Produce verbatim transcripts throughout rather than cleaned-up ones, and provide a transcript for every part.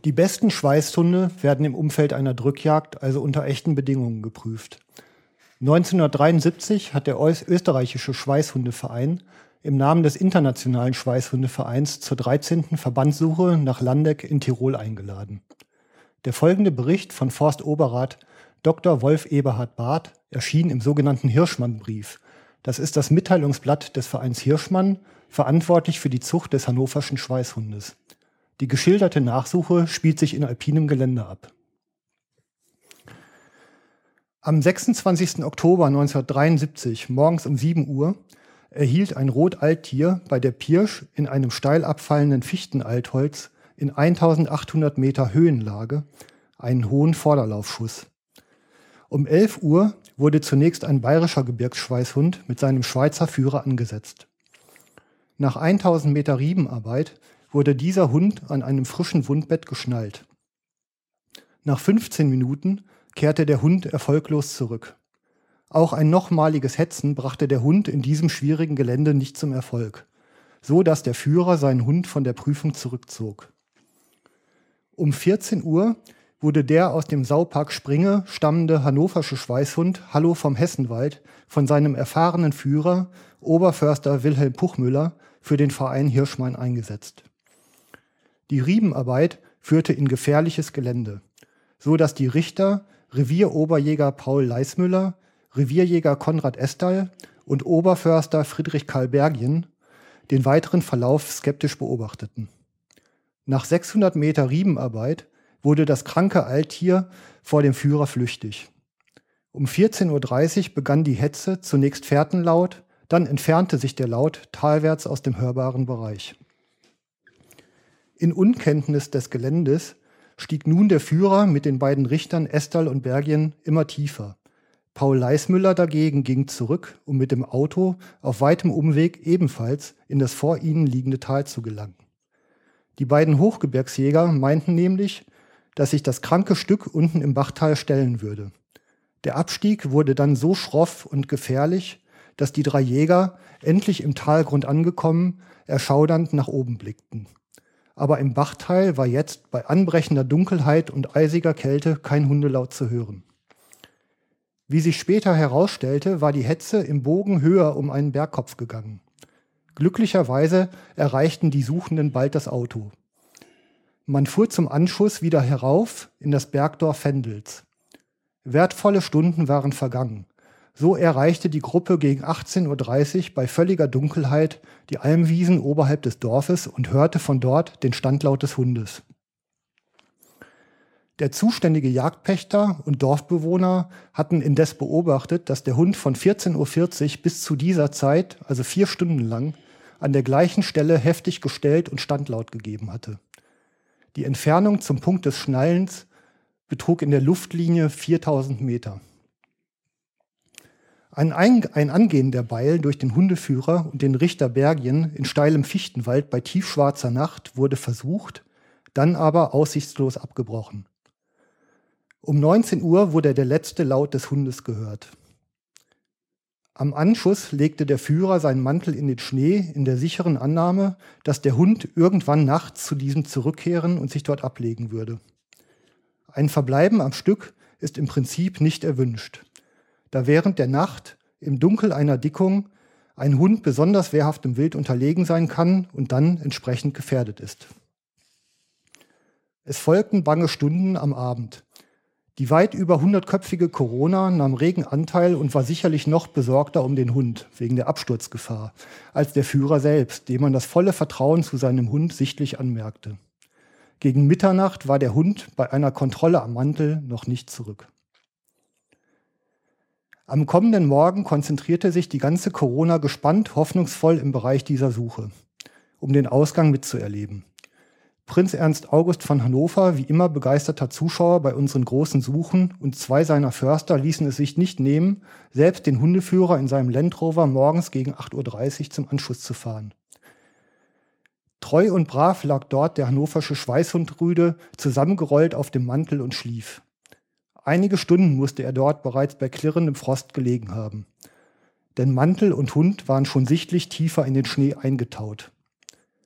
Die besten Schweißhunde werden im Umfeld einer Drückjagd, also unter echten Bedingungen, geprüft. neunzehnhundertdreiundsiebzig hat der österreichische Schweißhundeverein im Namen des Internationalen Schweißhundevereins zur dreizehnten Verbandssuche nach Landeck in Tirol eingeladen. Der folgende Bericht von Forstoberrat Doktor Wolf Eberhard Barth erschien im sogenannten Hirschmann-Brief. Das ist das Mitteilungsblatt des Vereins Hirschmann, verantwortlich für die Zucht des hannoverschen Schweißhundes. Die geschilderte Nachsuche spielt sich in alpinem Gelände ab. Am sechsundzwanzigsten Oktober neunzehnhundertdreiundsiebzig, morgens um sieben Uhr, erhielt ein Rotalttier bei der Pirsch in einem steil abfallenden Fichtenaltholz in eintausendachthundert Meter Höhenlage einen hohen Vorderlaufschuss. Um elf Uhr wurde zunächst ein bayerischer Gebirgsschweißhund mit seinem Schweizer Führer angesetzt. Nach tausend Meter Riebenarbeit wurde dieser Hund an einem frischen Wundbett geschnallt. Nach fünfzehn Minuten kehrte der Hund erfolglos zurück. Auch ein nochmaliges Hetzen brachte der Hund in diesem schwierigen Gelände nicht zum Erfolg, so dass der Führer seinen Hund von der Prüfung zurückzog. Um vierzehn Uhr wurde der aus dem Saupark Springe stammende hannoversche Schweißhund Hallo vom Hessenwald von seinem erfahrenen Führer, Oberförster Wilhelm Puchmüller, für den Verein Hirschmann eingesetzt. Die Riebenarbeit führte in gefährliches Gelände, so dass die Richter Revieroberjäger Paul Leismüller, Revierjäger Konrad Estal und Oberförster Friedrich Karl Bergien den weiteren Verlauf skeptisch beobachteten. Nach sechshundert Meter Riebenarbeit wurde das kranke Alttier vor dem Führer flüchtig. Um vierzehn Uhr dreißig begann die Hetze, zunächst fährtenlaut, dann entfernte sich der Laut talwärts aus dem hörbaren Bereich. In Unkenntnis des Geländes stieg nun der Führer mit den beiden Richtern Estal und Bergien immer tiefer. Paul Leismüller dagegen ging zurück, um mit dem Auto auf weitem Umweg ebenfalls in das vor ihnen liegende Tal zu gelangen. Die beiden Hochgebirgsjäger meinten nämlich, dass sich das kranke Stück unten im Bachtal stellen würde. Der Abstieg wurde dann so schroff und gefährlich, dass die drei Jäger, endlich im Talgrund angekommen, erschaudernd nach oben blickten. Aber im Bachtal war jetzt bei anbrechender Dunkelheit und eisiger Kälte kein Hundelaut zu hören. Wie sich später herausstellte, war die Hetze im Bogen höher um einen Bergkopf gegangen. Glücklicherweise erreichten die Suchenden bald das Auto. Man fuhr zum Anschuss wieder herauf in das Bergdorf Vendels. Wertvolle Stunden waren vergangen. So erreichte die Gruppe gegen achtzehn Uhr dreißig bei völliger Dunkelheit die Almwiesen oberhalb des Dorfes und hörte von dort den Standlaut des Hundes. Der zuständige Jagdpächter und Dorfbewohner hatten indes beobachtet, dass der Hund von vierzehn Uhr vierzig bis zu dieser Zeit, also vier Stunden lang, an der gleichen Stelle heftig gestellt und Standlaut gegeben hatte. Die Entfernung zum Punkt des Schnallens betrug in der Luftlinie viertausend Meter. Ein, Ein- ein Angehen der Beil durch den Hundeführer und den Richter Bergien in steilem Fichtenwald bei tiefschwarzer Nacht wurde versucht, dann aber aussichtslos abgebrochen. Um neunzehn Uhr wurde der letzte Laut des Hundes gehört. Am Anschuss legte der Führer seinen Mantel in den Schnee in der sicheren Annahme, dass der Hund irgendwann nachts zu diesem zurückkehren und sich dort ablegen würde. Ein Verbleiben am Stück ist im Prinzip nicht erwünscht, da während der Nacht im Dunkel einer Dickung ein Hund besonders wehrhaftem Wild unterlegen sein kann und dann entsprechend gefährdet ist. Es folgten bange Stunden am Abend. Die weit über hundertköpfige Corona nahm regen Anteil und war sicherlich noch besorgter um den Hund, wegen der Absturzgefahr, als der Führer selbst, dem man das volle Vertrauen zu seinem Hund sichtlich anmerkte. Gegen Mitternacht war der Hund bei einer Kontrolle am Mantel noch nicht zurück. Am kommenden Morgen konzentrierte sich die ganze Corona gespannt, hoffnungsvoll im Bereich dieser Suche, um den Ausgang mitzuerleben. Prinz Ernst August von Hannover, wie immer begeisterter Zuschauer bei unseren großen Suchen, und zwei seiner Förster ließen es sich nicht nehmen, selbst den Hundeführer in seinem Land Rover morgens gegen acht Uhr dreißig zum Anschuss zu fahren. Treu und brav lag dort der hannoversche Schweißhund Rüde zusammengerollt auf dem Mantel und schlief. Einige Stunden musste er dort bereits bei klirrendem Frost gelegen haben. Denn Mantel und Hund waren schon sichtlich tiefer in den Schnee eingetaut.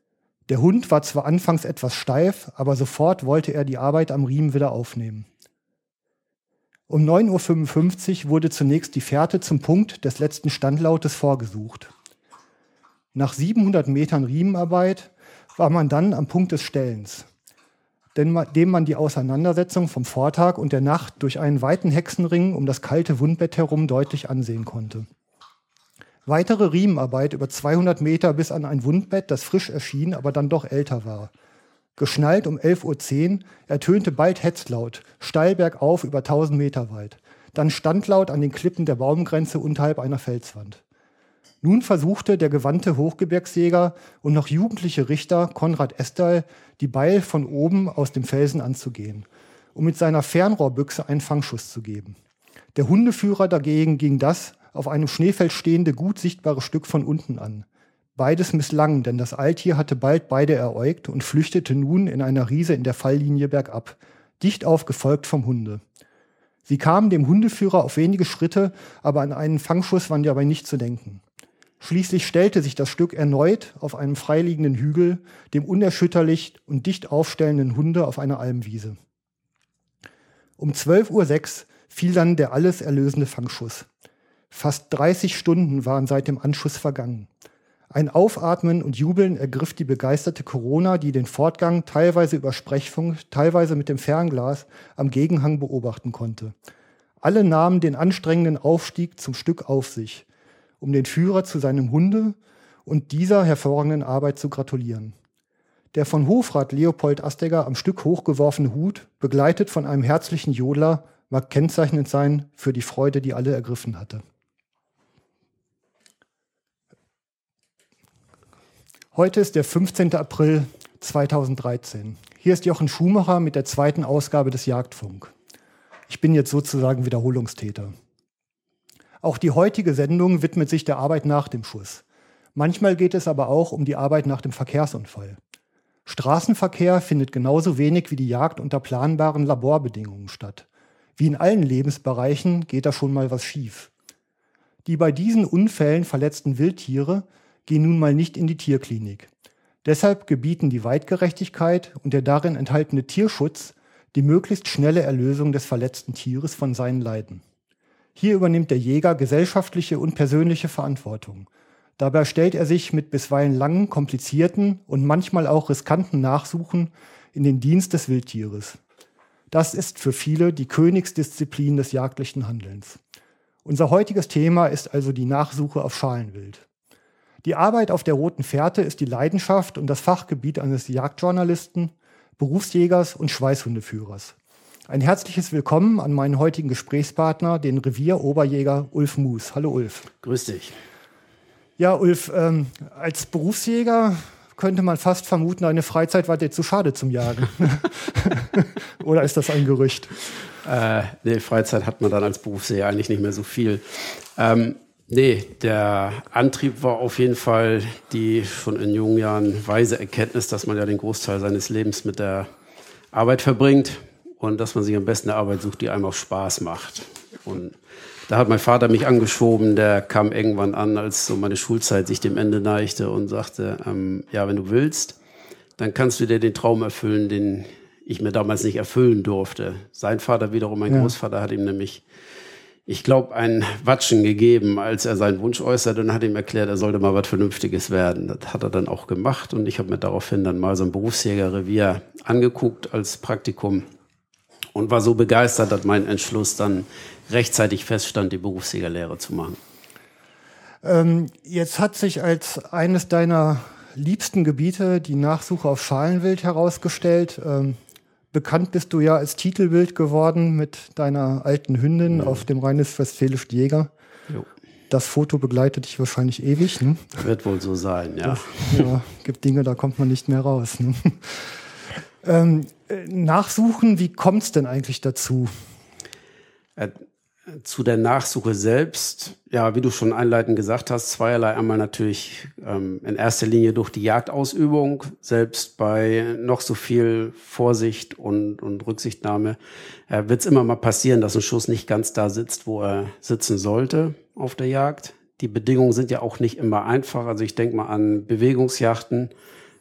Der Hund war zwar anfangs etwas steif, aber sofort wollte er die Arbeit am Riemen wieder aufnehmen. Um neun Uhr fünfundfünfzig wurde zunächst die Fährte zum Punkt des letzten Standlautes vorgesucht. Nach siebenhundert Metern Riemenarbeit war man dann am Punkt des Stellens, dem man die Auseinandersetzung vom Vortag und der Nacht durch einen weiten Hexenring um das kalte Wundbett herum deutlich ansehen konnte. Weitere Riemenarbeit über zweihundert Meter bis an ein Wundbett, das frisch erschien, aber dann doch älter war. Geschnallt um elf Uhr zehn ertönte bald Hetzlaut, steil bergauf über tausend Meter weit. Dann Standlaut an den Klippen der Baumgrenze unterhalb einer Felswand. Nun versuchte der gewandte Hochgebirgsjäger und noch jugendliche Richter Konrad Estal, die Beil von oben aus dem Felsen anzugehen, um mit seiner Fernrohrbüchse einen Fangschuss zu geben. Der Hundeführer dagegen ging das auf einem Schneefeld stehende, gut sichtbare Stück von unten an. Beides misslang, denn das Alttier hatte bald beide eräugt und flüchtete nun in einer Riese in der Falllinie bergab, dicht aufgefolgt vom Hunde. Sie kamen dem Hundeführer auf wenige Schritte, aber an einen Fangschuss war dabei nicht zu denken. Schließlich stellte sich das Stück erneut auf einem freiliegenden Hügel, dem unerschütterlich und dicht aufstellenden Hunde auf einer Almwiese. Um zwölf Uhr sechs fiel dann der alles erlösende Fangschuss. Fast dreißig Stunden waren seit dem Anschuss vergangen. Ein Aufatmen und Jubeln ergriff die begeisterte Corona, die den Fortgang teilweise über Sprechfunk, teilweise mit dem Fernglas am Gegenhang beobachten konnte. Alle nahmen den anstrengenden Aufstieg zum Stück auf sich, um den Führer zu seinem Hunde und dieser hervorragenden Arbeit zu gratulieren. Der von Hofrat Leopold Astegger am Stück hochgeworfene Hut, begleitet von einem herzlichen Jodler, mag kennzeichnend sein für die Freude, die alle ergriffen hatte. Heute ist der fünfzehnte April zweitausenddreizehn. Hier ist Jochen Schumacher mit der zweiten Ausgabe des Jagdfunk. Ich bin jetzt sozusagen Wiederholungstäter. Auch die heutige Sendung widmet sich der Arbeit nach dem Schuss. Manchmal geht es aber auch um die Arbeit nach dem Verkehrsunfall. Straßenverkehr findet genauso wenig wie die Jagd unter planbaren Laborbedingungen statt. Wie in allen Lebensbereichen geht da schon mal was schief. Die bei diesen Unfällen verletzten Wildtiere gehen nun mal nicht in die Tierklinik. Deshalb gebieten die Weitgerechtigkeit und der darin enthaltene Tierschutz die möglichst schnelle Erlösung des verletzten Tieres von seinen Leiden. Hier übernimmt der Jäger gesellschaftliche und persönliche Verantwortung. Dabei stellt er sich mit bisweilen langen, komplizierten und manchmal auch riskanten Nachsuchen in den Dienst des Wildtieres. Das ist für viele die Königsdisziplin des jagdlichen Handelns. Unser heutiges Thema ist also die Nachsuche auf Schalenwild. Die Arbeit auf der Roten Fährte ist die Leidenschaft und das Fachgebiet eines Jagdjournalisten, Berufsjägers und Schweißhundeführers. Ein herzliches Willkommen an meinen heutigen Gesprächspartner, den Revieroberjäger Ulf Muß. Hallo Ulf. Grüß dich. Ja, Ulf, ähm, als Berufsjäger könnte man fast vermuten, eine Freizeit war dir zu schade zum Jagen. Oder ist das ein Gerücht? Äh, nee, Freizeit hat man dann als Berufsjäger eigentlich nicht mehr so viel. Ähm, nee, der Antrieb war auf jeden Fall die schon in jungen Jahren weise Erkenntnis, dass man ja den Großteil seines Lebens mit der Arbeit verbringt und dass man sich am besten eine Arbeit sucht, die einem auch Spaß macht. Und da hat mein Vater mich angeschoben, der kam irgendwann an, als so meine Schulzeit sich dem Ende neigte und sagte, ähm, ja, wenn du willst, dann kannst du dir den Traum erfüllen, den ich mir damals nicht erfüllen durfte. Sein Vater wiederum, mein ja. Großvater, hat ihm nämlich, ich glaube, ein Watschen gegeben, als er seinen Wunsch äußerte und hat ihm erklärt, er sollte mal was Vernünftiges werden. Das hat er dann auch gemacht und ich habe mir daraufhin dann mal so ein Berufsjägerrevier angeguckt als Praktikum und war so begeistert, dass mein Entschluss dann rechtzeitig feststand, die Berufsjägerlehre zu machen. Ähm, jetzt hat sich als eines deiner liebsten Gebiete die Nachsuche auf Schalenwild herausgestellt. Ähm, bekannt bist du ja als Titelbild geworden mit deiner alten Hündin ja. auf dem Rheinisch-Westfälischen Jäger. Jo. Das Foto begleitet dich wahrscheinlich ewig. Ne? Wird wohl so sein, ja. Das, ja, gibt Dinge, da kommt man nicht mehr raus. Ne? ähm, Nachsuchen, wie kommt es denn eigentlich dazu? Äh, Zu der Nachsuche selbst, ja, wie du schon einleitend gesagt hast, zweierlei. Einmal natürlich ähm, in erster Linie durch die Jagdausübung, selbst bei noch so viel Vorsicht und, und Rücksichtnahme äh, wird es immer mal passieren, dass ein Schuss nicht ganz da sitzt, wo er sitzen sollte auf der Jagd. Die Bedingungen sind ja auch nicht immer einfach. Also ich denke mal an Bewegungsjagden,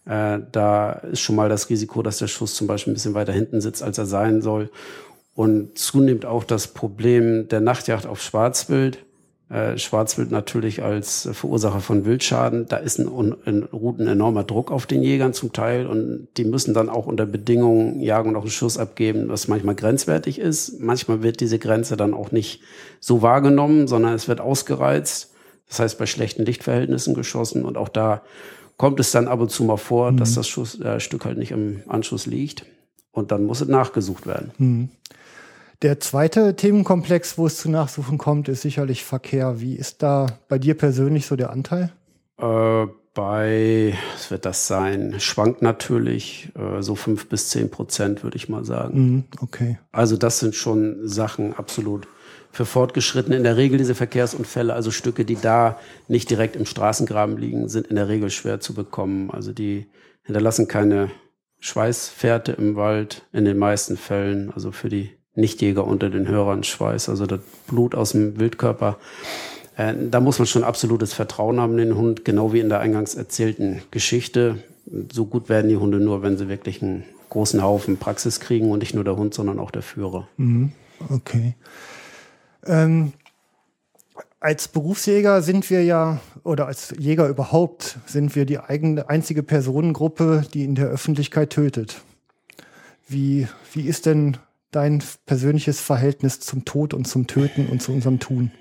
Äh, da ist schon mal das Risiko, dass der Schuss zum Beispiel ein bisschen weiter hinten sitzt, als er sein soll. Und zunehmend auch das Problem der Nachtjagd auf Schwarzwild. Äh, Schwarzwild natürlich als Verursacher von Wildschaden. Da ist ein, in Routen enormer Druck auf den Jägern zum Teil. Und die müssen dann auch unter Bedingungen jagen und auch einen Schuss abgeben, was manchmal grenzwertig ist. Manchmal wird diese Grenze dann auch nicht so wahrgenommen, sondern es wird ausgereizt. Das heißt, bei schlechten Lichtverhältnissen geschossen. Und auch da kommt es dann ab und zu mal vor, mhm. dass das Schuss, äh, Stück halt nicht im Anschuss liegt. Und dann muss es nachgesucht werden. Mhm. Der zweite Themenkomplex, wo es zu Nachsuchen kommt, ist sicherlich Verkehr. Wie ist da bei dir persönlich so der Anteil? Äh, bei, was wird das sein? Schwankt natürlich, äh, so fünf bis zehn Prozent, würde ich mal sagen. Mhm, okay. Also das sind schon Sachen absolut für Fortgeschrittene. In der Regel diese Verkehrsunfälle, also Stücke, die da nicht direkt im Straßengraben liegen, sind in der Regel schwer zu bekommen. Also die hinterlassen keine Schweißfährte im Wald in den meisten Fällen. Also für die Nichtjäger unter den Hörern Schweiß, also das Blut aus dem Wildkörper. Äh, da muss man schon absolutes Vertrauen haben in den Hund, genau wie in der eingangs erzählten Geschichte. So gut werden die Hunde nur, wenn sie wirklich einen großen Haufen Praxis kriegen und nicht nur der Hund, sondern auch der Führer. Mhm. Okay. Ähm, als Berufsjäger sind wir ja, oder als Jäger überhaupt, sind wir die eigene, einzige Personengruppe, die in der Öffentlichkeit tötet. Wie, wie ist denn dein persönliches Verhältnis zum Tod und zum Töten und zu unserem Tun?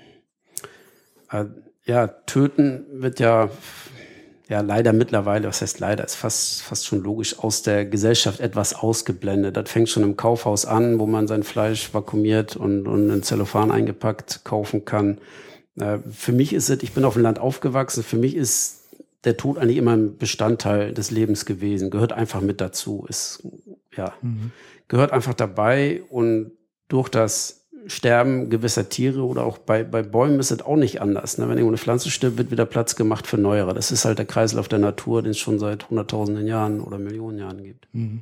Äh, ja, Töten wird ja, ja leider mittlerweile, was heißt leider, ist fast, fast schon logisch, aus der Gesellschaft etwas ausgeblendet. Das fängt schon im Kaufhaus an, wo man sein Fleisch vakuumiert und, und in Zellophan eingepackt kaufen kann. Äh, für mich ist es, ich bin auf dem Land aufgewachsen, für mich ist der Tod eigentlich immer ein Bestandteil des Lebens gewesen, gehört einfach mit dazu, ist, ja, mhm. gehört einfach dabei. Und durch das Sterben gewisser Tiere oder auch bei, bei Bäumen ist es auch nicht anders. Ne? Wenn irgendwo eine Pflanze stirbt, wird wieder Platz gemacht für neuere. Das ist halt der Kreislauf der Natur, den es schon seit hunderttausenden Jahren oder Millionen Jahren gibt. Mhm.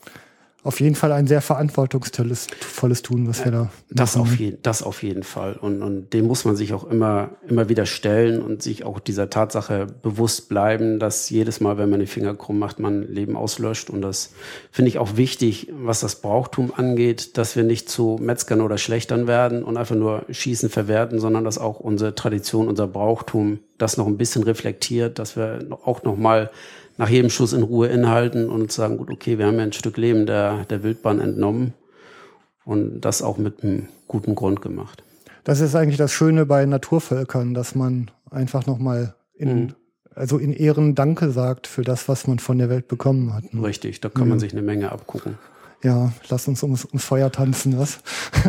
Auf jeden Fall ein sehr verantwortungsvolles volles Tun, was wir da das machen. Auf je, das auf jeden Fall. Und, und dem muss man sich auch immer, immer wieder stellen und sich auch dieser Tatsache bewusst bleiben, dass jedes Mal, wenn man die Finger krumm macht, man Leben auslöscht. Und das finde ich auch wichtig, was das Brauchtum angeht, dass wir nicht zu Metzgern oder Schlechtern werden und einfach nur schießen, verwerten, sondern dass auch unsere Tradition, unser Brauchtum das noch ein bisschen reflektiert, dass wir auch noch mal nach jedem Schuss in Ruhe inhalten und sagen, gut, okay, wir haben ja ein Stück Leben der, der Wildbahn entnommen und das auch mit einem guten Grund gemacht. Das ist eigentlich das Schöne bei Naturvölkern, dass man einfach nochmal in, mhm. also in Ehren Danke sagt für das, was man von der Welt bekommen hat. Ne? Richtig, da kann ja. man sich eine Menge abgucken. Ja, lass uns ums, ums Feuer tanzen, was?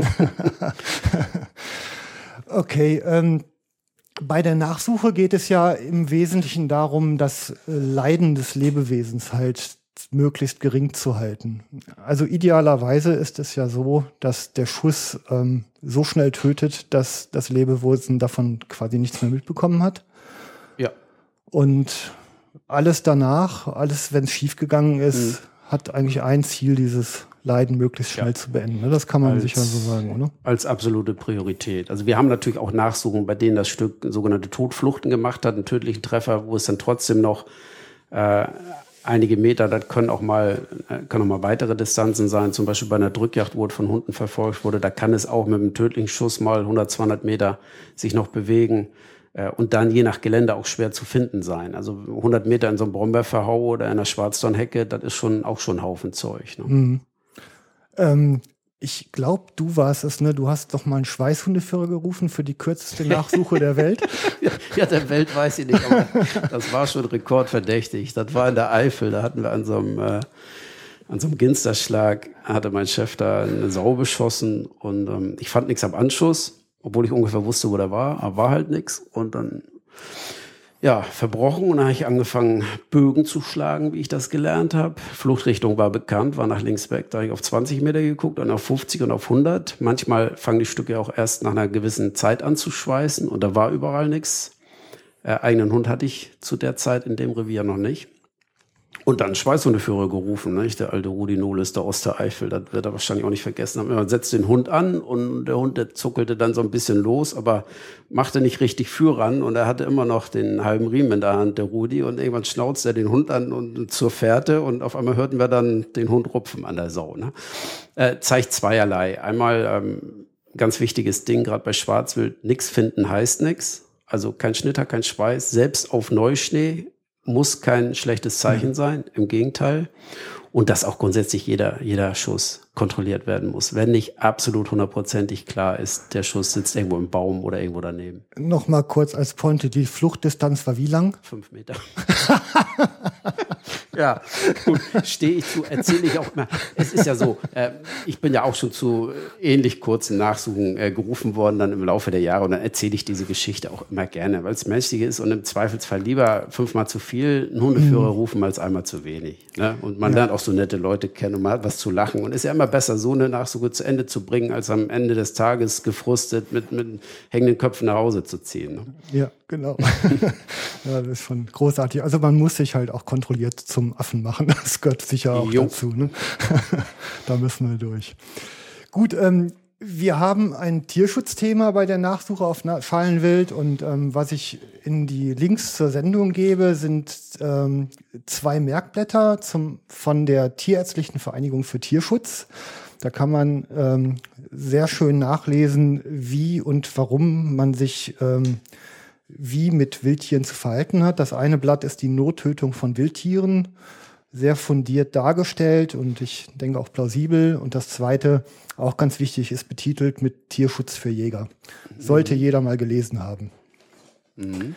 Okay, ähm, bei der Nachsuche geht es ja im Wesentlichen darum, das Leiden des Lebewesens halt möglichst gering zu halten. Also idealerweise ist es ja so, dass der Schuss ähm, so schnell tötet, dass das Lebewesen davon quasi nichts mehr mitbekommen hat. Ja. Und alles danach, alles, wenn es schiefgegangen ist, mhm. hat eigentlich ein Ziel, dieses Leiden möglichst schnell ja. zu beenden. Das kann man als, sicher so sagen, oder? Als absolute Priorität. Also wir haben natürlich auch Nachsuchen, bei denen das Stück sogenannte Todfluchten gemacht hat, einen tödlichen Treffer, wo es dann trotzdem noch äh, einige Meter, das können auch mal, können auch mal weitere Distanzen sein. Zum Beispiel bei einer Drückjagd, wo es von Hunden verfolgt wurde, da kann es auch mit einem tödlichen Schuss mal hundert, zweihundert Meter sich noch bewegen. Und dann je nach Gelände auch schwer zu finden sein. Also hundert Meter in so einem Brombeerverhau oder in einer Schwarzdornhecke, das ist schon auch schon ein Haufen Zeug. Ne? Mhm. Ähm, ich glaube, du warst es, ne? Du hast doch mal einen Schweißhundeführer gerufen für die kürzeste Nachsuche der Welt. ja, ja, der Welt weiß ich nicht, aber das war schon rekordverdächtig. Das war in der Eifel, da hatten wir an so einem, äh, an so einem Ginsterschlag, hatte mein Chef da eine Sau beschossen und ähm, ich fand nichts am Anschuss. Obwohl ich ungefähr wusste, wo der war, aber war halt nichts. Und dann, ja, verbrochen. Und dann habe ich angefangen, Bögen zu schlagen, wie ich das gelernt habe. Fluchtrichtung war bekannt, war nach links weg. Da habe ich auf zwanzig Meter geguckt, dann auf fünfzig und auf hundert. Manchmal fangen die Stücke auch erst nach einer gewissen Zeit an zu schweißen. Und da war überall nichts. Äh, eigenen Hund hatte ich zu der Zeit in dem Revier noch nicht. Und dann Schweißhundeführer gerufen, ne? Der alte Rudi Nohles der Ostereifel, das wird er wahrscheinlich auch nicht vergessen haben. Man setzt den Hund an und der Hund, der zuckelte dann so ein bisschen los, aber machte nicht richtig Führern und er hatte immer noch den halben Riemen in der Hand, der Rudi, und irgendwann schnauzt er den Hund an und zur Fährte und auf einmal hörten wir dann den Hund rupfen an der Sau. Ne? Äh, zeigt zweierlei. Einmal ähm, ganz wichtiges Ding, gerade bei Schwarzwild, nix finden heißt nix. Also kein Schnitter, kein Schweiß, selbst auf Neuschnee muss kein schlechtes Zeichen sein, im Gegenteil. Und dass auch grundsätzlich jeder, jeder Schuss kontrolliert werden muss. Wenn nicht absolut hundertprozentig klar ist, der Schuss sitzt irgendwo im Baum oder irgendwo daneben. Nochmal kurz als Pointe, die Fluchtdistanz war wie lang? Fünf Meter. Ja, gut, stehe ich zu, erzähle ich auch immer. Es ist ja so, äh, ich bin ja auch schon zu ähnlich kurzen Nachsuchen äh, gerufen worden, dann im Laufe der Jahre, und dann erzähle ich diese Geschichte auch immer gerne, weil es menschlich ist und im Zweifelsfall lieber fünfmal zu viel einen Hundeführer mhm. rufen als einmal zu wenig. Ne? Und man ja. lernt auch so nette Leute kennen und man hat was zu lachen, und ist ja immer besser, so eine Nachsuche zu Ende zu bringen, als am Ende des Tages gefrustet mit, mit hängenden Köpfen nach Hause zu ziehen. Ne? Ja, genau. Ja, das ist schon großartig. Also man muss sich halt auch kontrolliert zum Affen machen. Das gehört sicher auch jo. dazu. Ne? Da müssen wir durch. Gut, ähm, wir haben ein Tierschutzthema bei der Nachsuche auf Schalenwild, und ähm, was ich in die Links zur Sendung gebe, sind ähm, zwei Merkblätter zum, von der Tierärztlichen Vereinigung für Tierschutz. Da kann man ähm, sehr schön nachlesen, wie und warum man sich ähm, wie mit Wildtieren zu verhalten hat. Das eine Blatt ist die Nottötung von Wildtieren, sehr fundiert dargestellt und ich denke auch plausibel. Und das zweite, auch ganz wichtig, ist betitelt mit Tierschutz für Jäger. Sollte mhm. jeder mal gelesen haben. Mhm.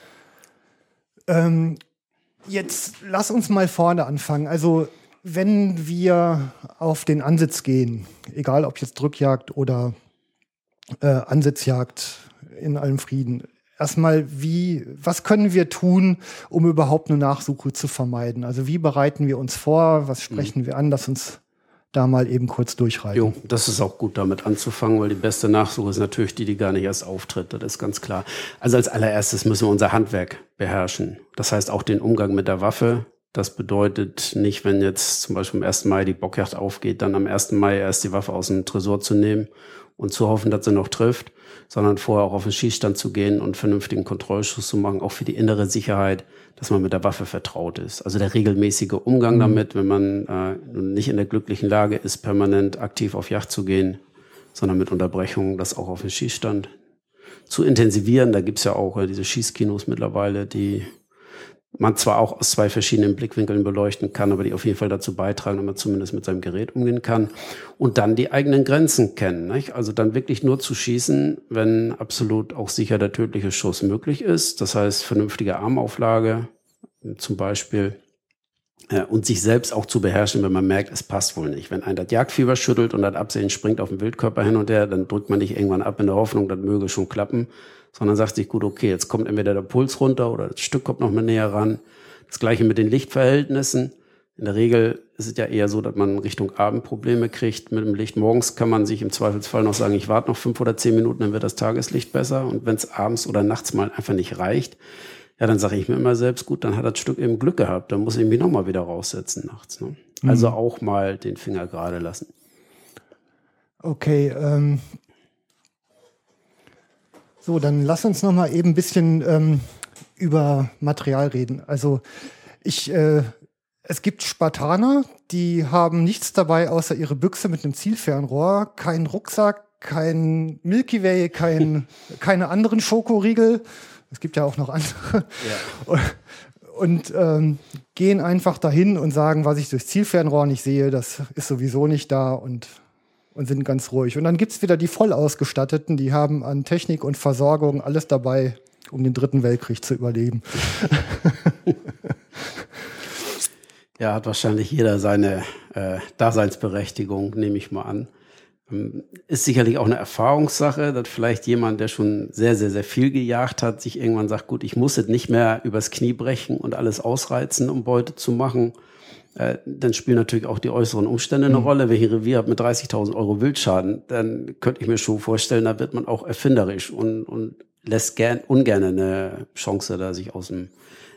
Ähm, jetzt lass uns mal vorne anfangen. Also wenn wir auf den Ansitz gehen, egal ob jetzt Drückjagd oder äh, Ansitzjagd in allem Frieden, erstmal, wie, was können wir tun, um überhaupt eine Nachsuche zu vermeiden? Also wie bereiten wir uns vor? Was sprechen mhm. wir an? Lass uns da mal eben kurz durchreiten. Jo, das ist auch gut, damit anzufangen, weil die beste Nachsuche ist natürlich die, die gar nicht erst auftritt. Das ist ganz klar. Also als allererstes müssen wir unser Handwerk beherrschen. Das heißt auch den Umgang mit der Waffe. Das bedeutet nicht, wenn jetzt zum Beispiel am ersten Mai die Bockjagd aufgeht, dann am ersten Mai erst die Waffe aus dem Tresor zu nehmen und zu hoffen, dass sie noch trifft, sondern vorher auch auf den Schießstand zu gehen und vernünftigen Kontrollschuss zu machen, auch für die innere Sicherheit, dass man mit der Waffe vertraut ist. Also der regelmäßige Umgang mhm. damit, wenn man äh, nicht in der glücklichen Lage ist, permanent aktiv auf Jagd zu gehen, sondern mit Unterbrechungen, das auch auf den Schießstand zu intensivieren. Da gibt's ja auch äh, diese Schießkinos mittlerweile, die man zwar auch aus zwei verschiedenen Blickwinkeln beleuchten kann, aber die auf jeden Fall dazu beitragen, dass man zumindest mit seinem Gerät umgehen kann. Und dann die eigenen Grenzen kennen. Nicht? Also dann wirklich nur zu schießen, wenn absolut auch sicher der tödliche Schuss möglich ist. Das heißt, vernünftige Armauflage zum Beispiel. Äh, und sich selbst auch zu beherrschen, wenn man merkt, es passt wohl nicht. Wenn ein das Jagdfieber schüttelt und das Absehen springt auf den Wildkörper hin und her, dann drückt man nicht irgendwann ab in der Hoffnung, das möge schon klappen, sondern sagt sich, gut, okay, jetzt kommt entweder der Puls runter oder das Stück kommt noch mal näher ran. Das Gleiche mit den Lichtverhältnissen. In der Regel ist es ja eher so, dass man Richtung Abend Probleme kriegt. Mit dem Licht morgens kann man sich im Zweifelsfall noch sagen, ich warte noch fünf oder zehn Minuten, dann wird das Tageslicht besser. Und wenn es abends oder nachts mal einfach nicht reicht, ja, dann sage ich mir immer selbst, gut, dann hat das Stück eben Glück gehabt. Dann muss ich mich noch mal wieder raussetzen nachts. Ne? Mhm. Also auch mal den Finger gerade lassen. Okay, ähm so, dann lass uns noch mal eben ein bisschen ähm, über Material reden. Also ich, äh, es gibt Spartaner, die haben nichts dabei außer ihre Büchse mit einem Zielfernrohr, keinen Rucksack, kein Milky Way, kein, keine anderen Schokoriegel. Es gibt ja auch noch andere. Ja. Und, und ähm, gehen einfach dahin und sagen, was ich durchs Zielfernrohr nicht sehe, das ist sowieso nicht da, und und sind ganz ruhig. Und dann gibt's wieder die Vollausgestatteten, die haben an Technik und Versorgung alles dabei, um den Dritten Weltkrieg zu überleben. Ja, hat wahrscheinlich jeder seine äh, Daseinsberechtigung, nehme ich mal an. Ähm, ist sicherlich auch eine Erfahrungssache, dass vielleicht jemand, der schon sehr, sehr, sehr viel gejagt hat, sich irgendwann sagt, gut, ich muss es nicht mehr übers Knie brechen und alles ausreizen, um Beute zu machen. Äh, dann spielen natürlich auch die äußeren Umstände eine mhm. Rolle. Wenn ich ein Revier habe mit dreißigtausend Euro Wildschaden, dann könnte ich mir schon vorstellen, da wird man auch erfinderisch und, und lässt gern, ungern eine Chance, da sich aus dem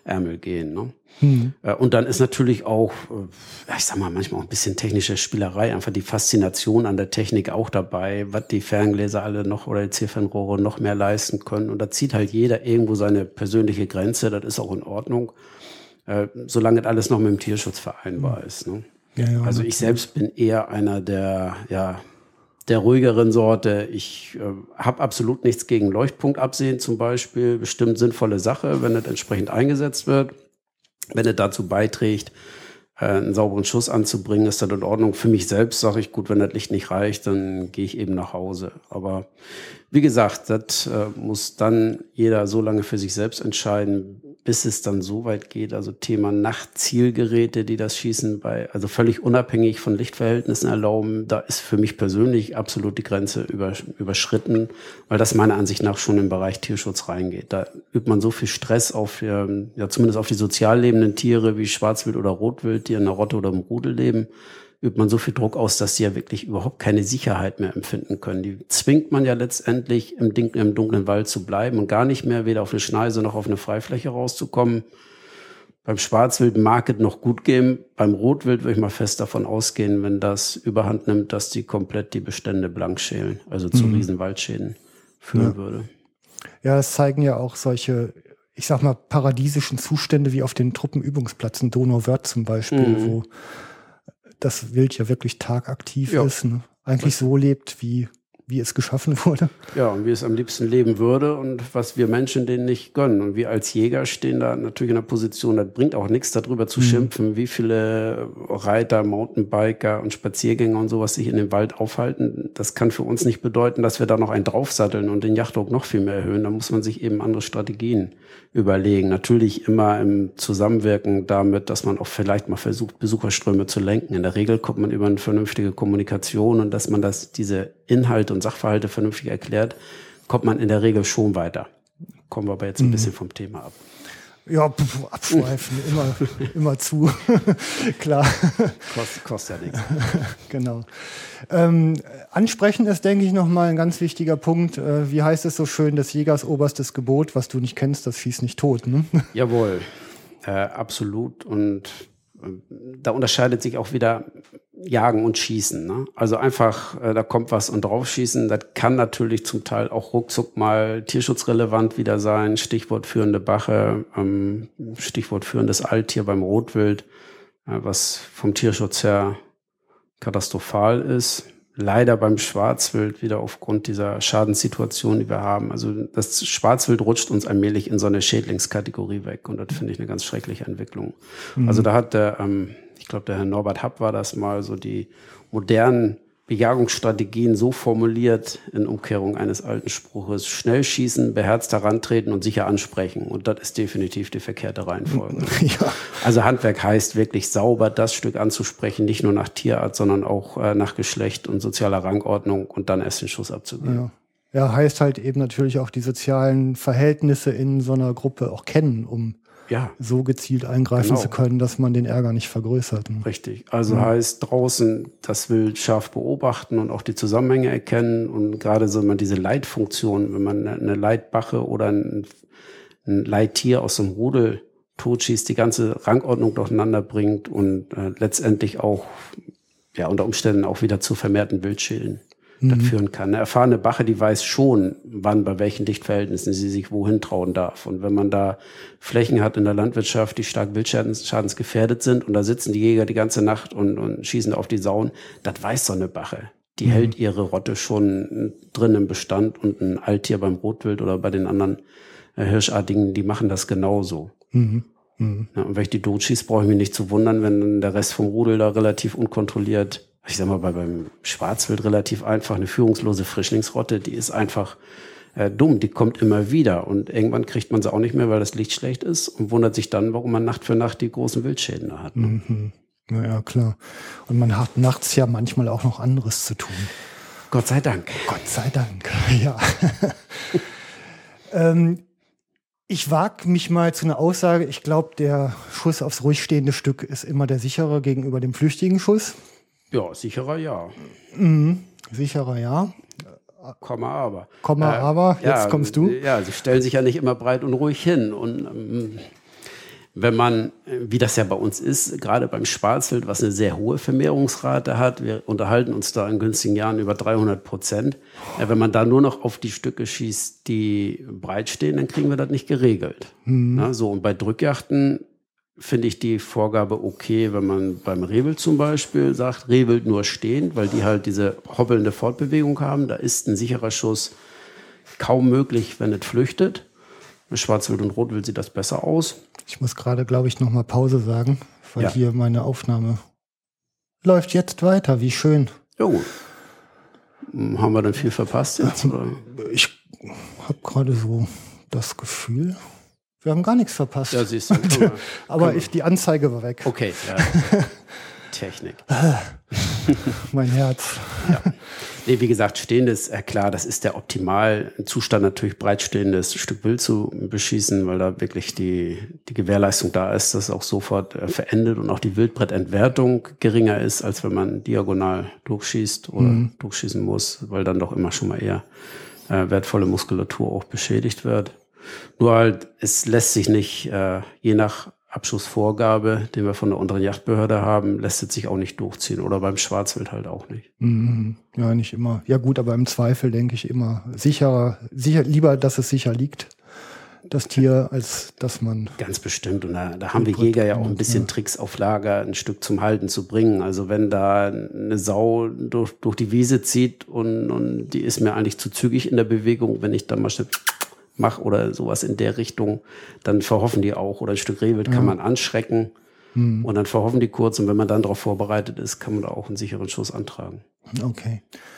Ärmel gehen. Ne? Mhm. Und dann ist natürlich auch, ich sag mal, manchmal auch ein bisschen technische Spielerei, einfach die Faszination an der Technik auch dabei, was die Ferngläser alle noch oder die Zielfernrohre noch mehr leisten können. Und da zieht halt jeder irgendwo seine persönliche Grenze, das ist auch in Ordnung, äh, solange das alles noch mit dem Tierschutz vereinbar mhm. ist. Ne? Ja, ja, also ich selbst bin eher einer der, ja, der ruhigeren Sorte. Ich äh, habe absolut nichts gegen Leuchtpunktabsehen zum Beispiel. Bestimmt sinnvolle Sache, wenn das entsprechend eingesetzt wird. Wenn es dazu beiträgt, äh, einen sauberen Schuss anzubringen, ist das in Ordnung. Für mich selbst sage ich, gut, wenn das Licht nicht reicht, dann gehe ich eben nach Hause. Aber wie gesagt, das äh, muss dann jeder so lange für sich selbst entscheiden, bis es dann so weit geht. Also Thema Nachtzielgeräte, die das Schießen bei, also völlig unabhängig von Lichtverhältnissen erlauben, da ist für mich persönlich absolut die Grenze über, überschritten, weil das meiner Ansicht nach schon im Bereich Tierschutz reingeht. Da übt man so viel Stress auf, ja, zumindest auf die sozial lebenden Tiere wie Schwarzwild oder Rotwild, die in einer Rotte oder im Rudel leben, übt man so viel Druck aus, dass die ja wirklich überhaupt keine Sicherheit mehr empfinden können. Die zwingt man ja letztendlich, im, Ding, im dunklen Wald zu bleiben und gar nicht mehr weder auf eine Schneise noch auf eine Freifläche rauszukommen. Beim Schwarzwild mag es noch gut gehen. Beim Rotwild würde ich mal fest davon ausgehen, wenn das überhand nimmt, dass die komplett die Bestände blank schälen, also zu mhm. Riesenwaldschäden führen ja. würde. Ja, das zeigen ja auch solche, ich sag mal, paradiesischen Zustände wie auf den Truppenübungsplatz in Donauwörth zum Beispiel, mhm. wo das Wild ja wirklich tagaktiv ja. ist, ne? Eigentlich so lebt, wie, wie es geschaffen wurde. Ja, und wie es am liebsten leben würde und was wir Menschen denen nicht gönnen. Und wir als Jäger stehen da natürlich in der Position, das bringt auch nichts darüber zu mhm. schimpfen, wie viele Reiter, Mountainbiker und Spaziergänger und sowas sich in dem Wald aufhalten. Das kann für uns nicht bedeuten, dass wir da noch einen draufsatteln und den Yachtdruck noch viel mehr erhöhen. Da muss man sich eben andere Strategien überlegen. Natürlich immer im Zusammenwirken damit, dass man auch vielleicht mal versucht, Besucherströme zu lenken. In der Regel kommt man über eine vernünftige Kommunikation und dass man das, diese Inhalte und Sachverhalte vernünftig erklärt, kommt man in der Regel schon weiter. Kommen wir aber jetzt ein mhm. bisschen vom Thema ab. Ja, pf, abschweifen, immer, immer zu. Klar. Kost, kostet ja nichts. Genau. Ähm, ansprechen ist, denke ich, nochmal ein ganz wichtiger Punkt. Äh, wie heißt es so schön, des Jägers oberstes Gebot, was du nicht kennst, das schießt nicht tot, ne? Jawohl, äh, absolut. Und äh, da unterscheidet sich auch wieder Jagen und Schießen. Ne? Also einfach, äh, da kommt was und draufschießen, das kann natürlich zum Teil auch ruckzuck mal tierschutzrelevant wieder sein. Stichwort führende Bache, ähm, Stichwort führendes Alttier beim Rotwild, äh, was vom Tierschutz her katastrophal ist. Leider beim Schwarzwild wieder aufgrund dieser Schadenssituation, die wir haben. Also das Schwarzwild rutscht uns allmählich in so eine Schädlingskategorie weg und das finde ich eine ganz schreckliche Entwicklung. Mhm. Also da hat der, ähm, ich glaube der Herr Norbert Happ war das mal, so die modernen Bejagungsstrategien so formuliert in Umkehrung eines alten Spruches: schnell schießen, beherzt herantreten und sicher ansprechen. Und das ist definitiv die verkehrte Reihenfolge. Ja. Also Handwerk heißt wirklich sauber das Stück anzusprechen, nicht nur nach Tierart, sondern auch äh, nach Geschlecht und sozialer Rangordnung und dann erst den Schuss abzugeben. Ja. Ja, heißt halt eben natürlich auch die sozialen Verhältnisse in so einer Gruppe auch kennen, um ja. so gezielt eingreifen genau. zu können, dass man den Ärger nicht vergrößert. Richtig. Also ja. heißt draußen das Wild scharf beobachten und auch die Zusammenhänge erkennen und gerade so man diese Leitfunktion, wenn man eine Leitbache oder ein, ein Leittier aus dem Rudel totschießt, die ganze Rangordnung durcheinander bringt und äh, letztendlich auch ja unter Umständen auch wieder zu vermehrten Wildschäden das führen kann. Eine erfahrene Bache, die weiß schon, wann, bei welchen Lichtverhältnissen sie sich wohin trauen darf. Und wenn man da Flächen hat in der Landwirtschaft, die stark wildschadensgefährdet sind und da sitzen die Jäger die ganze Nacht und, und schießen auf die Sauen, das weiß so eine Bache. Die mhm. hält ihre Rotte schon drin im Bestand und ein Alttier beim Rotwild oder bei den anderen äh, Hirschartigen, die machen das genauso. Mhm. Mhm. Ja, und wenn ich die totschieße, brauche ich mich nicht zu wundern, wenn dann der Rest vom Rudel da relativ unkontrolliert, ich sag mal, bei, beim Schwarzwild relativ einfach, eine führungslose Frischlingsrotte, die ist einfach äh, dumm, die kommt immer wieder und irgendwann kriegt man sie auch nicht mehr, weil das Licht schlecht ist und wundert sich dann, warum man Nacht für Nacht die großen Wildschäden da hat. Ne? Mhm. Ja, klar. Und man hat nachts ja manchmal auch noch anderes zu tun. Gott sei Dank. Gott sei Dank, ja. ähm, ich wage mich mal zu einer Aussage, ich glaube, der Schuss aufs ruhig stehende Stück ist immer der sichere gegenüber dem flüchtigen Schuss. Ja, sicherer ja. Mhm, sicherer ja. Komma aber. Komma äh, aber, jetzt ja, kommst du. Ja, sie stellen sich ja nicht immer breit und ruhig hin. Und ähm, wenn man, wie das ja bei uns ist, gerade beim Schwarzwild, was eine sehr hohe Vermehrungsrate hat, wir unterhalten uns da in günstigen Jahren über dreihundert Prozent, äh, wenn man da nur noch auf die Stücke schießt, die breit stehen, dann kriegen wir das nicht geregelt. Mhm. Na, so, und bei Drückjachten finde ich die Vorgabe okay, wenn man beim Rehwild zum Beispiel sagt, Rehwild nur stehend, weil die halt diese hoppelnde Fortbewegung haben. Da ist ein sicherer Schuss kaum möglich, wenn es flüchtet. Bei Schwarzwild und Rotwild sieht das besser aus. Ich muss gerade, glaube ich, noch mal Pause sagen, weil ja. hier meine Aufnahme läuft jetzt weiter. Wie schön. Jo. Haben wir dann viel verpasst jetzt? Oder? Ich habe gerade so das Gefühl... Wir haben gar nichts verpasst. Ja, siehst du. Aber ich, die Anzeige war weg. Okay, ja. Technik. Mein Herz. Ja. Nee, wie gesagt, stehendes, äh, klar, das ist der Optimalzustand, natürlich breitstehendes Stück Wild zu beschießen, weil da wirklich die, die Gewährleistung da ist, dass es auch sofort äh, verendet und auch die Wildbrettentwertung geringer ist, als wenn man diagonal durchschießt oder mhm. durchschießen muss, weil dann doch immer schon mal eher äh, wertvolle Muskulatur auch beschädigt wird. Nur halt, es lässt sich nicht, äh, je nach Abschussvorgabe, den wir von der unteren Jagdbehörde haben, lässt es sich auch nicht durchziehen. Oder beim Schwarzwild halt auch nicht. Mhm. Ja, nicht immer. Ja gut, aber im Zweifel denke ich immer sicherer, sicher, lieber, dass es sicher liegt, das Tier, als dass man... Ganz bestimmt. Und da, da haben wir Jäger ja auch ein bisschen ja. Tricks auf Lager, ein Stück zum Halten zu bringen. Also wenn da eine Sau durch, durch die Wiese zieht und, und die ist mir eigentlich zu zügig in der Bewegung, wenn ich dann mal schnell... mach oder sowas in der Richtung, dann verhoffen die auch. Oder ein Stück Rehwild ja. kann man anschrecken hm. und dann verhoffen die kurz. Und wenn man dann darauf vorbereitet ist, kann man da auch einen sicheren Schuss antragen. Okay.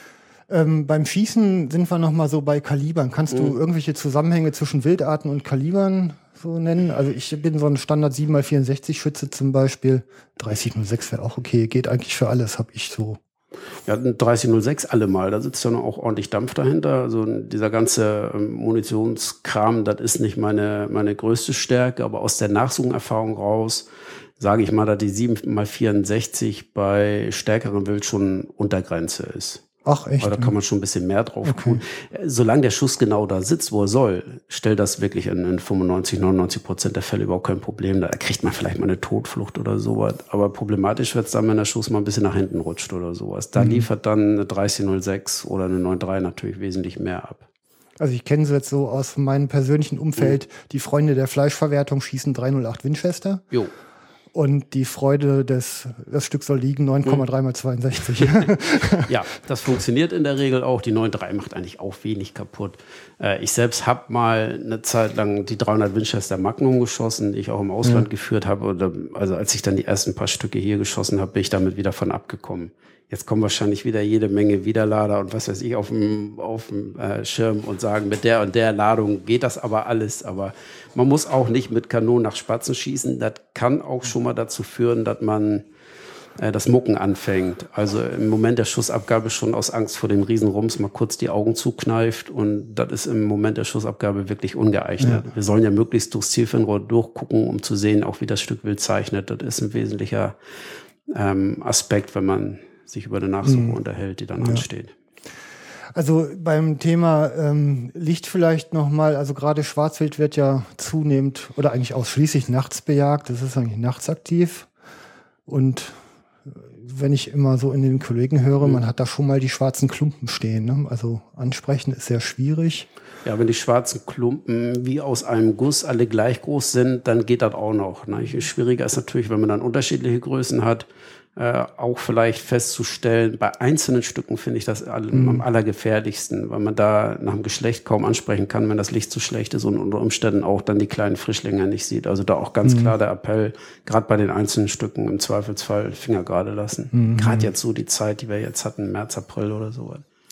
Ähm, beim Schießen sind wir noch mal so bei Kalibern. Kannst mhm. du irgendwelche Zusammenhänge zwischen Wildarten und Kalibern so nennen? Also ich bin so ein Standard sieben mal vierundsechzig Schütze zum Beispiel. dreißig null sechs wäre auch okay. Geht eigentlich für alles, habe ich so. Ja, dreißig null sechs allemal, da sitzt ja noch auch ordentlich Dampf dahinter. Also dieser ganze ähm, Munitionskram, das ist nicht meine, meine größte Stärke, aber aus der Nachsuchenerfahrung raus, sage ich mal, dass die sieben mal vierundsechzig bei stärkerem Wild schon Untergrenze ist. Ach echt? Aber da kann man schon ein bisschen mehr drauf okay. tun. Solange der Schuss genau da sitzt, wo er soll, stellt das wirklich in, in fünfundneunzig, neunundneunzig Prozent der Fälle überhaupt kein Problem. Da kriegt man vielleicht mal eine Totflucht oder sowas. Aber problematisch wird es dann, wenn der Schuss mal ein bisschen nach hinten rutscht oder sowas. Da mhm. liefert dann eine dreißig null sechs oder eine neun drei natürlich wesentlich mehr ab. Also ich kenne sie jetzt so aus meinem persönlichen Umfeld. Mhm. Die Freunde der Fleischverwertung schießen drei null acht Winchester. Jo. Und die Freude des, das Stück soll liegen, neun Komma drei mal zweiundsechzig. Ja, das funktioniert in der Regel auch. Die neun drei macht eigentlich auch wenig kaputt. Äh, ich selbst habe mal eine Zeit lang die dreihundert Winchester Magnum geschossen, die ich auch im Ausland ja. geführt habe. Oder, also als ich dann die ersten paar Stücke hier geschossen habe, bin ich damit wieder von abgekommen. Jetzt kommen wahrscheinlich wieder jede Menge Widerlader und was weiß ich auf dem, auf dem äh, Schirm und sagen, mit der und der Ladung geht das aber alles. Aber man muss auch nicht mit Kanonen nach Spatzen schießen. Das kann auch schon mal dazu führen, dass man äh, das Mucken anfängt. Also im Moment der Schussabgabe schon aus Angst vor dem Riesenrums mal kurz die Augen zukneift. Und das ist im Moment der Schussabgabe wirklich ungeeignet. Ja. Wir sollen ja möglichst durchs Zielfernrohr durchgucken, um zu sehen, auch wie das Stück Wild zeichnet. Das ist ein wesentlicher ähm, Aspekt, wenn man sich über eine Nachsuche mhm. unterhält, die dann ja. ansteht. Also beim Thema ähm, Licht vielleicht nochmal, also gerade Schwarzwild wird ja zunehmend oder eigentlich ausschließlich nachts bejagt, das ist eigentlich nachts aktiv und wenn ich immer so in den Kollegen höre, mhm. man hat da schon mal die schwarzen Klumpen stehen, ne? Also ansprechen ist sehr schwierig. Ja, wenn die schwarzen Klumpen wie aus einem Guss alle gleich groß sind, dann geht das auch noch. Ne? Schwieriger ist natürlich, wenn man dann unterschiedliche Größen hat, Äh, auch vielleicht festzustellen, bei einzelnen Stücken finde ich das all, mhm. am allergefährlichsten, weil man da nach dem Geschlecht kaum ansprechen kann, wenn das Licht zu schlecht ist und unter Umständen auch dann die kleinen Frischlinge nicht sieht. Also da auch ganz mhm. klar der Appell, gerade bei den einzelnen Stücken im Zweifelsfall Finger gerade lassen. Mhm. Gerade jetzt so die Zeit, die wir jetzt hatten, März, April oder so.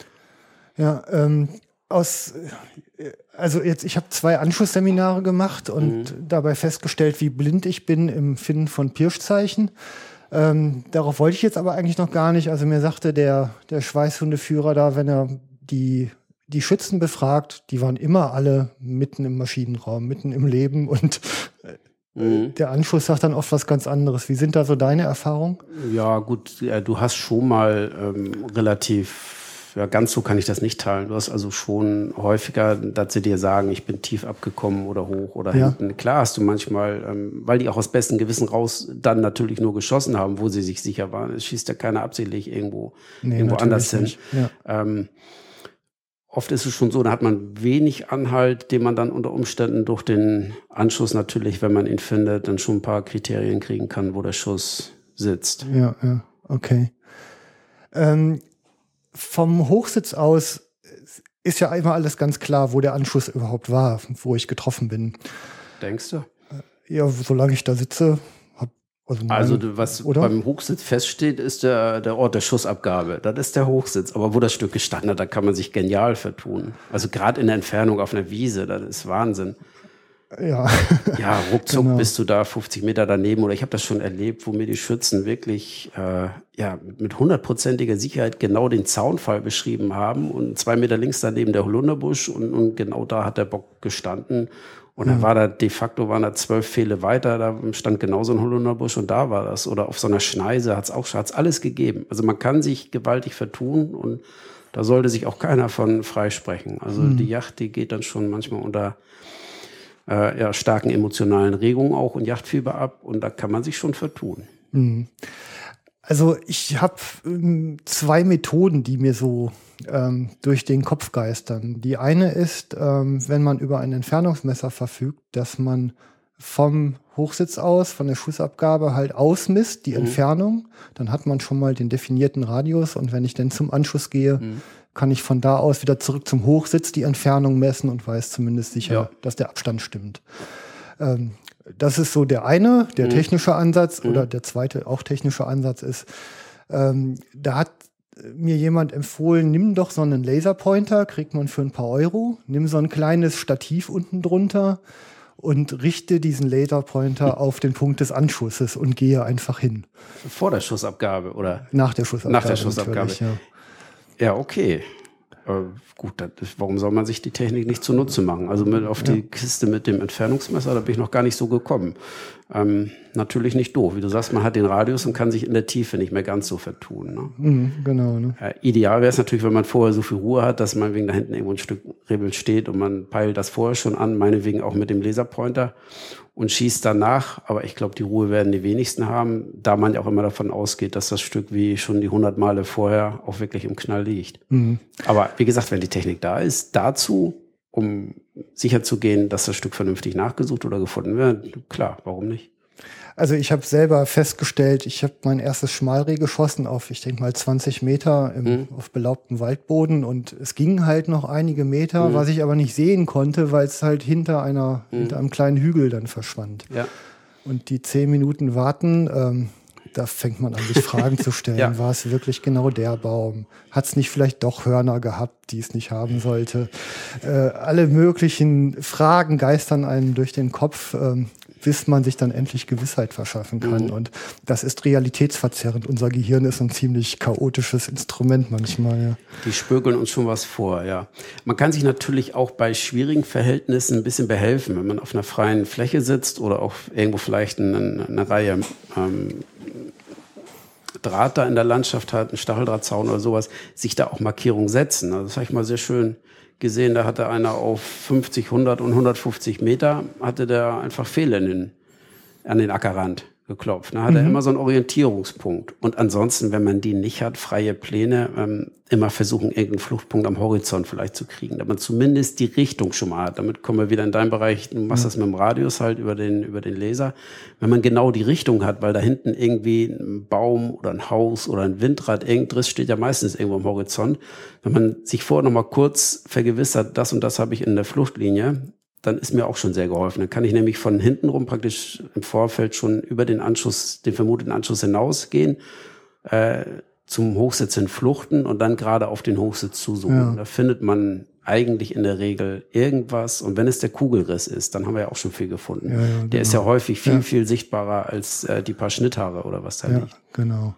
Ja, ähm, aus, also jetzt, ich habe zwei Anschussseminare gemacht und mhm. dabei festgestellt, wie blind ich bin im Finden von Pirschzeichen. Ähm, darauf wollte ich jetzt aber eigentlich noch gar nicht. Also mir sagte der, der Schweißhundeführer da, wenn er die, die Schützen befragt, die waren immer alle mitten im Maschinenraum, mitten im Leben und äh, mhm. der Anschuss sagt dann oft was ganz anderes. Wie sind da so deine Erfahrungen? Ja gut, ja, du hast schon mal ähm, relativ ja, ganz so kann ich das nicht teilen. Du hast also schon häufiger, dass sie dir sagen, ich bin tief abgekommen oder hoch oder Ja. hinten. Klar hast du manchmal, ähm, weil die auch aus bestem Gewissen raus dann natürlich nur geschossen haben, wo sie sich sicher waren. Es schießt ja keiner absichtlich irgendwo, Nee, irgendwo anders hin. nicht. Ja. Ähm, oft ist es schon so, da hat man wenig Anhalt, den man dann unter Umständen durch den Anschuss natürlich, wenn man ihn findet, dann schon ein paar Kriterien kriegen kann, wo der Schuss sitzt. Ja, ja, okay. Ähm, vom Hochsitz aus ist ja immer alles ganz klar, wo der Anschuss überhaupt war, wo ich getroffen bin. Denkst du? Ja, solange ich da sitze, hab, also, mein, Also du, was oder? beim Hochsitz feststeht, ist der, der Ort der Schussabgabe. Das ist der Hochsitz. Aber wo das Stück gestanden hat, da kann man sich genial vertun. Also gerade in der Entfernung auf einer Wiese, das ist Wahnsinn. Ja, Ja, ruckzuck Genau. bist du da fünfzig Meter daneben. Oder ich habe das schon erlebt, wo mir die Schützen wirklich äh, ja, mit hundertprozentiger Sicherheit genau den Zaunfall beschrieben haben. Und zwei Meter links daneben der Holunderbusch. Und, und genau da hat der Bock gestanden. Und dann war da de facto waren da zwölf Pfähle weiter, da stand genauso ein Holunderbusch und da war das. Oder auf so einer Schneise hat es auch hat's alles gegeben. Also man kann sich gewaltig vertun und da sollte sich auch keiner von freisprechen. Also Hm. die Yacht, die geht dann schon manchmal unter äh, ja, starken emotionalen Regungen auch und Yachtfieber ab und da kann man sich schon vertun. Hm. Also ich habe ähm, zwei Methoden, die mir so ähm, durch den Kopf geistern. Die eine ist, ähm, wenn man über ein Entfernungsmesser verfügt, dass man vom Hochsitz aus, von der Schussabgabe halt ausmisst, die Mhm. Entfernung. Dann hat man schon mal den definierten Radius und wenn ich dann zum Anschuss gehe, Mhm. kann ich von da aus wieder zurück zum Hochsitz die Entfernung messen und weiß zumindest sicher, Ja. dass der Abstand stimmt. Ähm, das ist so der eine, der Mhm. technische Ansatz, Mhm. oder der zweite, auch technische Ansatz ist, ähm, da hat mir jemand empfohlen, nimm doch so einen Laserpointer, kriegt man für ein paar Euro, nimm so ein kleines Stativ unten drunter und richte diesen Laserpointer auf den Punkt des Anschusses und gehe einfach hin. Vor der Schussabgabe oder Nach der Schussabgabe. nach der Schussabgabe. natürlich, Ja. Ja, okay. Äh, gut, das ist, warum soll man sich die Technik nicht zunutze machen? Also mit auf die Kiste mit dem Entfernungsmesser, da bin ich noch gar nicht so gekommen. Ähm, natürlich nicht doof. Wie du sagst, man hat den Radius und kann sich in der Tiefe nicht mehr ganz so vertun. Ne? Mhm, genau. Ne? Äh, ideal wäre es natürlich, wenn man vorher so viel Ruhe hat, dass man wegen da hinten irgendwo ein Stück Ribbel steht und man peilt das vorher schon an, meinetwegen auch mit dem Laserpointer und schießt danach. Aber ich glaube, die Ruhe werden die wenigsten haben, da man ja auch immer davon ausgeht, dass das Stück wie schon die hundert Male vorher auch wirklich im Knall liegt. Mhm. Aber wie gesagt, wenn die Technik da ist, dazu, um sicherzugehen, dass das Stück vernünftig nachgesucht oder gefunden wird, klar, warum nicht? Also ich habe selber festgestellt, ich habe mein erstes Schmalreh geschossen auf, ich denke mal, zwanzig Meter im, Mhm. auf belaubtem Waldboden und es ging halt noch einige Meter, Mhm. was ich aber nicht sehen konnte, weil es halt hinter einer, Mhm. hinter einem kleinen Hügel dann verschwand. Ja. Und die zehn Minuten warten, ähm, da fängt man an, sich Fragen zu stellen. Ja. War es wirklich genau der Baum? Hat es nicht vielleicht doch Hörner gehabt, die es nicht haben sollte? Äh, alle möglichen Fragen geistern einem durch den Kopf, ähm, bis man sich dann endlich Gewissheit verschaffen kann. Mhm. Und das ist realitätsverzerrend. Unser Gehirn ist ein ziemlich chaotisches Instrument manchmal. Ja. Die spökeln uns schon was vor, ja. Man kann sich natürlich auch bei schwierigen Verhältnissen ein bisschen behelfen, wenn man auf einer freien Fläche sitzt oder auch irgendwo vielleicht eine, eine Reihe ähm, Draht da in der Landschaft hat, einen Stacheldrahtzaun oder sowas, sich da auch Markierungen setzen. Also das habe ich mal sehr schön gesehen. Da hatte einer auf fünfzig, hundert und hundertfünfzig Meter, hatte der einfach Fehler in den, an den Ackerrand geklopft. Da hat Mhm. er immer so einen Orientierungspunkt. Und ansonsten, wenn man die nicht hat, freie Pläne, ähm, immer versuchen, irgendeinen Fluchtpunkt am Horizont vielleicht zu kriegen, damit man zumindest die Richtung schon mal hat. Damit kommen wir wieder in deinen Bereich, du machst Mhm. das mit dem Radius halt über den, über den Laser. Wenn man genau die Richtung hat, weil da hinten irgendwie ein Baum oder ein Haus oder ein Windrad, irgendwas steht ja meistens irgendwo am Horizont. Wenn man sich vorher noch mal kurz vergewissert, das und das habe ich in der Fluchtlinie, dann ist mir auch schon sehr geholfen. Dann kann ich nämlich von hinten rum praktisch im Vorfeld schon über den Anschuss, den vermuteten Anschluss hinausgehen, äh, zum Hochsitz hin fluchten und dann gerade auf den Hochsitz zusuchen. Ja. Da findet man eigentlich in der Regel irgendwas. Und wenn es der Kugelriss ist, dann haben wir ja auch schon viel gefunden. Ja, ja, Der genau. ist ja häufig viel, Ja. viel sichtbarer als äh, die paar Schnitthaare oder was da Ja, liegt. genau.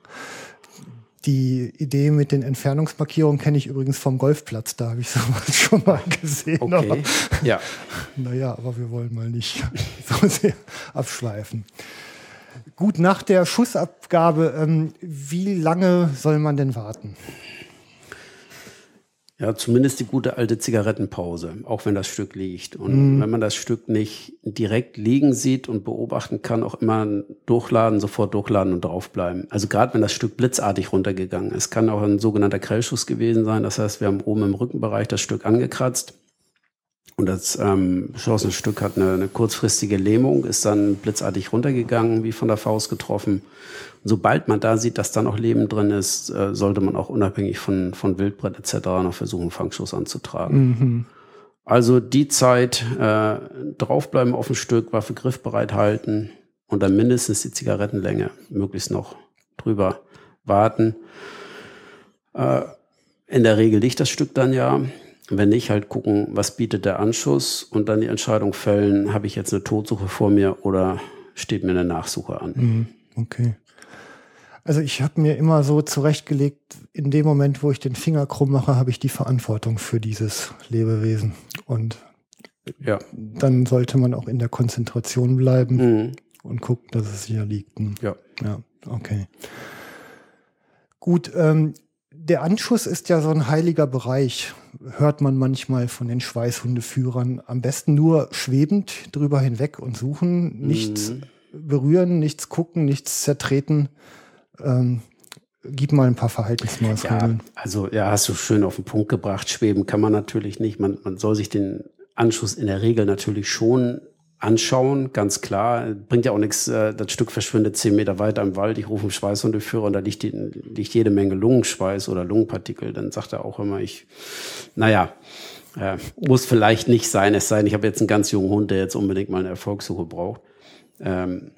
Die Idee mit den Entfernungsmarkierungen kenne ich übrigens vom Golfplatz. Da habe ich sowas schon mal gesehen. Okay, Aber, ja. naja, aber wir wollen mal nicht so sehr abschweifen. Gut, nach der Schussabgabe, ähm, wie lange soll man denn warten? Ja, zumindest die gute alte Zigarettenpause, auch wenn das Stück liegt. Und mm. wenn man das Stück nicht direkt liegen sieht und beobachten kann, auch immer durchladen, sofort durchladen und draufbleiben. Also gerade wenn das Stück blitzartig runtergegangen ist, kann auch ein sogenannter Krellschuss gewesen sein. Das heißt, wir haben oben im Rückenbereich das Stück angekratzt. Und das ähm, beschossene Stück hat eine, eine kurzfristige Lähmung, ist dann blitzartig runtergegangen, wie von der Faust getroffen. Und sobald man da sieht, dass da noch Leben drin ist, äh, sollte man auch unabhängig von, von Wildbrett et cetera noch versuchen, einen Fangschuss anzutragen. Mhm. Also die Zeit, äh, draufbleiben auf dem Stück, Waffe griffbereit halten und dann mindestens die Zigarettenlänge, möglichst noch drüber warten. Äh, in der Regel liegt das Stück dann ja. Wenn nicht, halt gucken, was bietet der Anschuss und dann die Entscheidung fällen, habe ich jetzt eine Totsuche vor mir oder steht mir eine Nachsuche an. Okay. Also ich habe mir immer so zurechtgelegt, in dem Moment, wo ich den Finger krumm mache, habe ich die Verantwortung für dieses Lebewesen. Und ja, dann sollte man auch in der Konzentration bleiben mhm. und gucken, dass es hier liegt. Ja. Ja, okay. Gut, ähm, der Anschuss ist ja so ein heiliger Bereich, hört man manchmal von den Schweißhundeführern. Am besten nur schwebend drüber hinweg und suchen, nichts mhm. berühren, nichts gucken, nichts zertreten. Ähm, gib mal ein paar Verhaltensmaßregeln. Ja, also ja, hast du schön auf den Punkt gebracht. Schweben kann man natürlich nicht. Man, man soll sich den Anschuss in der Regel natürlich schon anschauen, ganz klar. Bringt ja auch nichts, äh, das Stück verschwindet zehn Meter weiter im Wald, ich rufe einen Schweißhundeführer und da liegt, die, liegt jede Menge Lungenschweiß oder Lungenpartikel. Dann sagt er auch immer, ich, naja, äh, muss vielleicht nicht sein, es sei denn, ich habe jetzt einen ganz jungen Hund, der jetzt unbedingt mal eine Erfolgssuche braucht. Ähm,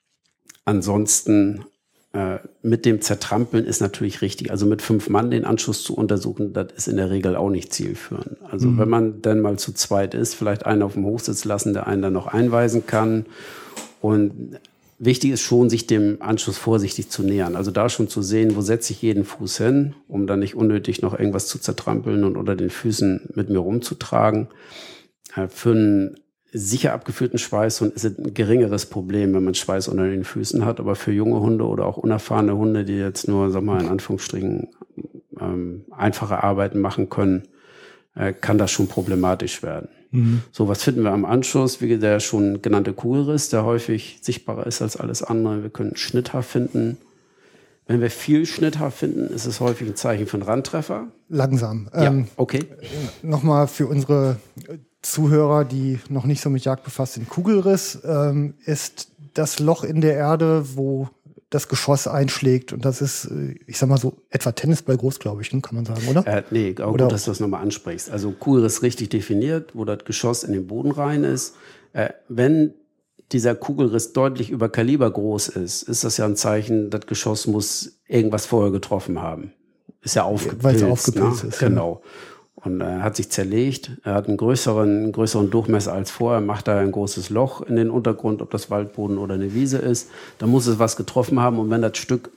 ansonsten äh, mit dem Zertrampeln ist natürlich richtig. Also mit fünf Mann den Anschuss zu untersuchen, das ist in der Regel auch nicht zielführend. Also mhm. wenn man dann mal zu zweit ist, vielleicht einen auf dem Hochsitz lassen, der einen dann noch einweisen kann. Und wichtig ist schon, sich dem Anschuss vorsichtig zu nähern. Also da schon zu sehen, wo setze ich jeden Fuß hin, um dann nicht unnötig noch irgendwas zu zertrampeln und unter den Füßen mit mir rumzutragen. Äh, für einen sicher abgeführten Schweißhund ist es ein geringeres Problem, wenn man Schweiß unter den Füßen hat. Aber für junge Hunde oder auch unerfahrene Hunde, die jetzt nur, sag mal, in Anführungsstrichen ähm, einfache Arbeiten machen können, äh, kann das schon problematisch werden. Mhm. So, was finden wir am Anschuss? Wie der schon genannte Kugelriss, der häufig sichtbarer ist als alles andere. Wir können Schnitthaar finden. Wenn wir viel Schnitthaar finden, ist es häufig ein Zeichen für einen Randtreffer. Langsam. Ja, ähm, okay. Nochmal für unsere Zuhörer, die noch nicht so mit Jagd befasst sind. Kugelriss ähm, ist das Loch in der Erde, wo das Geschoss einschlägt. Und das ist, ich sag mal so, etwa Tennisball groß, glaube ich, kann man sagen, oder? Äh, nee, auch oder? Gut, dass du das nochmal ansprichst. Also Kugelriss richtig definiert, wo das Geschoss in den Boden rein ist. Äh, wenn dieser Kugelriss deutlich über Kaliber groß ist, ist das ja ein Zeichen, das Geschoss muss irgendwas vorher getroffen haben. Ist ja aufgepilzt. Weil es aufgepilzt ne? ist. Genau. Ja. Und er äh, hat sich zerlegt, er hat einen größeren, größeren Durchmesser als vorher, macht da ein großes Loch in den Untergrund, ob das Waldboden oder eine Wiese ist. Da muss es was getroffen haben und wenn das Stück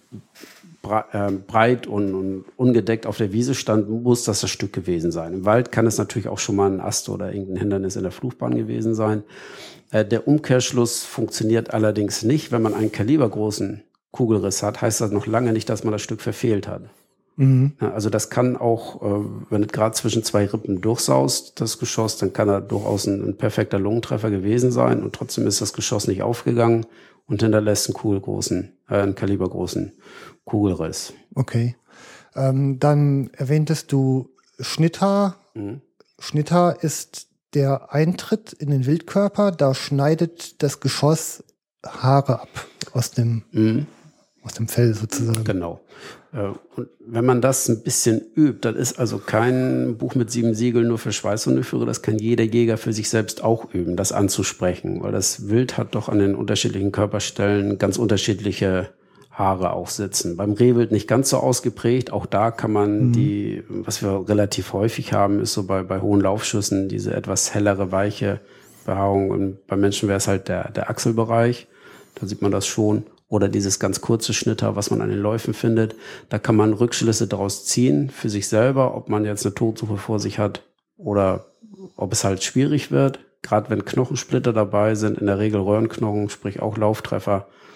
breit und, und ungedeckt auf der Wiese stand, muss das das Stück gewesen sein. Im Wald kann es natürlich auch schon mal ein Ast oder irgendein Hindernis in der Flugbahn gewesen sein. Äh, der Umkehrschluss funktioniert allerdings nicht. Wenn man einen kalibergroßen Kugelriss hat, heißt das noch lange nicht, dass man das Stück verfehlt hat. Mhm. Also das kann auch, wenn es gerade zwischen zwei Rippen durchsaust, das Geschoss, dann kann er durchaus ein, ein perfekter Lungentreffer gewesen sein und trotzdem ist das Geschoss nicht aufgegangen und hinterlässt einen kugelgroßen, äh, einen kalibergroßen Kugelriss. Okay. Ähm, dann erwähntest du Schnitthaar. Mhm. Schnitthaar ist der Eintritt in den Wildkörper, da schneidet das Geschoss Haare ab aus dem mhm. aus dem Fell sozusagen. Genau. Und wenn man das ein bisschen übt, das ist also kein Buch mit sieben Siegeln nur für Schweißhundeführer, das kann jeder Jäger für sich selbst auch üben, das anzusprechen, weil das Wild hat doch an den unterschiedlichen Körperstellen ganz unterschiedliche Haare auch sitzen. Beim Rehwild nicht ganz so ausgeprägt, auch da kann man mhm. die, was wir relativ häufig haben, ist so bei, bei hohen Laufschüssen diese etwas hellere, weiche Behaarung und bei Menschen wäre es halt der, der Achselbereich, da sieht man das schon. Oder dieses ganz kurze Schnitthaar, was man an den Läufen findet. Da kann man Rückschlüsse daraus ziehen für sich selber, ob man jetzt eine Totsuche vor sich hat oder ob es halt schwierig wird. Gerade wenn Knochensplitter dabei sind, in der Regel Röhrenknochen, sprich auch Lauftreffer,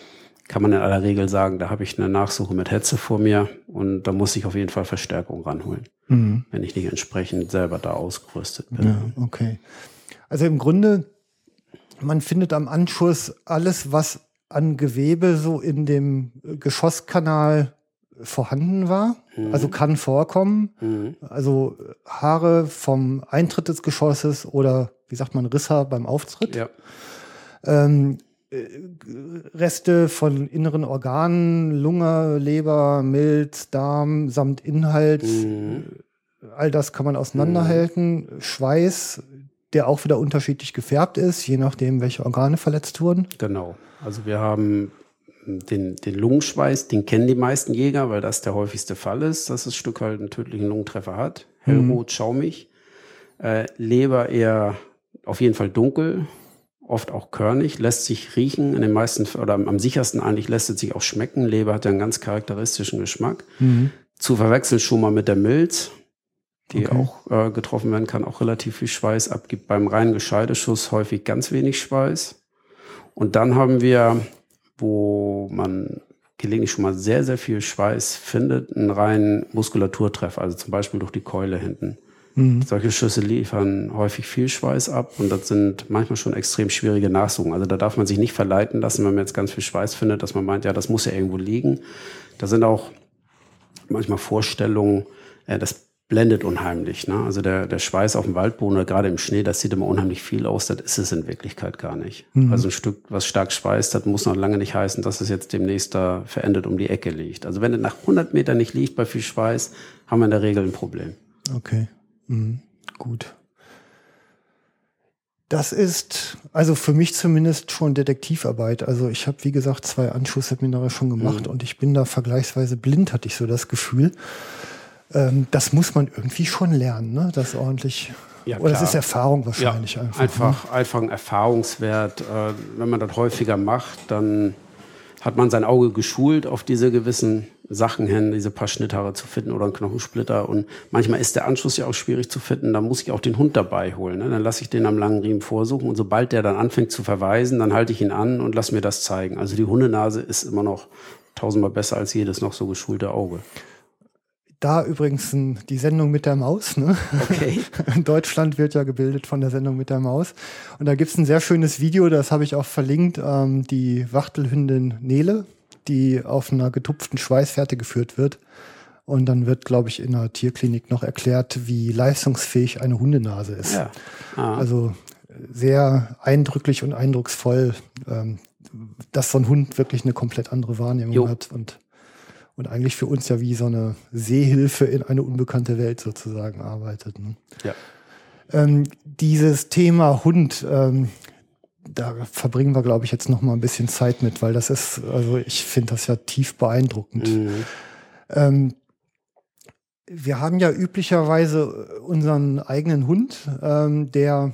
kann man in aller Regel sagen, da habe ich eine Nachsuche mit Hetze vor mir und da muss ich auf jeden Fall Verstärkung ranholen, mhm. wenn ich nicht entsprechend selber da ausgerüstet bin. Ja, okay. Also im Grunde, man findet am Anschuss alles, was an Gewebe so in dem Geschosskanal vorhanden war, mhm. also kann vorkommen. Mhm. Also Haare vom Eintritt des Geschosses oder, wie sagt man, Risser beim Auftritt. Ja. Ähm, Reste von inneren Organen, Lunge, Leber, Milz, Darm samt Inhalt. Mhm. All das kann man auseinanderhalten. Mhm. Schweiß, der auch wieder unterschiedlich gefärbt ist, je nachdem, welche Organe verletzt wurden. Genau. Also wir haben den, den Lungenschweiß, den kennen die meisten Jäger, weil das der häufigste Fall ist, dass das Stück halt einen tödlichen Lungentreffer hat. Hellrot, schaumig. Äh, Leber eher auf jeden Fall dunkel, oft auch körnig, lässt sich riechen. In den meisten, oder am sichersten eigentlich lässt es sich auch schmecken. Leber hat ja einen ganz charakteristischen Geschmack. Mhm. Zu verwechseln schon mal mit der Milz, die okay. auch äh, getroffen werden kann, auch relativ viel Schweiß abgibt. Beim reinen Gescheideschuss häufig ganz wenig Schweiß. Und dann haben wir, wo man gelegentlich schon mal sehr, sehr viel Schweiß findet, einen reinen Muskulaturtreffer, also zum Beispiel durch die Keule hinten. Mhm. Solche Schüsse liefern häufig viel Schweiß ab und das sind manchmal schon extrem schwierige Nachsuchen. Also da darf man sich nicht verleiten lassen, wenn man jetzt ganz viel Schweiß findet, dass man meint, ja, das muss ja irgendwo liegen. Da sind auch manchmal Vorstellungen, äh, das blendet unheimlich. Ne? Also der, der Schweiß auf dem Waldboden oder gerade im Schnee, das sieht immer unheimlich viel aus, das ist es in Wirklichkeit gar nicht. Mhm. Also ein Stück, was stark schweißt, das muss noch lange nicht heißen, dass es jetzt demnächst da verendet um die Ecke liegt. Also wenn es nach hundert Metern nicht liegt bei viel Schweiß, haben wir in der Regel ein Problem. Okay, mhm. Gut. Das ist also für mich zumindest schon Detektivarbeit. Also ich habe, wie gesagt, zwei Anschussseminare schon gemacht mhm. und ich bin da vergleichsweise blind, hatte ich so das Gefühl. Das muss man irgendwie schon lernen, ne? Das ordentlich. Ja, oder das ist Erfahrung wahrscheinlich ja, einfach. Einfach, ne? einfach ein Erfahrungswert. Wenn man das häufiger macht, dann hat man sein Auge geschult auf diese gewissen Sachen hin, diese paar Schnitthaare zu finden oder einen Knochensplitter. Und manchmal ist der Anschluss ja auch schwierig zu finden. Da muss ich auch den Hund dabei holen. Ne? Dann lasse ich den am langen Riemen vorsuchen. Und sobald der dann anfängt zu verweisen, dann halte ich ihn an und lasse mir das zeigen. Also die Hundenase ist immer noch tausendmal besser als jedes noch so geschulte Auge. Da übrigens die Sendung mit der Maus. Ne? Okay. Deutschland wird ja gebildet von der Sendung mit der Maus. Und da gibt's ein sehr schönes Video, das habe ich auch verlinkt. Ähm, die Wachtelhündin Nele, die auf einer getupften Schweißfährte geführt wird. Und dann wird, glaube ich, in einer Tierklinik noch erklärt, wie leistungsfähig eine Hundenase ist. Ja. Ah. Also sehr eindrücklich und eindrucksvoll, ähm, dass so ein Hund wirklich eine komplett andere Wahrnehmung jo. hat und Und eigentlich für uns ja wie so eine Seehilfe in eine unbekannte Welt sozusagen arbeitet. Ne? Ja. Ähm, dieses Thema Hund, ähm, da verbringen wir, glaube ich, jetzt noch mal ein bisschen Zeit mit, weil das ist, also ich finde das ja tief beeindruckend. Mhm. Ähm, wir haben ja üblicherweise unseren eigenen Hund, ähm, der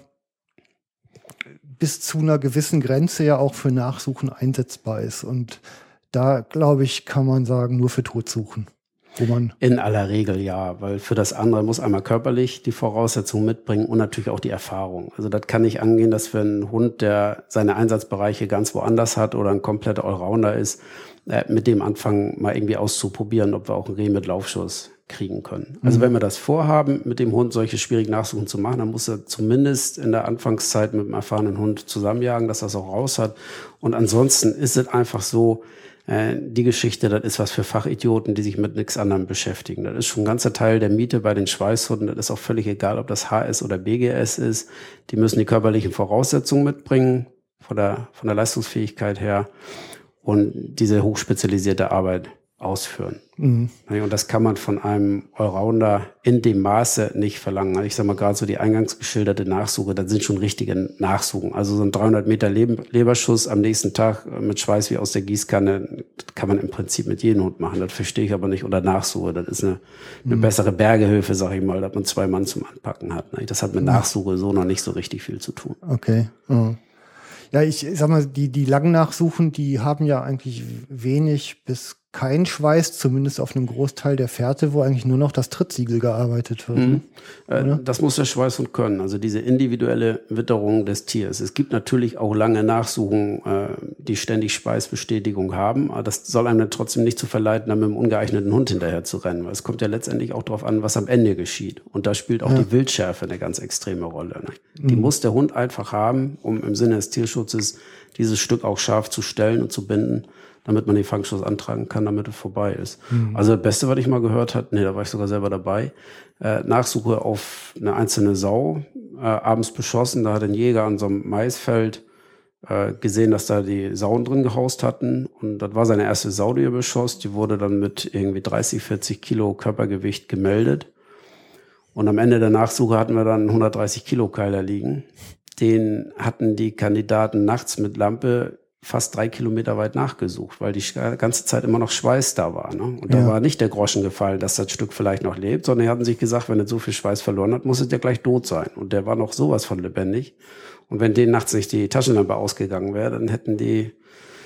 bis zu einer gewissen Grenze ja auch für Nachsuchen einsetzbar ist. Und da, glaube ich, kann man sagen, nur für Totsuchen. Wo man In aller Regel ja, weil für das andere muss einmal körperlich die Voraussetzungen mitbringen und natürlich auch die Erfahrung. Also das kann nicht angehen, dass für einen Hund, der seine Einsatzbereiche ganz woanders hat oder ein kompletter Allrounder ist, äh, mit dem anfangen, mal irgendwie auszuprobieren, ob wir auch einen Reh mit Laufschuss kriegen können. Also mhm. wenn wir das vorhaben, mit dem Hund solche schwierigen Nachsuchen zu machen, dann muss er zumindest in der Anfangszeit mit einem erfahrenen Hund zusammenjagen, dass er es auch raus hat. Und ansonsten ist es einfach so, die Geschichte, das ist was für Fachidioten, die sich mit nichts anderem beschäftigen. Das ist schon ein ganzer Teil der Miete bei den Schweißhunden. Das ist auch völlig egal, ob das H S oder B G S ist. Die müssen die körperlichen Voraussetzungen mitbringen, von der, von der Leistungsfähigkeit her, und diese hochspezialisierte Arbeit ausführen. Mhm. Und das kann man von einem Allrounder in dem Maße nicht verlangen. Ich sage mal, gerade so die eingangs geschilderte Nachsuche, das sind schon richtige Nachsuchen. Also so ein dreihundert Meter Leberschuss am nächsten Tag mit Schweiß wie aus der Gießkanne, das kann man im Prinzip mit jedem Hund machen. Das verstehe ich aber nicht unter Nachsuche. Das ist eine, eine mhm. bessere Bergehilfe, sage ich mal, dass man zwei Mann zum Anpacken hat. Das hat mit Nachsuche so noch nicht so richtig viel zu tun. Okay. Mhm. Ja, ich sag mal, die, die langen Nachsuchen, die haben ja eigentlich wenig bis kein Schweiß, zumindest auf einem Großteil der Fährte, wo eigentlich nur noch das Trittsiegel gearbeitet wird. Mhm. Äh, das muss der Schweißhund können, also diese individuelle Witterung des Tiers. Es gibt natürlich auch lange Nachsuchen, äh, die ständig Schweißbestätigung haben, aber das soll einem dann trotzdem nicht zu verleiten, dann mit einem ungeeigneten Hund hinterher zu rennen, weil es kommt ja letztendlich auch darauf an, was am Ende geschieht. Und da spielt auch ja. die Wildschärfe eine ganz extreme Rolle. Ne? Die mhm. muss der Hund einfach haben, um im Sinne des Tierschutzes dieses Stück auch scharf zu stellen und zu binden, damit man den Fangschuss antragen kann, damit es vorbei ist. Mhm. Also das Beste, was ich mal gehört habe, nee, da war ich sogar selber dabei, äh, Nachsuche auf eine einzelne Sau, äh, abends beschossen, da hat ein Jäger an so einem Maisfeld äh, gesehen, dass da die Sauen drin gehaust hatten und das war seine erste Sau, die er beschoss, die wurde dann mit irgendwie dreißig, vierzig Kilo Körpergewicht gemeldet und am Ende der Nachsuche hatten wir dann einen hundertdreißig Kilo Keiler liegen. Den hatten die Kandidaten nachts mit Lampe fast drei Kilometer weit nachgesucht, weil die ganze Zeit immer noch Schweiß da war. Ne? Und ja. da war nicht der Groschen gefallen, dass das Stück vielleicht noch lebt, sondern die hatten sich gesagt, wenn es so viel Schweiß verloren hat, muss es ja gleich tot sein. Und der war noch sowas von lebendig. Und wenn denen nachts nicht die Taschenlampe ausgegangen wäre, dann hätten die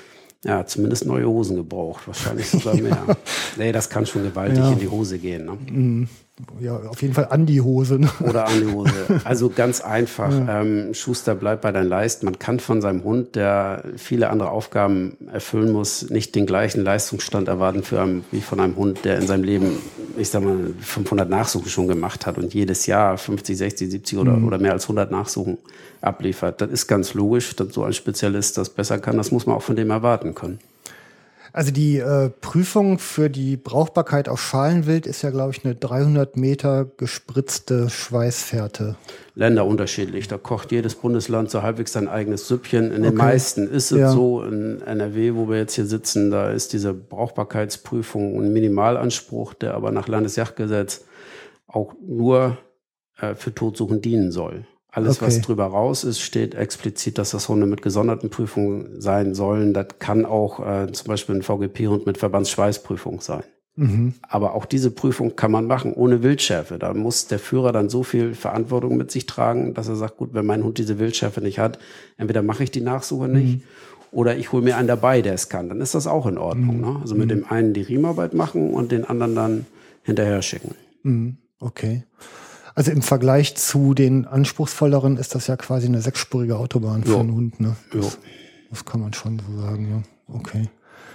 ja zumindest neue Hosen gebraucht. Wahrscheinlich sogar mehr. ja. Nee, das kann schon gewaltig ja. in die Hose gehen. Ne? Mhm. Ja, auf jeden Fall an die Hose. Ne? Oder an die Hose. Also ganz einfach, ja. ähm, Schuster, bleib bei deinen Leisten. Man kann von seinem Hund, der viele andere Aufgaben erfüllen muss, nicht den gleichen Leistungsstand erwarten für einen, wie von einem Hund, der in seinem Leben, ich sag mal, fünfhundert Nachsuchen schon gemacht hat und jedes Jahr fünfzig, sechzig, siebzig oder, mhm. oder mehr als hundert Nachsuchen abliefert. Das ist ganz logisch, dass so ein Spezialist das besser kann. Das muss man auch von dem erwarten können. Also die äh, Prüfung für die Brauchbarkeit auf Schalenwild ist ja, glaube ich, eine dreihundert Meter gespritzte Schweißfährte. Länder unterschiedlich. Da kocht jedes Bundesland so halbwegs sein eigenes Süppchen. In den okay. meisten ist es ja. so. In N R W, wo wir jetzt hier sitzen, da ist diese Brauchbarkeitsprüfung ein Minimalanspruch, der aber nach Landesjagdgesetz auch nur äh, für Totsuchen dienen soll. Alles, okay. was drüber raus ist, steht explizit, dass das Hunde mit gesonderten Prüfungen sein sollen. Das kann auch äh, zum Beispiel ein V G P-Hund mit Verbandsschweißprüfung sein. Mhm. Aber auch diese Prüfung kann man machen ohne Wildschärfe. Da muss der Führer dann so viel Verantwortung mit sich tragen, dass er sagt, gut, wenn mein Hund diese Wildschärfe nicht hat, entweder mache ich die Nachsuche nicht mhm. oder ich hole mir einen dabei, der es kann. Dann ist das auch in Ordnung. Mhm. Ne? Also mit mhm. dem einen die Riemarbeit machen und den anderen dann hinterher schicken. Mhm. Okay. Also im Vergleich zu den anspruchsvolleren ist das ja quasi eine sechsspurige Autobahn für jo. einen Hund. Ne? Das, das kann man schon so sagen, ja. Okay.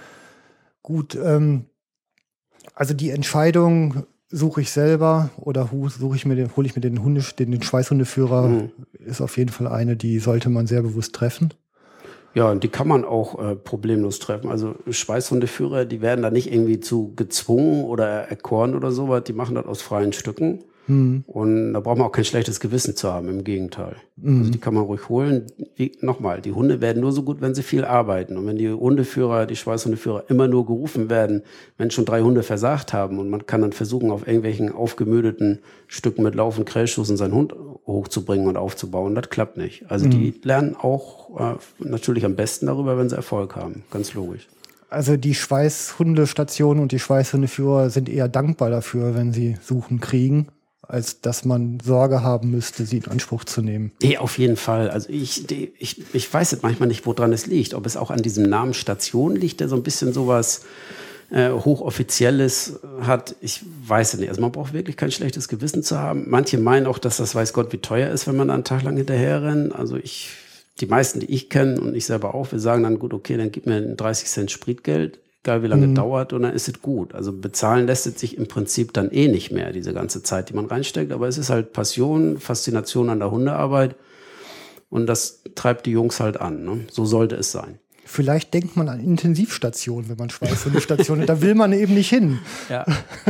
Gut, ähm, also die Entscheidung, suche ich selber oder suche ich mir den, hole ich mir den Hunde, den, den Schweißhundeführer, mhm. ist auf jeden Fall eine, die sollte man sehr bewusst treffen. Ja, und die kann man auch äh, problemlos treffen. Also Schweißhundeführer, die werden da nicht irgendwie zu gezwungen oder erkoren oder sowas, die machen das aus freien Stücken. Mhm. Und da braucht man auch kein schlechtes Gewissen zu haben, im Gegenteil. Mhm. Also die kann man ruhig holen. Wie, nochmal, die Hunde werden nur so gut, wenn sie viel arbeiten. Und wenn die Hundeführer, die Schweißhundeführer immer nur gerufen werden, wenn schon drei Hunde versagt haben und man kann dann versuchen, auf irgendwelchen aufgemüdeten Stücken mit Lauf- und Krällstoßen seinen Hund hochzubringen und aufzubauen, das klappt nicht. Also mhm. die lernen auch äh, natürlich am besten darüber, wenn sie Erfolg haben. Ganz logisch. Also die Schweißhundestationen und die Schweißhundeführer sind eher dankbar dafür, wenn sie Suchen kriegen, als dass man Sorge haben müsste, sie in Anspruch zu nehmen. Nee, auf jeden Fall. Also ich, ich, ich weiß jetzt manchmal nicht, woran es liegt. Ob es auch an diesem Namen Station liegt, der so ein bisschen sowas äh, Hochoffizielles hat. Ich weiß es nicht. Also man braucht wirklich kein schlechtes Gewissen zu haben. Manche meinen auch, dass das weiß Gott wie teuer ist, wenn man da einen Tag lang hinterher rennt. Also ich, die meisten, die ich kenne und ich selber auch, wir sagen dann, gut, okay, dann gib mir dreißig Cent Spritgeld. Egal wie lange mhm. dauert, und dann ist es gut. Also bezahlen lässt es sich im Prinzip dann eh nicht mehr, diese ganze Zeit, die man reinsteckt. Aber es ist halt Passion, Faszination an der Hundearbeit und das treibt die Jungs halt an. Ne? So sollte es sein. Vielleicht denkt man an Intensivstationen, wenn man Schweißhundestationen, da will man eben nicht hin. Ja.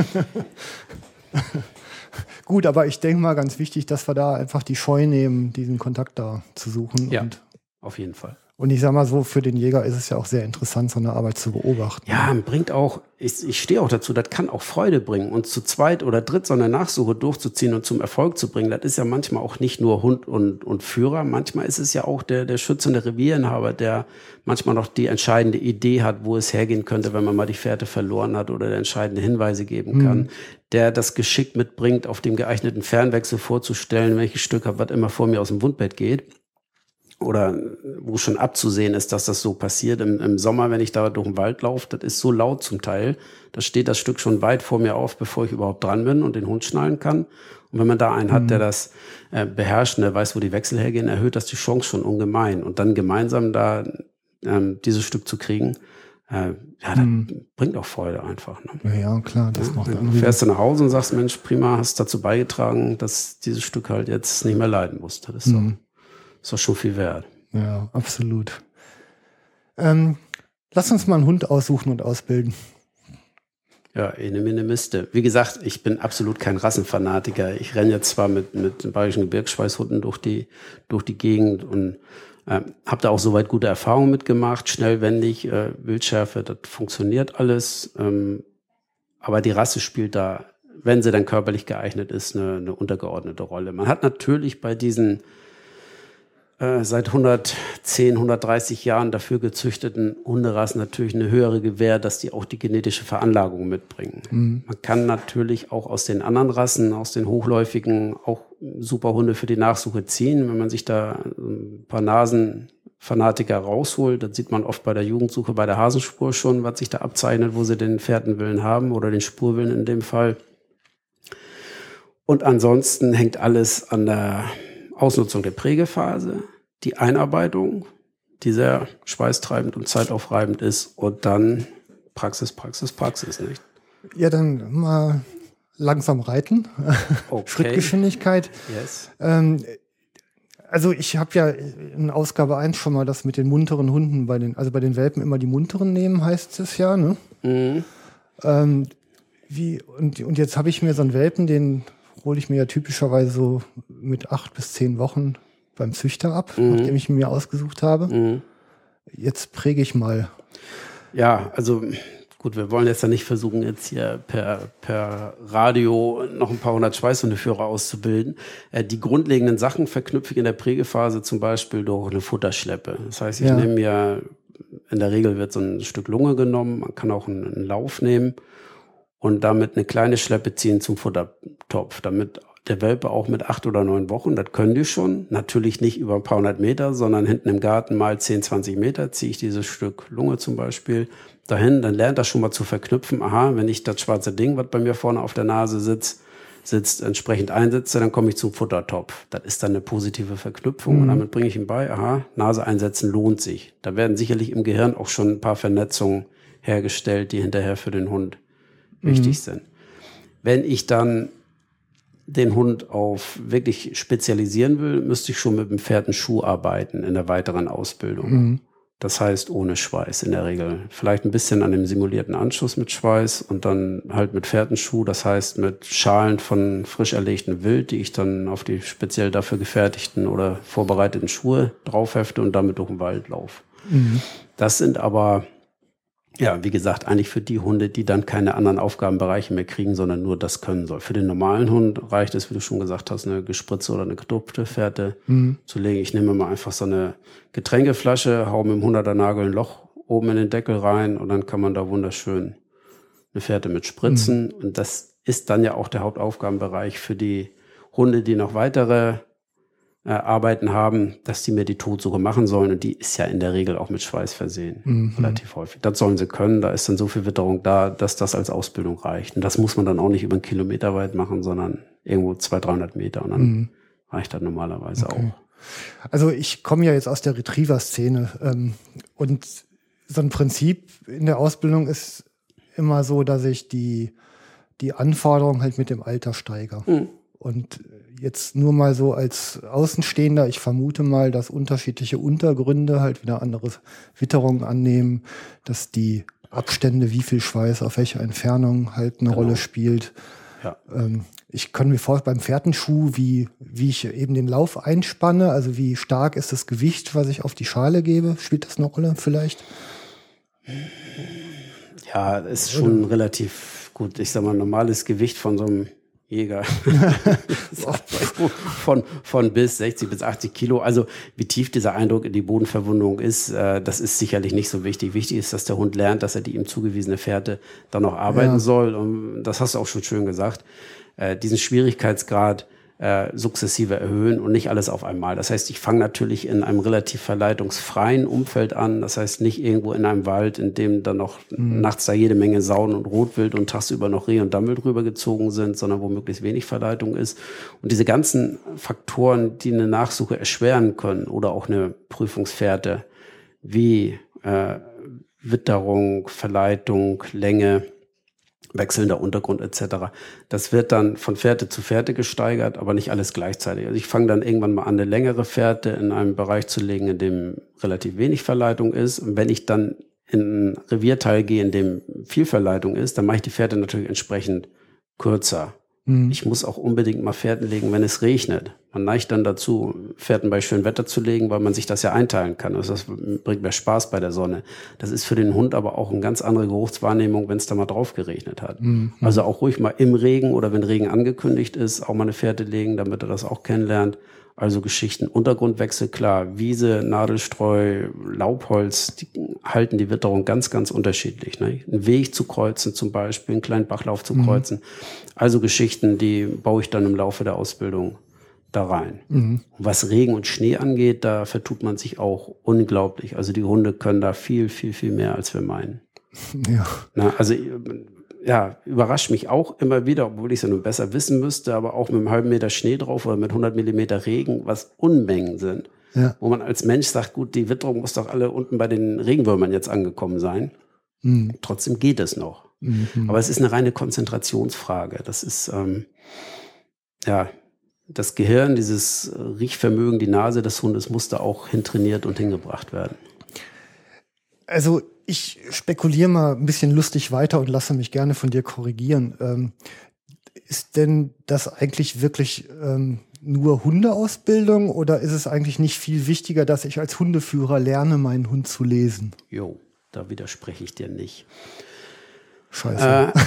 Gut, aber ich denke mal, ganz wichtig, dass wir da einfach die Scheu nehmen, diesen Kontakt da zu suchen. Ja, und auf jeden Fall. Und ich sag mal so, für den Jäger ist es ja auch sehr interessant, so eine Arbeit zu beobachten. Ja, bringt auch, ich, ich stehe auch dazu, das kann auch Freude bringen. Und zu zweit oder dritt so eine Nachsuche durchzuziehen und zum Erfolg zu bringen, das ist ja manchmal auch nicht nur Hund und, und Führer. Manchmal ist es ja auch der, der schützende Revierinhaber, der manchmal noch die entscheidende Idee hat, wo es hergehen könnte, wenn man mal die Fährte verloren hat oder der entscheidende Hinweise geben kann. Mhm. Der das Geschick mitbringt, auf dem geeigneten Fernwechsel vorzustellen, welches Stück, was immer vor mir aus dem Wundbett geht. oder wo schon abzusehen ist, dass das so passiert. Im, im Sommer, wenn ich da durch den Wald laufe, das ist so laut zum Teil, da steht das Stück schon weit vor mir auf, bevor ich überhaupt dran bin und den Hund schnallen kann. Und wenn man da einen hat, der das äh, beherrscht, der weiß, wo die Wechsel hergehen, erhöht das die Chance schon ungemein. Und dann gemeinsam da ähm, dieses Stück zu kriegen, äh, ja, das mhm. bringt auch Freude einfach. Ne? Ja, ja, klar. Das ja, macht du fährst du nach Hause und sagst, Mensch, prima, hast dazu beigetragen, dass dieses Stück halt jetzt nicht mehr leiden muss. Das ist, mhm. doch, ist doch schon viel wert. Ja, absolut. Ähm, lass uns mal einen Hund aussuchen und ausbilden. Ja, eine Mine Miste. Wie gesagt, ich bin absolut kein Rassenfanatiker. Ich renne jetzt zwar mit, mit bayerischen Gebirgsschweißhunden durch die, durch die Gegend und äh, habe da auch soweit gute Erfahrungen mitgemacht. Schnellwendig, äh, Wildschärfe, das funktioniert alles. Ähm, aber die Rasse spielt da, wenn sie dann körperlich geeignet ist, eine, eine untergeordnete Rolle. Man hat natürlich bei diesen seit hundertzehn, hundertdreißig Jahren dafür gezüchteten Hunderassen natürlich eine höhere Gewähr, dass die auch die genetische Veranlagung mitbringen. Mhm. Man kann natürlich auch aus den anderen Rassen, aus den hochläufigen, auch super Hunde für die Nachsuche ziehen. Wenn man sich da ein paar Nasenfanatiker rausholt, das sieht man oft bei der Jugendsuche, bei der Hasenspur schon, was sich da abzeichnet, wo sie den Fährtenwillen haben oder den Spurwillen in dem Fall. Und ansonsten hängt alles an der Ausnutzung der Prägephase, die Einarbeitung, die sehr schweißtreibend und zeitaufreibend ist, und dann Praxis, Praxis, Praxis, nicht? Ja, dann mal langsam reiten. Okay. Schrittgeschwindigkeit. Yes. Ähm, also ich habe ja in Ausgabe eins schon mal das mit den munteren Hunden, bei den, also bei den Welpen immer die munteren nehmen, heißt es ja, ne? Mhm. Ähm, wie, und, und jetzt habe ich mir so einen Welpen, den hole ich mir ja typischerweise so mit acht bis zehn Wochen beim Züchter ab, mhm. nachdem ich ihn mir ausgesucht habe. Mhm. Jetzt präge ich mal. Ja, also gut, wir wollen jetzt ja nicht versuchen, jetzt hier per, per Radio noch ein paar hundert Schweißhundeführer auszubilden. Äh, die grundlegenden Sachen verknüpfe ich in der Prägephase zum Beispiel durch eine Futterschleppe. Das heißt, ich ja. nehme mir, in der Regel wird so ein Stück Lunge genommen, man kann auch einen, einen Lauf nehmen und damit eine kleine Schleppe ziehen zum Futtertopf, damit der Welpe auch mit acht oder neun Wochen, das können die schon, natürlich nicht über ein paar hundert Meter, sondern hinten im Garten mal zehn, zwanzig Meter ziehe ich dieses Stück Lunge zum Beispiel dahin, dann lernt er schon mal zu verknüpfen, aha, wenn ich das schwarze Ding, was bei mir vorne auf der Nase sitzt, sitzt, entsprechend einsetze, dann komme ich zum Futtertopf. Das ist dann eine positive Verknüpfung, mhm. und damit bringe ich ihm bei, aha, Nase einsetzen lohnt sich. Da werden sicherlich im Gehirn auch schon ein paar Vernetzungen hergestellt, die hinterher für den Hund wichtig mhm. sind. Wenn ich dann den Hund auf wirklich spezialisieren will, müsste ich schon mit dem Fährtenschuh arbeiten in der weiteren Ausbildung. Mhm. Das heißt ohne Schweiß in der Regel. Vielleicht ein bisschen an dem simulierten Anschuss mit Schweiß und dann halt mit Fährtenschuh, das heißt mit Schalen von frisch erlegtem Wild, die ich dann auf die speziell dafür gefertigten oder vorbereiteten Schuhe draufhefte und damit durch den Wald laufe. Mhm. Das sind aber, ja, wie gesagt, eigentlich für die Hunde, die dann keine anderen Aufgabenbereiche mehr kriegen, sondern nur das können soll. Für den normalen Hund reicht es, wie du schon gesagt hast, eine gespritzte oder eine gedupfte Fährte mhm. zu legen. Ich nehme mal einfach so eine Getränkeflasche, hau mit dem hunderter Nagel ein Loch oben in den Deckel rein und dann kann man da wunderschön eine Fährte mit spritzen. Mhm. Und das ist dann ja auch der Hauptaufgabenbereich für die Hunde, die noch weitere Äh, Arbeiten haben, dass die mir die Totsuche machen sollen, und die ist ja in der Regel auch mit Schweiß versehen, mhm. relativ häufig. Das sollen sie können, da ist dann so viel Witterung da, dass das als Ausbildung reicht. Und das muss man dann auch nicht über einen Kilometer weit machen, sondern irgendwo zweihundert, dreihundert Meter, und dann mhm. reicht das normalerweise okay. auch. Also ich komme ja jetzt aus der Retriever-Szene ähm, und so ein Prinzip in der Ausbildung ist immer so, dass ich die, die Anforderungen halt mit dem Alter steigere. Mhm. Und jetzt nur mal so als Außenstehender, ich vermute mal, dass unterschiedliche Untergründe halt wieder andere Witterungen annehmen, dass die Abstände, wie viel Schweiß auf welcher Entfernung halt eine genau. Rolle spielt. Ja. Ähm, ich kann mir vorstellen, beim Fährtenschuh, wie, wie ich eben den Lauf einspanne, also wie stark ist das Gewicht, was ich auf die Schale gebe, spielt das eine Rolle vielleicht? Ja, ist schon Oder? relativ gut. Ich sag mal, normales Gewicht von so einem Jäger. von, von bis sechzig bis achtzig Kilo. Also wie tief dieser Eindruck in die Bodenverwundung ist, äh, das ist sicherlich nicht so wichtig. Wichtig ist, dass der Hund lernt, dass er die ihm zugewiesene Fährte dann auch arbeiten ja. soll. Und das hast du auch schon schön gesagt. Äh, diesen Schwierigkeitsgrad äh, sukzessive erhöhen und nicht alles auf einmal. Das heißt, ich fange natürlich in einem relativ verleitungsfreien Umfeld an. Das heißt, nicht irgendwo in einem Wald, in dem dann noch mhm. nachts da jede Menge Sauen und Rotwild und tagsüber noch Reh und Dammel drüber gezogen sind, sondern wo möglichst wenig Verleitung ist. Und diese ganzen Faktoren, die eine Nachsuche erschweren können oder auch eine Prüfungsfährte, wie äh, Witterung, Verleitung, Länge, wechselnder Untergrund et cetera. Das wird dann von Fährte zu Fährte gesteigert, aber nicht alles gleichzeitig. Also ich fange dann irgendwann mal an, eine längere Fährte in einem Bereich zu legen, in dem relativ wenig Verleitung ist. Und wenn ich dann in ein Revierteil gehe, in dem viel Verleitung ist, dann mache ich die Fährte natürlich entsprechend kürzer. Mhm. Ich muss auch unbedingt mal Fährten legen, wenn es regnet. Man neigt dann dazu, Fährten bei schönem Wetter zu legen, weil man sich das ja einteilen kann. Also das bringt mehr Spaß bei der Sonne. Das ist für den Hund aber auch eine ganz andere Geruchswahrnehmung, wenn es da mal drauf geregnet hat. Mhm. Also auch ruhig mal im Regen oder wenn Regen angekündigt ist, auch mal eine Fährte legen, damit er das auch kennenlernt. Also Geschichten, Untergrundwechsel, klar, Wiese, Nadelstreu, Laubholz, die halten die Witterung ganz, ganz unterschiedlich. Ne? Einen Weg zu kreuzen zum Beispiel, einen kleinen Bachlauf zu mhm. kreuzen. Also Geschichten, die baue ich dann im Laufe der Ausbildung da rein. Mhm. Was Regen und Schnee angeht, da vertut man sich auch unglaublich. Also die Hunde können da viel, viel, viel mehr, als wir meinen. Ja. Na, also ja, überrascht mich auch immer wieder, obwohl ich es ja nun besser wissen müsste, aber auch mit einem halben Meter Schnee drauf oder mit hundert Millimeter Regen, was Unmengen sind. Ja. Wo man als Mensch sagt, gut, die Witterung muss doch alle unten bei den Regenwürmern jetzt angekommen sein. Mhm. Trotzdem geht es noch. Mhm. Aber es ist eine reine Konzentrationsfrage. Das ist, ähm, ja, das Gehirn, dieses Riechvermögen, die Nase des Hundes muss da auch hintrainiert und hingebracht werden. Also ich spekuliere mal ein bisschen lustig weiter und lasse mich gerne von dir korrigieren. Ähm, ist denn das eigentlich wirklich ähm, nur Hundeausbildung oder ist es eigentlich nicht viel wichtiger, dass ich als Hundeführer lerne, meinen Hund zu lesen? Jo, da widerspreche ich dir nicht. Scheiße.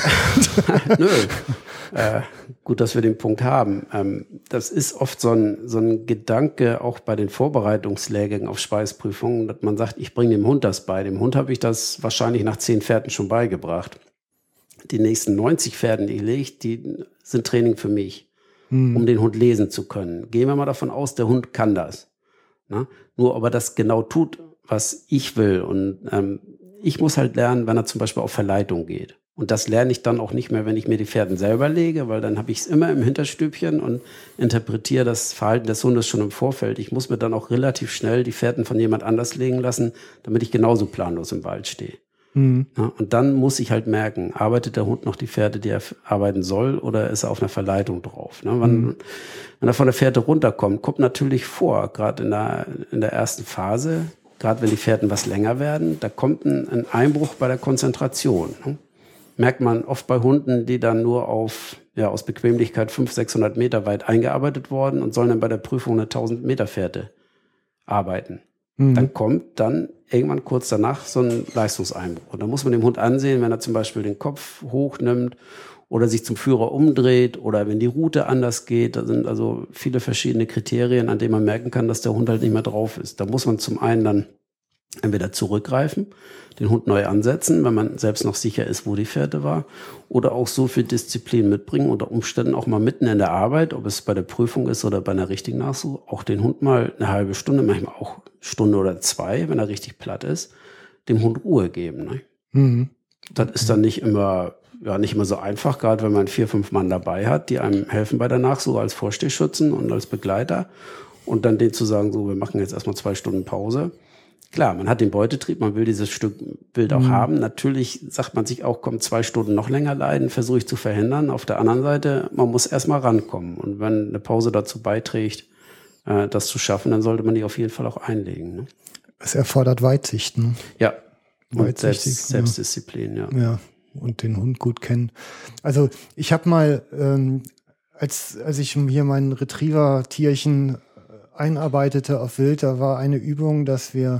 Äh, nö. Äh, gut, dass wir den Punkt haben. Ähm, das ist oft so ein, so ein Gedanke, auch bei den Vorbereitungslehrgängen auf Speisprüfungen, dass man sagt, ich bringe dem Hund das bei. Dem Hund habe ich das wahrscheinlich nach zehn Fährten schon beigebracht. Die nächsten neunzig Fährten, die ich lege, die sind Training für mich, hm. um den Hund lesen zu können. Gehen wir mal davon aus, der Hund kann das. Na? Nur ob er das genau tut, was ich will. Und ähm, ich muss halt lernen, wenn er zum Beispiel auf Verleitung geht. Und das lerne ich dann auch nicht mehr, wenn ich mir die Fährten selber lege, weil dann habe ich es immer im Hinterstübchen und interpretiere das Verhalten des Hundes schon im Vorfeld. Ich muss mir dann auch relativ schnell die Fährten von jemand anders legen lassen, damit ich genauso planlos im Wald stehe. Mhm. Ja, und dann muss ich halt merken, arbeitet der Hund noch die Fährte, die er arbeiten soll, oder ist er auf einer Verleitung drauf? Ne? Wenn, mhm. wenn er von der Fährte runterkommt, kommt natürlich vor, gerade in der, in der ersten Phase, gerade wenn die Fährten was länger werden, da kommt ein, ein Einbruch bei der Konzentration. Ne? Merkt man oft bei Hunden, die dann nur auf, ja, aus Bequemlichkeit fünfhundert, sechshundert Meter weit eingearbeitet worden und sollen dann bei der Prüfung eine tausend Meter Fährte arbeiten. Mhm. Dann kommt dann irgendwann kurz danach so ein Leistungseinbruch. Und da muss man dem Hund ansehen, wenn er zum Beispiel den Kopf hochnimmt oder sich zum Führer umdreht oder wenn die Route anders geht. Da sind also viele verschiedene Kriterien, an denen man merken kann, dass der Hund halt nicht mehr drauf ist. Da muss man zum einen dann entweder zurückgreifen, den Hund neu ansetzen, wenn man selbst noch sicher ist, wo die Fährte war, oder auch so viel Disziplin mitbringen, unter Umständen auch mal mitten in der Arbeit, ob es bei der Prüfung ist oder bei einer richtigen Nachsuche, auch den Hund mal eine halbe Stunde, manchmal auch eine Stunde oder zwei, wenn er richtig platt ist, dem Hund Ruhe geben. Ne? Mhm. Das ist dann nicht immer, ja, nicht immer so einfach, gerade wenn man vier, fünf Mann dabei hat, die einem helfen bei der Nachsuche als Vorstehschützen und als Begleiter, und dann denen zu sagen, so, wir machen jetzt erstmal zwei Stunden Pause. Klar, man hat den Beutetrieb, man will dieses Stück Bild auch mhm. haben. Natürlich sagt man sich auch, komm, zwei Stunden noch länger leiden, versuche ich zu verhindern. Auf der anderen Seite, man muss erstmal rankommen. Und wenn eine Pause dazu beiträgt, äh, das zu schaffen, dann sollte man die auf jeden Fall auch einlegen. Ne? Es erfordert Weitsicht. Ne? Ja, und Selbst, Selbstdisziplin, ja. Ja, und den Hund gut kennen. Also ich habe mal, ähm, als, als ich hier mein Retriever-Tierchen einarbeitete auf Wild, da war eine Übung, dass wir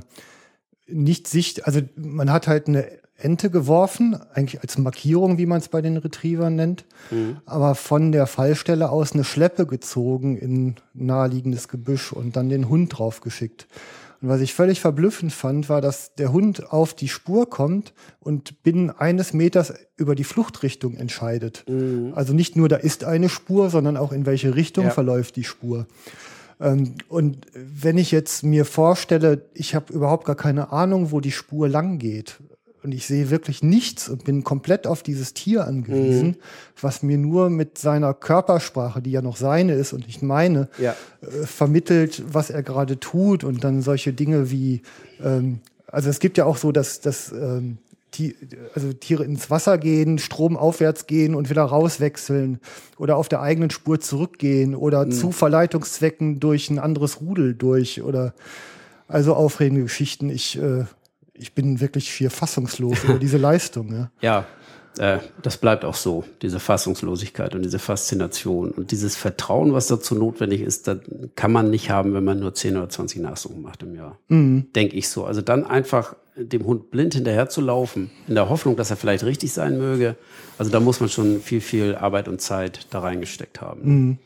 nicht sicht, also man hat halt eine Ente geworfen, eigentlich als Markierung, wie man es bei den Retrievern nennt, mhm. aber von der Fallstelle aus eine Schleppe gezogen in naheliegendes Gebüsch und dann den Hund drauf geschickt. Und was ich völlig verblüffend fand, war, dass der Hund auf die Spur kommt und binnen eines Meters über die Fluchtrichtung entscheidet. Mhm. Also nicht nur, da ist eine Spur, sondern auch in welche Richtung ja. verläuft die Spur. Ähm, und wenn ich jetzt mir vorstelle, ich habe überhaupt gar keine Ahnung, wo die Spur lang geht, und ich sehe wirklich nichts und bin komplett auf dieses Tier angewiesen, mhm. was mir nur mit seiner Körpersprache, die ja noch seine ist und nicht meine, ja. äh, vermittelt, was er gerade tut. Und dann solche Dinge wie, ähm, also es gibt ja auch so, dass, dass ähm, die, also Tiere ins Wasser gehen, stromaufwärts gehen und wieder rauswechseln oder auf der eigenen Spur zurückgehen oder mhm. zu Verleitungszwecken durch ein anderes Rudel durch oder also aufregende Geschichten. Ich äh, Ich bin wirklich schier fassungslos über diese Leistung. Ja, ja äh, das bleibt auch so, diese Fassungslosigkeit und diese Faszination. Und dieses Vertrauen, was dazu notwendig ist, das kann man nicht haben, wenn man nur zehn oder zwanzig Nachsuchen macht im Jahr. Mhm. Denke ich so. Also dann einfach dem Hund blind hinterher zu laufen, in der Hoffnung, dass er vielleicht richtig sein möge. Also da muss man schon viel, viel Arbeit und Zeit da reingesteckt haben. Mhm.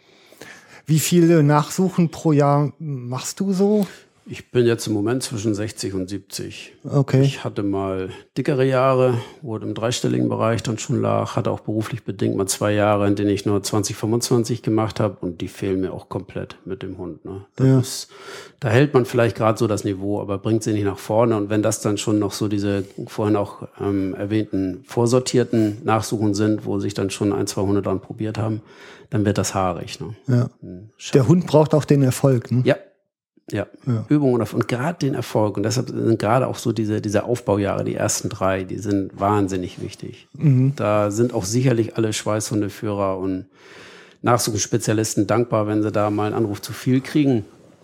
Wie viele Nachsuchen pro Jahr machst du so? Ich bin jetzt im Moment zwischen sechzig und siebzig. Okay. Ich hatte mal dickere Jahre, wo es im dreistelligen Bereich dann schon lag, hatte auch beruflich bedingt mal zwei Jahre, in denen ich nur zwanzig, fünfundzwanzig gemacht habe und die fehlen mir auch komplett mit dem Hund. Ne? Das ja. ist, da hält man vielleicht gerade so das Niveau, aber bringt sie nicht nach vorne. Und wenn das dann schon noch so diese vorhin auch ähm, erwähnten vorsortierten Nachsuchen sind, wo sich dann schon ein, zwei Hunde dran probiert haben, dann wird das haarig. Ne? Ja. Der Hund braucht auch den Erfolg. Ne? Ja. Ja, ja. Übung und, und gerade den Erfolg. Und deshalb sind gerade auch so diese, diese Aufbaujahre, die ersten drei, die sind wahnsinnig wichtig. Mhm. Da sind auch sicherlich alle Schweißhundeführer und Nachsuchenspezialisten dankbar, wenn sie da mal einen Anruf zu viel kriegen.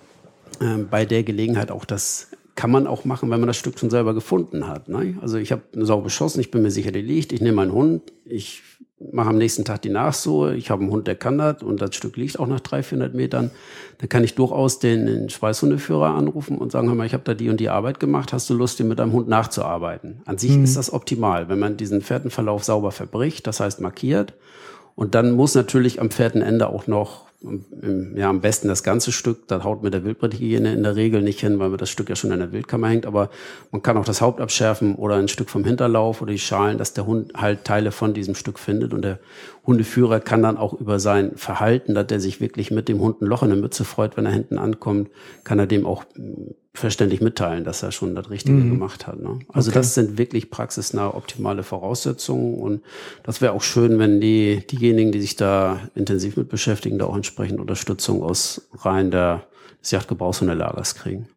Ähm, bei der Gelegenheit auch, das kann man auch machen, wenn man das Stück schon selber gefunden hat. Ne? Also ich habe eine Sau beschossen, ich bin mir sicher, die liegt. Ich nehme meinen Hund, ich mache am nächsten Tag die Nachsuche. Ich habe einen Hund, der kann das und das Stück liegt auch nach dreihundert, vierhundert Metern. Dann kann ich durchaus den, den Schweißhundeführer anrufen und sagen, hör mal, ich habe da die und die Arbeit gemacht. Hast du Lust, dir mit deinem Hund nachzuarbeiten? An sich mhm. ist das optimal, wenn man diesen Fährtenverlauf sauber verbricht, das heißt markiert. Und dann muss natürlich am Fährtenende auch noch, ja, am besten das ganze Stück, das haut mit der Wildbrethygiene in der Regel nicht hin, weil das Stück ja schon in der Wildkammer hängt, aber man kann auch das Haupt abschärfen oder ein Stück vom Hinterlauf oder die Schalen, dass der Hund halt Teile von diesem Stück findet und der Hundeführer kann dann auch über sein Verhalten, dass der sich wirklich mit dem Hund ein Loch in der Mütze freut, wenn er hinten ankommt, kann er dem auch verständlich mitteilen, dass er schon das Richtige mhm. gemacht hat. Ne? Also okay. Das sind wirklich praxisnahe, optimale Voraussetzungen und das wäre auch schön, wenn die diejenigen, die sich da intensiv mit beschäftigen, da auch entsprechend Unterstützung aus Reihen der, des Jagdgebrauchshundelagers kriegen.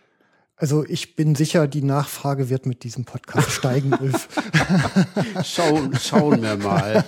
Also ich bin sicher, die Nachfrage wird mit diesem Podcast steigen, Ulf. schauen, schauen wir mal.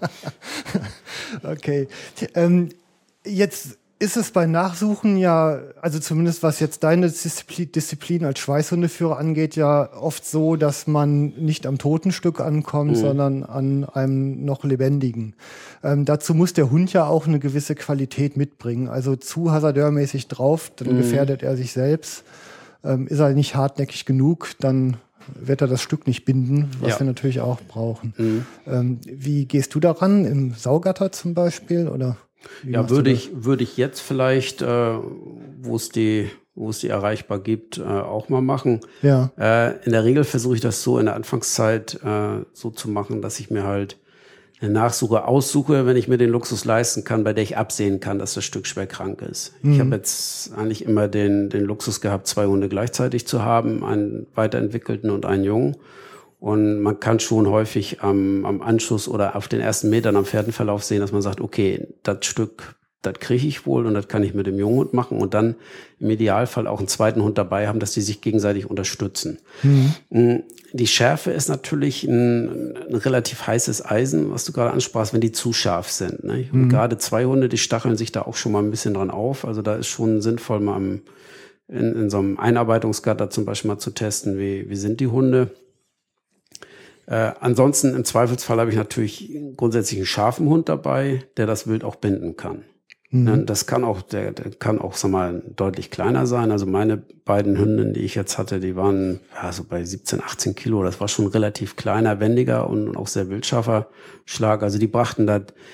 Okay. Ähm, jetzt ist es bei Nachsuchen ja, also zumindest was jetzt deine Disziplin, Disziplin als Schweißhundeführer angeht, ja oft so, dass man nicht am toten Stück ankommt, mhm. sondern an einem noch lebendigen. Ähm, dazu muss der Hund ja auch eine gewisse Qualität mitbringen. Also zu hasardeurmäßig drauf, dann mhm. gefährdet er sich selbst. Ähm, ist er nicht hartnäckig genug, dann wird er das Stück nicht binden, was ja. wir natürlich auch brauchen. Mhm. Ähm, wie gehst du daran? Im Saugatter zum Beispiel? Oder ja, würde ich, würde ich jetzt vielleicht, äh, wo es die, wo es die erreichbar gibt, äh, auch mal machen. Ja. Äh, in der Regel versuche ich das so in der Anfangszeit äh, so zu machen, dass ich mir halt eine Nachsuche aussuche, wenn ich mir den Luxus leisten kann, bei der ich absehen kann, dass das Stück schwer krank ist. Mhm. Ich habe jetzt eigentlich immer den, den Luxus gehabt, zwei Hunde gleichzeitig zu haben, einen weiterentwickelten und einen jungen. Und man kann schon häufig am, am Anschuss oder auf den ersten Metern am Fährtenverlauf sehen, dass man sagt, okay, das Stück, das kriege ich wohl und das kann ich mit dem Junghund machen und dann im Idealfall auch einen zweiten Hund dabei haben, dass die sich gegenseitig unterstützen. Mhm. Die Schärfe ist natürlich ein, ein relativ heißes Eisen, was du gerade ansprachst, wenn die zu scharf sind. Ne? Und mhm. gerade zwei Hunde, die stacheln sich da auch schon mal ein bisschen dran auf. Also da ist schon sinnvoll, mal am, in, in so einem Einarbeitungsgatter zum Beispiel mal zu testen, wie, wie sind die Hunde. Äh, ansonsten im Zweifelsfall habe ich natürlich grundsätzlich einen scharfen Hund dabei, der das Wild auch binden kann. Mhm. Das kann auch, der, der kann auch, sag mal, deutlich kleiner sein. Also meine beiden Hündinnen, die ich jetzt hatte, die waren ja, so bei siebzehn, achtzehn Kilo. Das war schon relativ kleiner, wendiger und auch sehr wildscharfer Schlag. Also die brachten das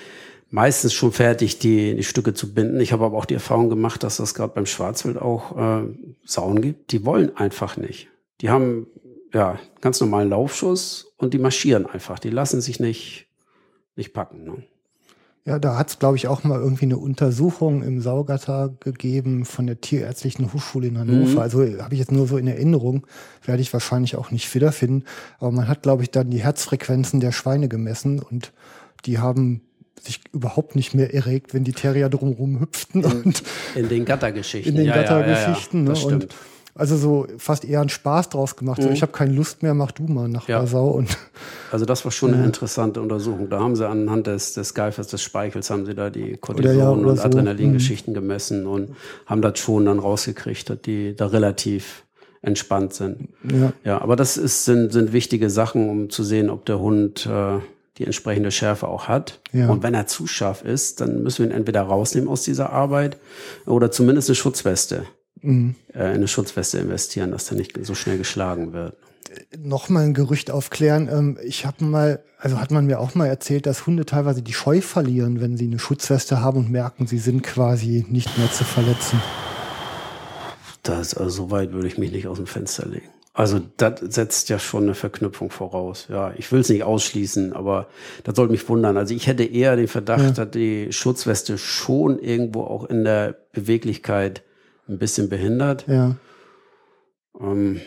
meistens schon fertig, die, die Stücke zu binden. Ich habe aber auch die Erfahrung gemacht, dass das gerade beim Schwarzwild auch äh, Sauen gibt, die wollen einfach nicht. Die haben ja ganz normalen Laufschuss und die marschieren einfach. Die lassen sich nicht, nicht packen. Ne? Ja, da hat es, glaube ich, auch mal irgendwie eine Untersuchung im Saugatter gegeben von der Tierärztlichen Hochschule in Hannover. Mhm. Also habe ich jetzt nur so in Erinnerung, werde ich wahrscheinlich auch nicht wiederfinden. Aber man hat, glaube ich, dann die Herzfrequenzen der Schweine gemessen und die haben sich überhaupt nicht mehr erregt, wenn die Terrier drumherum hüpften. In, und in den Gattergeschichten. In den ja, Gattergeschichten. Ja, ja, ja. Das ne? stimmt. Und also so fast eher einen Spaß draus gemacht. Mhm. So, ich habe keine Lust mehr, mach du mal Nachbarsau. Ja. Und also das war schon eine interessante Untersuchung. Da haben sie anhand des, des Geifers, des Speichels, haben sie da die Cortison- ja, und so. Adrenalingeschichten mhm. gemessen und haben das schon dann rausgekriegt, dass die da relativ entspannt sind. Ja, ja, aber das ist, sind, sind wichtige Sachen, um zu sehen, ob der Hund äh, die entsprechende Schärfe auch hat. Ja. Und wenn er zu scharf ist, dann müssen wir ihn entweder rausnehmen aus dieser Arbeit oder zumindest eine Schutzweste. Mhm. in eine Schutzweste investieren, dass der nicht so schnell geschlagen wird. Nochmal ein Gerücht aufklären. Ich habe mal, also hat man mir auch mal erzählt, dass Hunde teilweise die Scheu verlieren, wenn sie eine Schutzweste haben und merken, sie sind quasi nicht mehr zu verletzen. Das, also so weit würde ich mich nicht aus dem Fenster legen. Also das setzt ja schon eine Verknüpfung voraus. Ja, ich will es nicht ausschließen, aber das sollte mich wundern. Also ich hätte eher den Verdacht, ja. dass die Schutzweste schon irgendwo auch in der Beweglichkeit ein bisschen behindert. Ja. Ähm,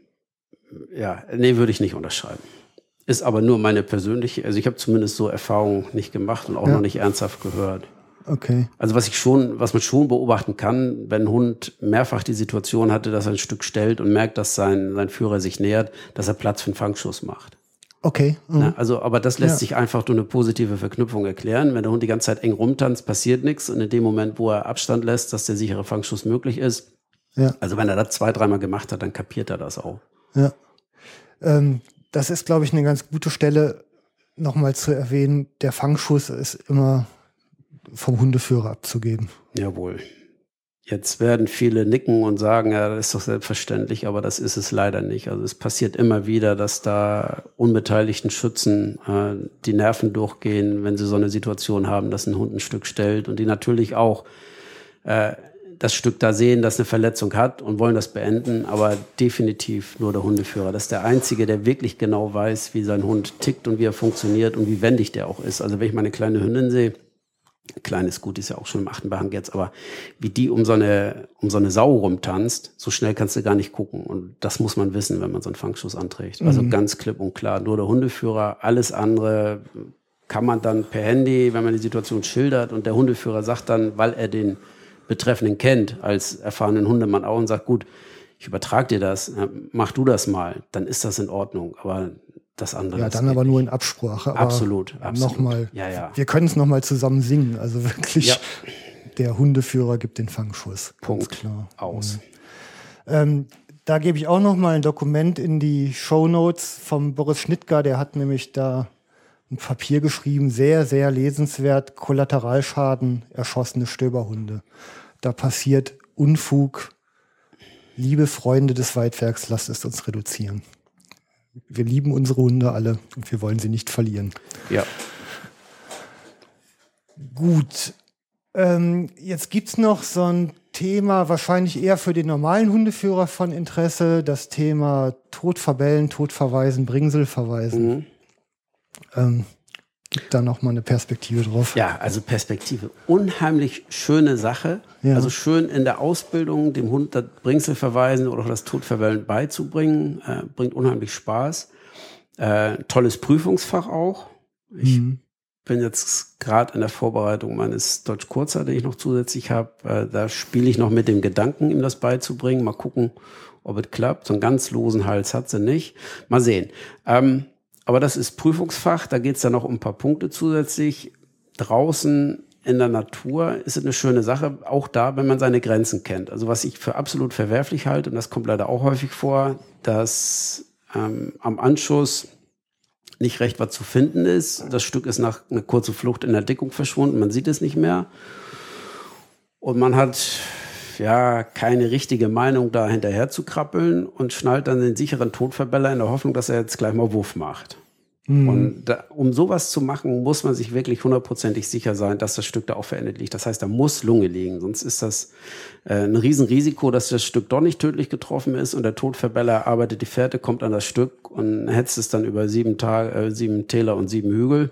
ja, nee, würde ich nicht unterschreiben. Ist aber nur meine persönliche, also ich habe zumindest so Erfahrungen nicht gemacht und auch ja. noch nicht ernsthaft gehört. Okay. Also was ich schon, was man schon beobachten kann, wenn ein Hund mehrfach die Situation hatte, dass er ein Stück stellt und merkt, dass sein, sein Führer sich nähert, dass er Platz für einen Fangschuss macht. Okay. Mhm. Na, also, aber das lässt ja. sich einfach durch eine positive Verknüpfung erklären. Wenn der Hund die ganze Zeit eng rumtanzt, passiert nichts. Und in dem Moment, wo er Abstand lässt, dass der sichere Fangschuss möglich ist. Ja. Also wenn er das zwei, dreimal gemacht hat, dann kapiert er das auch. Ja. Ähm, das ist, glaube ich, eine ganz gute Stelle, nochmal zu erwähnen. Der Fangschuss ist immer vom Hundeführer abzugeben. Jawohl. Jetzt werden viele nicken und sagen, ja, das ist doch selbstverständlich, aber das ist es leider nicht. Also es passiert immer wieder, dass da unbeteiligten Schützen äh, die Nerven durchgehen, wenn sie so eine Situation haben, dass ein Hund ein Stück stellt und die natürlich auch äh, das Stück da sehen, das eine Verletzung hat und wollen das beenden, aber definitiv nur der Hundeführer. Das ist der Einzige, der wirklich genau weiß, wie sein Hund tickt und wie er funktioniert und wie wendig der auch ist. Also wenn ich meine kleine Hündin sehe, kleines Gut, ist ja auch schon im achten Behang jetzt, aber wie die um so eine, um so eine Sau rumtanzt, so schnell kannst du gar nicht gucken. Und das muss man wissen, wenn man so einen Fangschuss anträgt. Also mhm. ganz klipp und klar, nur der Hundeführer, alles andere kann man dann per Handy, wenn man die Situation schildert und der Hundeführer sagt dann, weil er den Betreffenden kennt, als erfahrenen Hundemann auch und sagt, gut, ich übertrage dir das, mach du das mal, dann ist das in Ordnung. Aber das andere. Ja, dann aber nur in Absprache. Aber absolut, absolut. Nochmal, ja, ja. wir können es nochmal zusammen singen. Also wirklich, ja. Der Hundeführer gibt den Fangschuss. Punkt. Klar. Aus. Ja. Ähm, da gebe ich auch nochmal ein Dokument in die Shownotes vom Boris Schnittger. Der hat nämlich da ein Papier geschrieben, sehr, sehr lesenswert, Kollateralschaden, erschossene Stöberhunde. Da passiert Unfug. Liebe Freunde des Weidwerks, lasst es uns reduzieren. Wir lieben unsere Hunde alle und wir wollen sie nicht verlieren. Ja. Gut. Ähm, jetzt gibt es noch so ein Thema, wahrscheinlich eher für den normalen Hundeführer von Interesse, das Thema Todverbellen, Todverweisen, Bringselverweisen. Mhm. Ähm, gibt da noch mal eine Perspektive drauf? Ja, also Perspektive. Unheimlich schöne Sache. Ja. Also schön in der Ausbildung, dem Hund das Bringselverweisen oder auch das Todverwellen beizubringen. Äh, bringt unheimlich Spaß. Äh, tolles Prüfungsfach auch. Ich mhm. bin jetzt gerade in der Vorbereitung meines Deutsch-Kurzer, den ich noch zusätzlich habe. Äh, da spiele ich noch mit dem Gedanken, ihm das beizubringen. Mal gucken, ob es klappt. So einen ganz losen Hals hat sie nicht. Mal sehen. Ähm, Aber das ist Prüfungsfach, da geht es dann noch um ein paar Punkte zusätzlich. Draußen in der Natur ist es eine schöne Sache, auch da, wenn man seine Grenzen kennt. Also was ich für absolut verwerflich halte, und das kommt leider auch häufig vor, dass ähm, am Anschuss nicht recht was zu finden ist. Das Stück ist nach einer kurzen Flucht in der Dickung verschwunden, man sieht es nicht mehr. Und man hat ja keine richtige Meinung, da hinterher zu krabbeln und schnallt dann den sicheren Todverbeller in der Hoffnung, dass er jetzt gleich mal Wuff macht. Mhm. Und da, um sowas zu machen, muss man sich wirklich hundertprozentig sicher sein, dass das Stück da auch verendet liegt. Das heißt, da muss Lunge liegen, sonst ist das äh, ein Riesenrisiko, dass das Stück doch nicht tödlich getroffen ist und der Todverbeller erarbeitet die Fährte, kommt an das Stück und hetzt es dann über sieben Tage, äh, sieben Täler und sieben Hügel.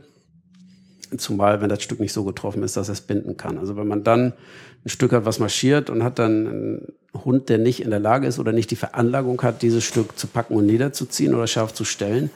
Zumal, wenn das Stück nicht so getroffen ist, dass es binden kann. Also wenn man dann ein Stück hat, was marschiert und hat dann einen Hund, der nicht in der Lage ist oder nicht die Veranlagung hat, dieses Stück zu packen und niederzuziehen oder scharf zu stellen,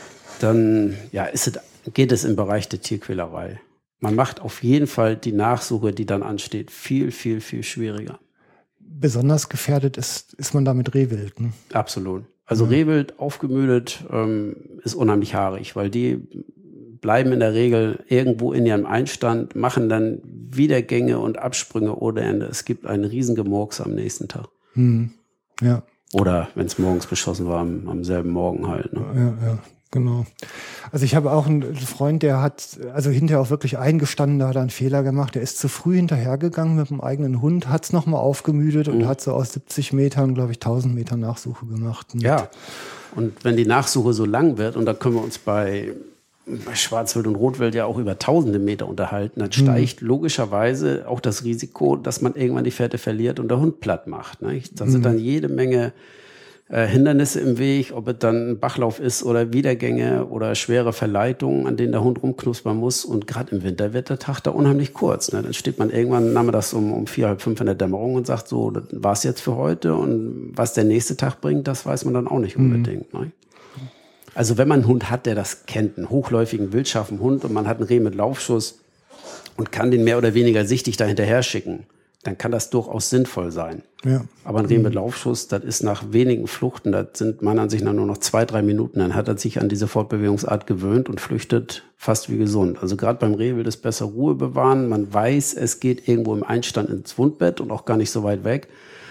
dann ja, ist es, geht es im Bereich der Tierquälerei. Man macht auf jeden Fall die Nachsuche, die dann ansteht, viel, viel, viel schwieriger. Besonders gefährdet ist, ist man da mit Rehwild, ne? Absolut. Also ja. Rehwild aufgemüdet ähm, ist unheimlich haarig, weil die bleiben in der Regel irgendwo in ihrem Einstand, machen dann Wiedergänge und Absprünge ohne Ende. Es gibt einen riesen Gemurks am nächsten Tag. Hm. Ja. Oder wenn es morgens beschossen war, am, am selben Morgen halt. Ne? Ja, ja. Genau. Also ich habe auch einen Freund, der hat also hinterher auch wirklich eingestanden, da hat er einen Fehler gemacht. Der ist zu früh hinterhergegangen mit dem eigenen Hund, hat es nochmal aufgemüdet und mhm. hat so aus siebzig Metern, glaube ich, tausend Meter Nachsuche gemacht. Und ja, und wenn die Nachsuche so lang wird, und da können wir uns bei, bei Schwarzwild und Rotwild ja auch über tausende Meter unterhalten, dann steigt mhm. logischerweise auch das Risiko, dass man irgendwann die Fährte verliert und der Hund platt macht. Ne? Da sind mhm. dann jede Menge Äh, Hindernisse im Weg, ob es dann ein Bachlauf ist oder Wiedergänge oder schwere Verleitungen, an denen der Hund rumknuspern muss. Und gerade im Winter wird der Tag da unheimlich kurz. Ne? Dann steht man irgendwann nachmittags um, um vier, halb fünf in der Dämmerung und sagt so, das war's jetzt für heute. Und was der nächste Tag bringt, das weiß man dann auch nicht unbedingt. Mhm. Ne? Also wenn man einen Hund hat, der das kennt, einen hochläufigen, wildscharfen Hund und man hat einen Reh mit Laufschuss und kann den mehr oder weniger sichtig da hinterher schicken, dann kann das durchaus sinnvoll sein. Ja. Aber ein Reh mit Laufschuss, das ist nach wenigen Fluchten, das sind meiner Ansicht nach nur noch zwei, drei Minuten, dann hat er sich an diese Fortbewegungsart gewöhnt und flüchtet fast wie gesund. Also gerade beim Reh will es besser Ruhe bewahren. Man weiß, es geht irgendwo im Einstand ins Wundbett und auch gar nicht so weit weg.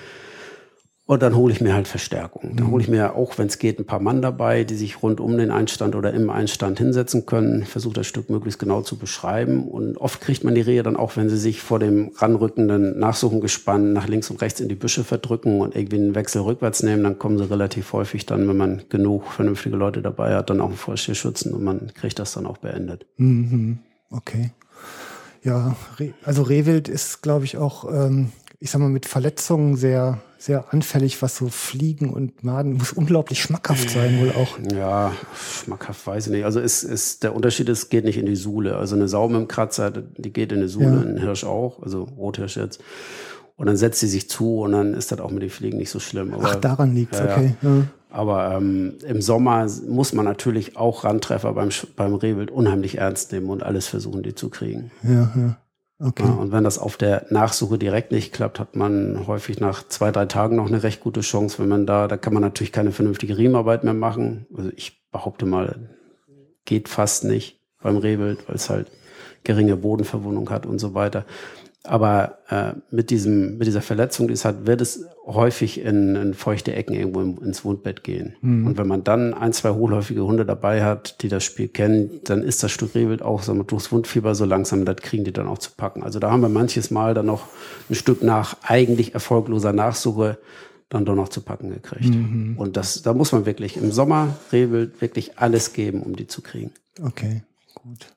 Und dann hole ich mir halt Verstärkung. Dann hole ich mir auch, wenn es geht, ein paar Mann dabei, die sich rund um den Einstand oder im Einstand hinsetzen können. Versuche das Stück möglichst genau zu beschreiben. Und oft kriegt man die Rehe dann auch, wenn sie sich vor dem ranrückenden Nachsuchengespann nach links und rechts in die Büsche verdrücken und irgendwie einen Wechsel rückwärts nehmen, dann kommen sie relativ häufig dann, wenn man genug vernünftige Leute dabei hat, dann auch einen Vollstierschützen und man kriegt das dann auch beendet. Mhm. Okay. Ja, also Rehwild ist, glaube ich, auch, ähm, ich sag mal, mit Verletzungen sehr, sehr anfällig, was so Fliegen und Maden, muss unglaublich schmackhaft sein wohl auch. Ja, schmackhaft weiß ich nicht. Also ist, ist, der Unterschied ist, geht nicht in die Sohle. Also eine Sau mit dem Kratzer, die geht in die Sohle, ja. Ein Hirsch auch, also Rothirsch jetzt. Und dann setzt sie sich zu und dann ist das auch mit den Fliegen nicht so schlimm. Aber, ach, daran liegt's, ja, okay. Ja. Aber ähm, im Sommer muss man natürlich auch Randtreffer beim, beim Rehwild unheimlich ernst nehmen und alles versuchen, die zu kriegen. Ja, ja. Okay. Ja, und wenn das auf der Nachsuche direkt nicht klappt, hat man häufig nach zwei, drei Tagen noch eine recht gute Chance. Wenn man da, da kann man natürlich keine vernünftige Riemenarbeit mehr machen. Also ich behaupte mal, geht fast nicht beim Rehwild, weil es halt geringe Bodenverwundung hat und so weiter. Aber äh, mit diesem, mit dieser Verletzung, die es hat, wird es häufig in, in feuchte Ecken irgendwo im, ins Wundbett gehen. Mhm. Und wenn man dann ein, zwei hochläufige Hunde dabei hat, die das Spiel kennen, dann ist das Stück Rehwild auch, sagen wir, durchs Wundfieber so langsam, das kriegen die dann auch zu packen. Also da haben wir manches Mal dann noch ein Stück nach eigentlich erfolgloser Nachsuche dann doch noch zu packen gekriegt. Mhm. Und das, da muss man wirklich im Sommer Rehwild wirklich alles geben, um die zu kriegen. Okay, gut.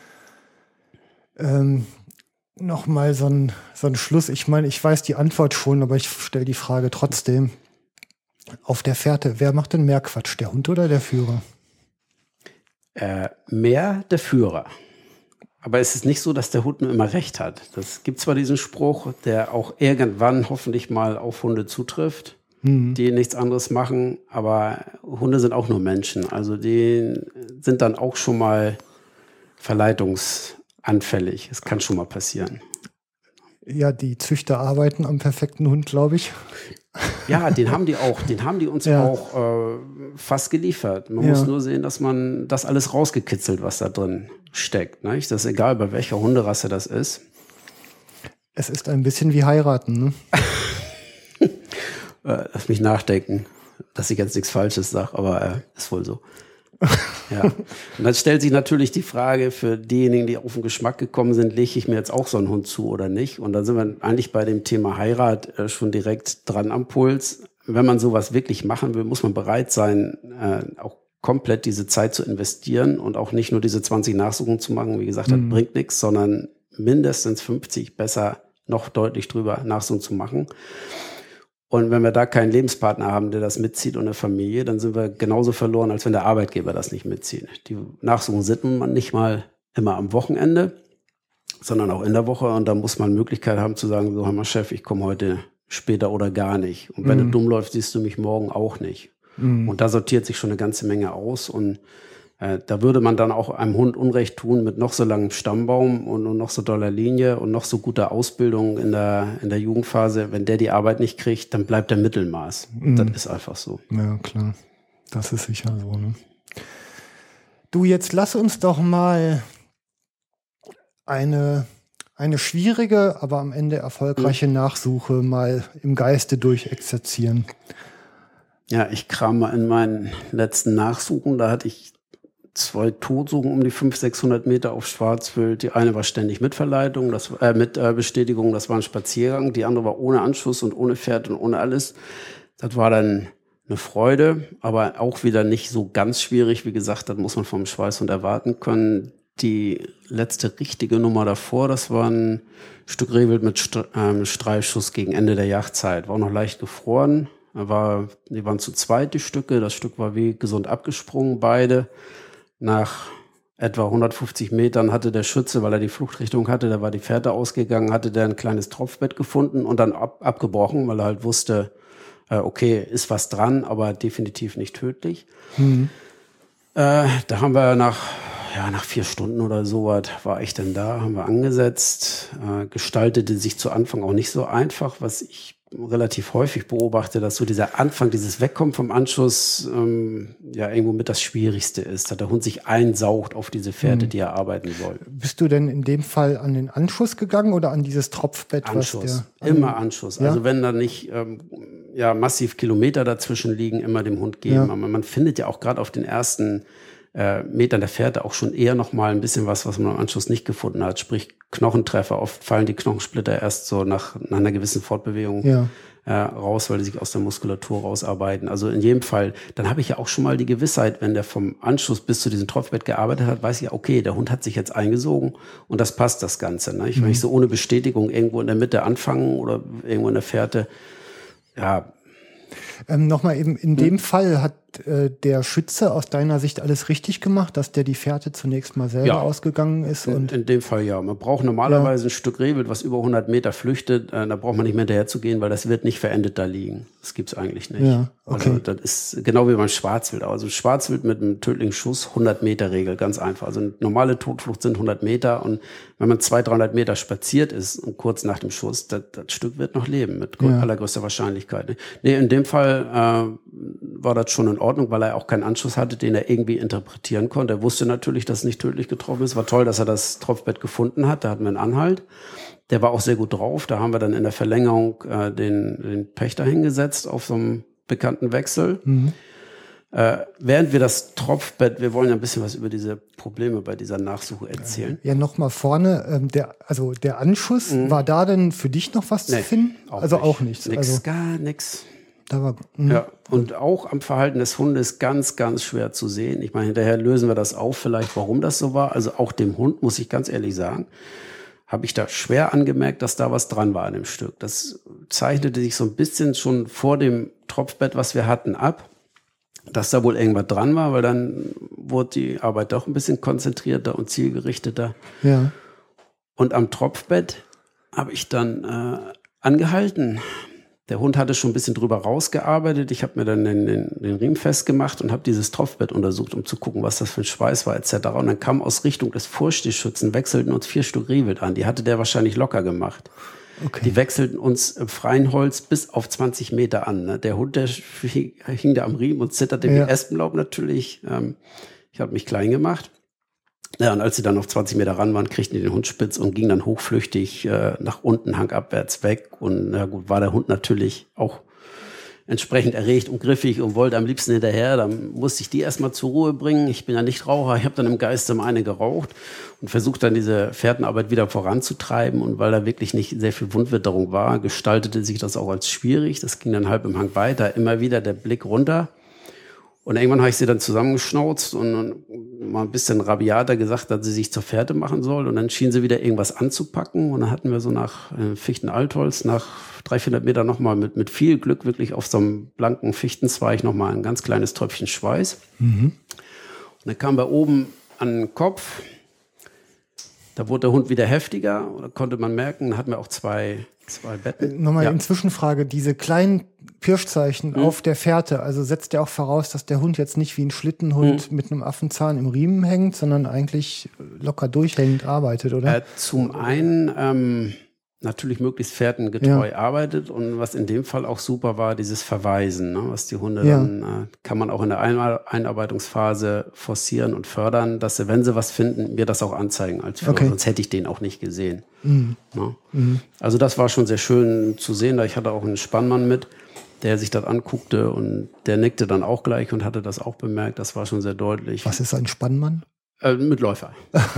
Ähm Noch mal so ein, so ein Schluss. Ich meine, ich weiß die Antwort schon, aber ich stelle die Frage trotzdem. Auf der Fährte, wer macht denn mehr Quatsch, der Hund oder der Führer? Äh, mehr der Führer. Aber es ist nicht so, dass der Hund nur immer recht hat. Das gibt zwar diesen Spruch, der auch irgendwann hoffentlich mal auf Hunde zutrifft, mhm. die nichts anderes machen, aber Hunde sind auch nur Menschen. Also die sind dann auch schon mal verleitungs anfällig. Es kann schon mal passieren. Ja, die Züchter arbeiten am perfekten Hund, glaube ich. Ja, den haben die auch, den haben die uns ja. auch äh, fast geliefert. Man ja. muss nur sehen, dass man das alles rausgekitzelt, was da drin steckt. Nicht? Das ist egal, bei welcher Hunderasse das ist. Es ist ein bisschen wie heiraten, ne? Lass mich nachdenken, dass ich jetzt nichts Falsches sage, aber äh, ist wohl so. Ja. Und dann stellt sich natürlich die Frage für diejenigen, die auf den Geschmack gekommen sind, lege ich mir jetzt auch so einen Hund zu oder nicht? Und dann sind wir eigentlich bei dem Thema Heirat äh, schon direkt dran am Puls. Wenn man sowas wirklich machen will, muss man bereit sein, äh, auch komplett diese Zeit zu investieren und auch nicht nur diese zwanzig Nachsuchungen zu machen. Wie gesagt, das Mhm. bringt nichts, sondern mindestens fünfzig, besser noch deutlich drüber Nachsuchungen zu machen. Und wenn wir da keinen Lebenspartner haben, der das mitzieht und eine Familie, dann sind wir genauso verloren, als wenn der Arbeitgeber das nicht mitzieht. Die Nachsuchungen sind man nicht mal immer am Wochenende, sondern auch in der Woche. Und da muss man Möglichkeit haben zu sagen, so, hör mal Chef, ich komme heute später oder gar nicht. Und wenn Mhm. du dumm läufst, siehst du mich morgen auch nicht. Mhm. Und da sortiert sich schon eine ganze Menge aus. Und äh, da würde man dann auch einem Hund Unrecht tun mit noch so langem Stammbaum und, und noch so doller Linie und noch so guter Ausbildung in der, in der Jugendphase. Wenn der die Arbeit nicht kriegt, dann bleibt der Mittelmaß. Mhm. Das ist einfach so. Ja, klar. Das ist sicher so. Ne? Du, jetzt lass uns doch mal eine, eine schwierige, aber am Ende erfolgreiche Nachsuche mal im Geiste durchexerzieren. Ja, ich kram mal in meinen letzten Nachsuchen. Da hatte ich zwei Totsuchen um die fünfhundert, sechshundert Meter auf Schwarzwild. Die eine war ständig mit Verleitung, das, äh, mit äh, Bestätigung, das war ein Spaziergang. Die andere war ohne Anschuss und ohne Pferd und ohne alles. Das war dann eine Freude, aber auch wieder nicht so ganz schwierig. Wie gesagt, das muss man vom Schweißhund erwarten können. Die letzte richtige Nummer davor, das war ein Stück Rehwild mit St- ähm, Streifschuss gegen Ende der Jagdzeit. War auch noch leicht gefroren. War, die waren zu zweit, die Stücke. Das Stück war wie gesund abgesprungen, beide. Nach etwa hundertfünfzig Metern hatte der Schütze, weil er die Fluchtrichtung hatte, da war die Fährte ausgegangen, hatte der ein kleines Tropfbett gefunden und dann ab, abgebrochen, weil er halt wusste, äh, okay, ist was dran, aber definitiv nicht tödlich. Mhm. Äh, da haben wir nach, ja, nach vier Stunden oder so, was war ich denn da, haben wir angesetzt, äh, gestaltete sich zu Anfang auch nicht so einfach, was ich relativ häufig beobachte, dass so dieser Anfang, dieses Wegkommen vom Anschuss ähm, ja irgendwo mit das Schwierigste ist, dass der Hund sich einsaugt auf diese Fährte, Mhm. die er arbeiten soll. Bist du denn in dem Fall an den Anschuss gegangen oder an dieses Tropfbett? Anschuss, was der, an, immer Anschuss. Ja? Also wenn da nicht ähm, ja, massiv Kilometer dazwischen liegen, immer dem Hund geben. Ja. Aber man findet ja auch gerade auf den ersten äh, Metern der Fährte auch schon eher noch mal ein bisschen was, was man am Anschluss nicht gefunden hat. Sprich Knochentreffer. Oft fallen die Knochensplitter erst so nach, nach einer gewissen Fortbewegung Ja. äh, raus, weil die sich aus der Muskulatur rausarbeiten. Also in jedem Fall, dann habe ich ja auch schon mal die Gewissheit, wenn der vom Anschluss bis zu diesem Tropfbett gearbeitet hat, weiß ich ja, okay, der Hund hat sich jetzt eingesogen und das passt das Ganze. Ne? Ich, Mhm. Wenn ich so ohne Bestätigung irgendwo in der Mitte anfangen oder irgendwo in der Fährte, ja, Ähm, Nochmal eben, in Hm. dem Fall hat äh, der Schütze aus deiner Sicht alles richtig gemacht, dass der die Fährte zunächst mal selber Ja. ausgegangen ist? in, Und in dem Fall ja. Man braucht normalerweise ein Stück Rehwild, was über hundert Meter flüchtet. Äh, da braucht man nicht mehr hinterher zu gehen, weil das wird nicht verendet da liegen. Das gibt's eigentlich nicht. Ja, okay. Also das ist genau wie beim Schwarzwild. Also Schwarzwild mit einem tödlichen Schuss, hundert Meter Regel, ganz einfach. Also eine normale Totflucht sind hundert Meter und wenn man zweihundert, dreihundert Meter spaziert ist und kurz nach dem Schuss, das, das Stück wird noch leben, mit Ja. allergrößter Wahrscheinlichkeit. Nee, in dem Fall äh, war das schon in Ordnung, weil er auch keinen Anschuss hatte, den er irgendwie interpretieren konnte. Er wusste natürlich, dass es nicht tödlich getroffen ist. War toll, dass er das Tropfbett gefunden hat. Da hatten wir einen Anhalt. Der war auch sehr gut drauf. Da haben wir dann in der Verlängerung äh, den, den Pächter hingesetzt auf so einem bekannten Wechsel. Mhm. Äh, während wir das Tropfbett, wir wollen ja ein bisschen was über diese Probleme bei dieser Nachsuche erzählen. ja, nochmal vorne, ähm, der, also der Anschuss, war da denn für dich noch was Nee, zu finden? auch also nicht. auch nichts. Nix, Also gar nichts. da war mh. Ja, und auch am Verhalten des Hundes ganz, ganz schwer zu sehen. Ich meine, hinterher lösen wir das auf, vielleicht warum das so war. Also auch dem Hund, muss ich ganz ehrlich sagen, habe ich da schwer angemerkt, dass da was dran war an dem Stück. Das zeichnete sich so ein bisschen schon vor dem Tropfbett, was wir hatten, ab, dass da wohl irgendwas dran war, weil dann wurde die Arbeit doch ein bisschen konzentrierter und zielgerichteter. Ja. Und am Tropfbett habe ich dann äh, angehalten. Der Hund hatte schon ein bisschen drüber rausgearbeitet. Ich habe mir dann den, den, den Riemen festgemacht und habe dieses Tropfbett untersucht, um zu gucken, was das für ein Schweiß war et cetera. Und dann kam aus Richtung des Vorstehschützen, wechselten uns vier Stück Rehwild an. Die hatte der wahrscheinlich locker gemacht. Okay. Die wechselten uns im freien Holz bis auf zwanzig Meter an. Ne? Der Hund, der hing, hing da am Riemen und zitterte Ja. wie Espenlaub natürlich. Ähm, ich habe mich klein gemacht. Ja, und als sie dann auf zwanzig Meter ran waren, kriegten die den Hund spitz und gingen dann hochflüchtig äh, nach unten, hangabwärts weg. Und na gut, war der Hund natürlich auch entsprechend erregt und griffig und wollte am liebsten hinterher. Dann musste ich die erstmal zur Ruhe bringen. Ich bin ja nicht Raucher. Ich habe dann im Geiste mal eine geraucht und versucht dann diese Fährtenarbeit wieder voranzutreiben. Und weil da wirklich nicht sehr viel Wundwitterung war, gestaltete sich das auch als schwierig. Das ging dann halb im Hang weiter. Immer wieder der Blick runter. Und irgendwann habe ich sie dann zusammengeschnauzt und, und mal ein bisschen rabiater gesagt, dass sie sich zur Fährte machen soll. Und dann schien sie wieder irgendwas anzupacken. Und dann hatten wir so nach äh, Fichten-Altholz, nach dreihundert, vierhundert Meter nochmal mit, mit viel Glück wirklich auf so einem blanken Fichtenzweig nochmal ein ganz kleines Tröpfchen Schweiß. Mhm. Und dann kam bei oben an den Kopf. Da wurde der Hund wieder heftiger. Da konnte man merken, da hatten wir auch zwei, zwei Betten. Nochmal ja. in Zwischenfrage, diese kleinen Pirschzeichen mhm. auf der Fährte, also setzt ja auch voraus, dass der Hund jetzt nicht wie ein Schlittenhund mhm. mit einem Affenzahn im Riemen hängt, sondern eigentlich locker durchhängend arbeitet, oder? Äh, zum einen ähm, natürlich möglichst fährtengetreu ja. arbeitet und was in dem Fall auch super war, dieses Verweisen, ne? Was die Hunde ja. dann, äh, kann man auch in der Einarbeitungsphase forcieren und fördern, dass sie, wenn sie was finden, mir das auch anzeigen als Führer, okay. sonst hätte ich den auch nicht gesehen. Mhm. Ne? Mhm. Also das war schon sehr schön zu sehen, da ich hatte auch einen Spannmann mit, der sich das anguckte und der nickte dann auch gleich und hatte das auch bemerkt. Das war schon sehr deutlich. Was ist ein Spannmann? Äh, mit Läufer.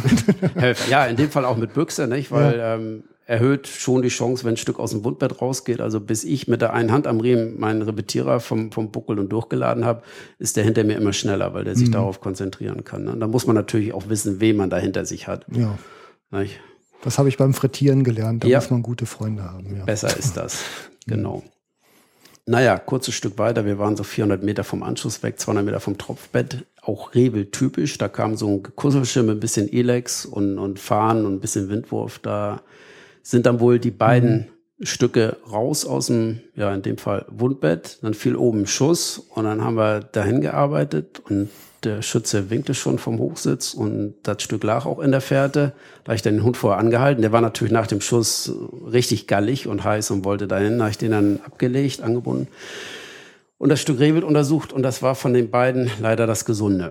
Helfer. Ja, in dem Fall auch mit Büchse, nicht? Weil ja. ähm, erhöht schon die Chance, wenn ein Stück aus dem Wundbett rausgeht. Also bis ich mit der einen Hand am Riemen meinen Repetierer vom, vom Buckel und durchgeladen habe, ist der hinter mir immer schneller, weil der sich mhm. darauf konzentrieren kann. Ne? Und da muss man natürlich auch wissen, wen man da hinter sich hat. Ja. Nicht? Das habe ich beim Frittieren gelernt. Da ja. muss man gute Freunde haben. Ja. Besser ist das. Genau. Naja, kurzes Stück weiter, wir waren so vierhundert Meter vom Anschluss weg, zweihundert Meter vom Tropfbett, auch Rehwild-typisch. Da kam so ein Gekusselchen mit ein bisschen Elex und, und Fahnen und ein bisschen Windwurf. Da sind dann wohl die beiden mhm. Stücke raus aus dem, ja in dem Fall Wundbett. Dann fiel oben ein Schuss und dann haben wir dahin gearbeitet und der Schütze winkte schon vom Hochsitz und das Stück lag auch in der Fährte. Da habe ich dann den Hund vorher angehalten. Der war natürlich nach dem Schuss richtig gallig und heiß und wollte dahin. Da habe ich den dann abgelegt, angebunden und das Stück Rehwild untersucht. Und das war von den beiden leider das Gesunde.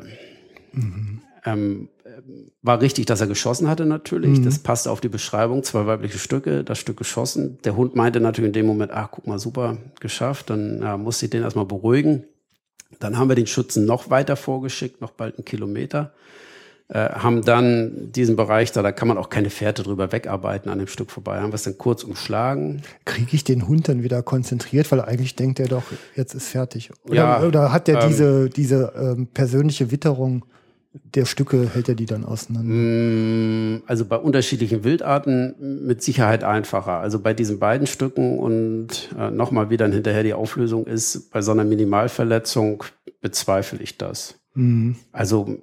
Mhm. Ähm, war richtig, dass er geschossen hatte natürlich. Mhm. Das passte auf die Beschreibung. Zwei weibliche Stücke, das Stück geschossen. Der Hund meinte natürlich in dem Moment, ach, guck mal, super, geschafft. Dann ja, musste ich den erstmal beruhigen. Dann haben wir den Schützen noch weiter vorgeschickt, noch bald einen Kilometer. Äh, haben dann diesen Bereich da, da kann man auch keine Fährte drüber wegarbeiten an dem Stück vorbei. Haben wir es dann kurz umschlagen. Kriege ich den Hund dann wieder konzentriert, weil eigentlich denkt er doch, jetzt ist fertig. Oder, ja, oder hat der ähm, diese, diese ähm, persönliche Witterung der Stücke, hält er die dann auseinander? Also bei unterschiedlichen Wildarten mit Sicherheit einfacher. Also bei diesen beiden Stücken und äh, nochmal, wie dann hinterher die Auflösung ist, bei so einer Minimalverletzung bezweifle ich das. Mhm. Also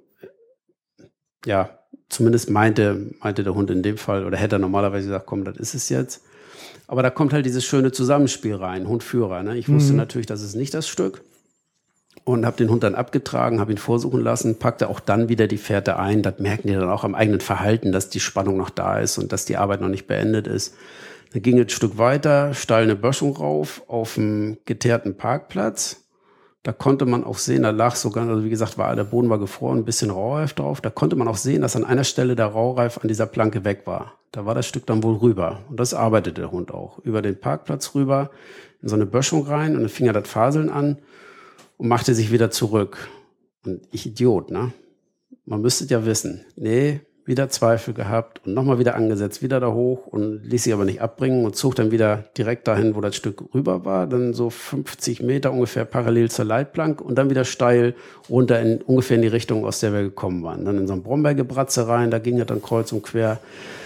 ja, zumindest meinte, meinte der Hund in dem Fall, oder hätte er normalerweise gesagt, komm, das ist es jetzt. Aber da kommt halt dieses schöne Zusammenspiel rein, Hund-Führer. Ne? Ich wusste mhm. natürlich, das ist nicht das Stück. Und habe den Hund dann abgetragen, habe ihn vorsuchen lassen, packte auch dann wieder die Fährte ein. Das merken die dann auch am eigenen Verhalten, dass die Spannung noch da ist und dass die Arbeit noch nicht beendet ist. Dann ging es ein Stück weiter, steil eine Böschung rauf auf einem geteerten Parkplatz. Da konnte man auch sehen, da lag sogar, also wie gesagt, war der Boden war gefroren, ein bisschen Raureif drauf. Da konnte man auch sehen, dass an einer Stelle der Raureif an dieser Planke weg war. Da war das Stück dann wohl rüber. Und das arbeitete der Hund auch. Über den Parkplatz rüber, in so eine Böschung rein und dann fing er das Faseln an. Und machte sich wieder zurück. Und ich Idiot, ne? Man müsste ja wissen. Nee, wieder Zweifel gehabt und nochmal wieder angesetzt, wieder da hoch und ließ sich aber nicht abbringen und zog dann wieder direkt dahin, wo das Stück rüber war. Dann so fünfzig Meter ungefähr parallel zur Leitplanke und dann wieder steil runter in ungefähr in die Richtung, aus der wir gekommen waren. Dann in so ein Brombeergebratze rein, da ging er dann kreuz und quer.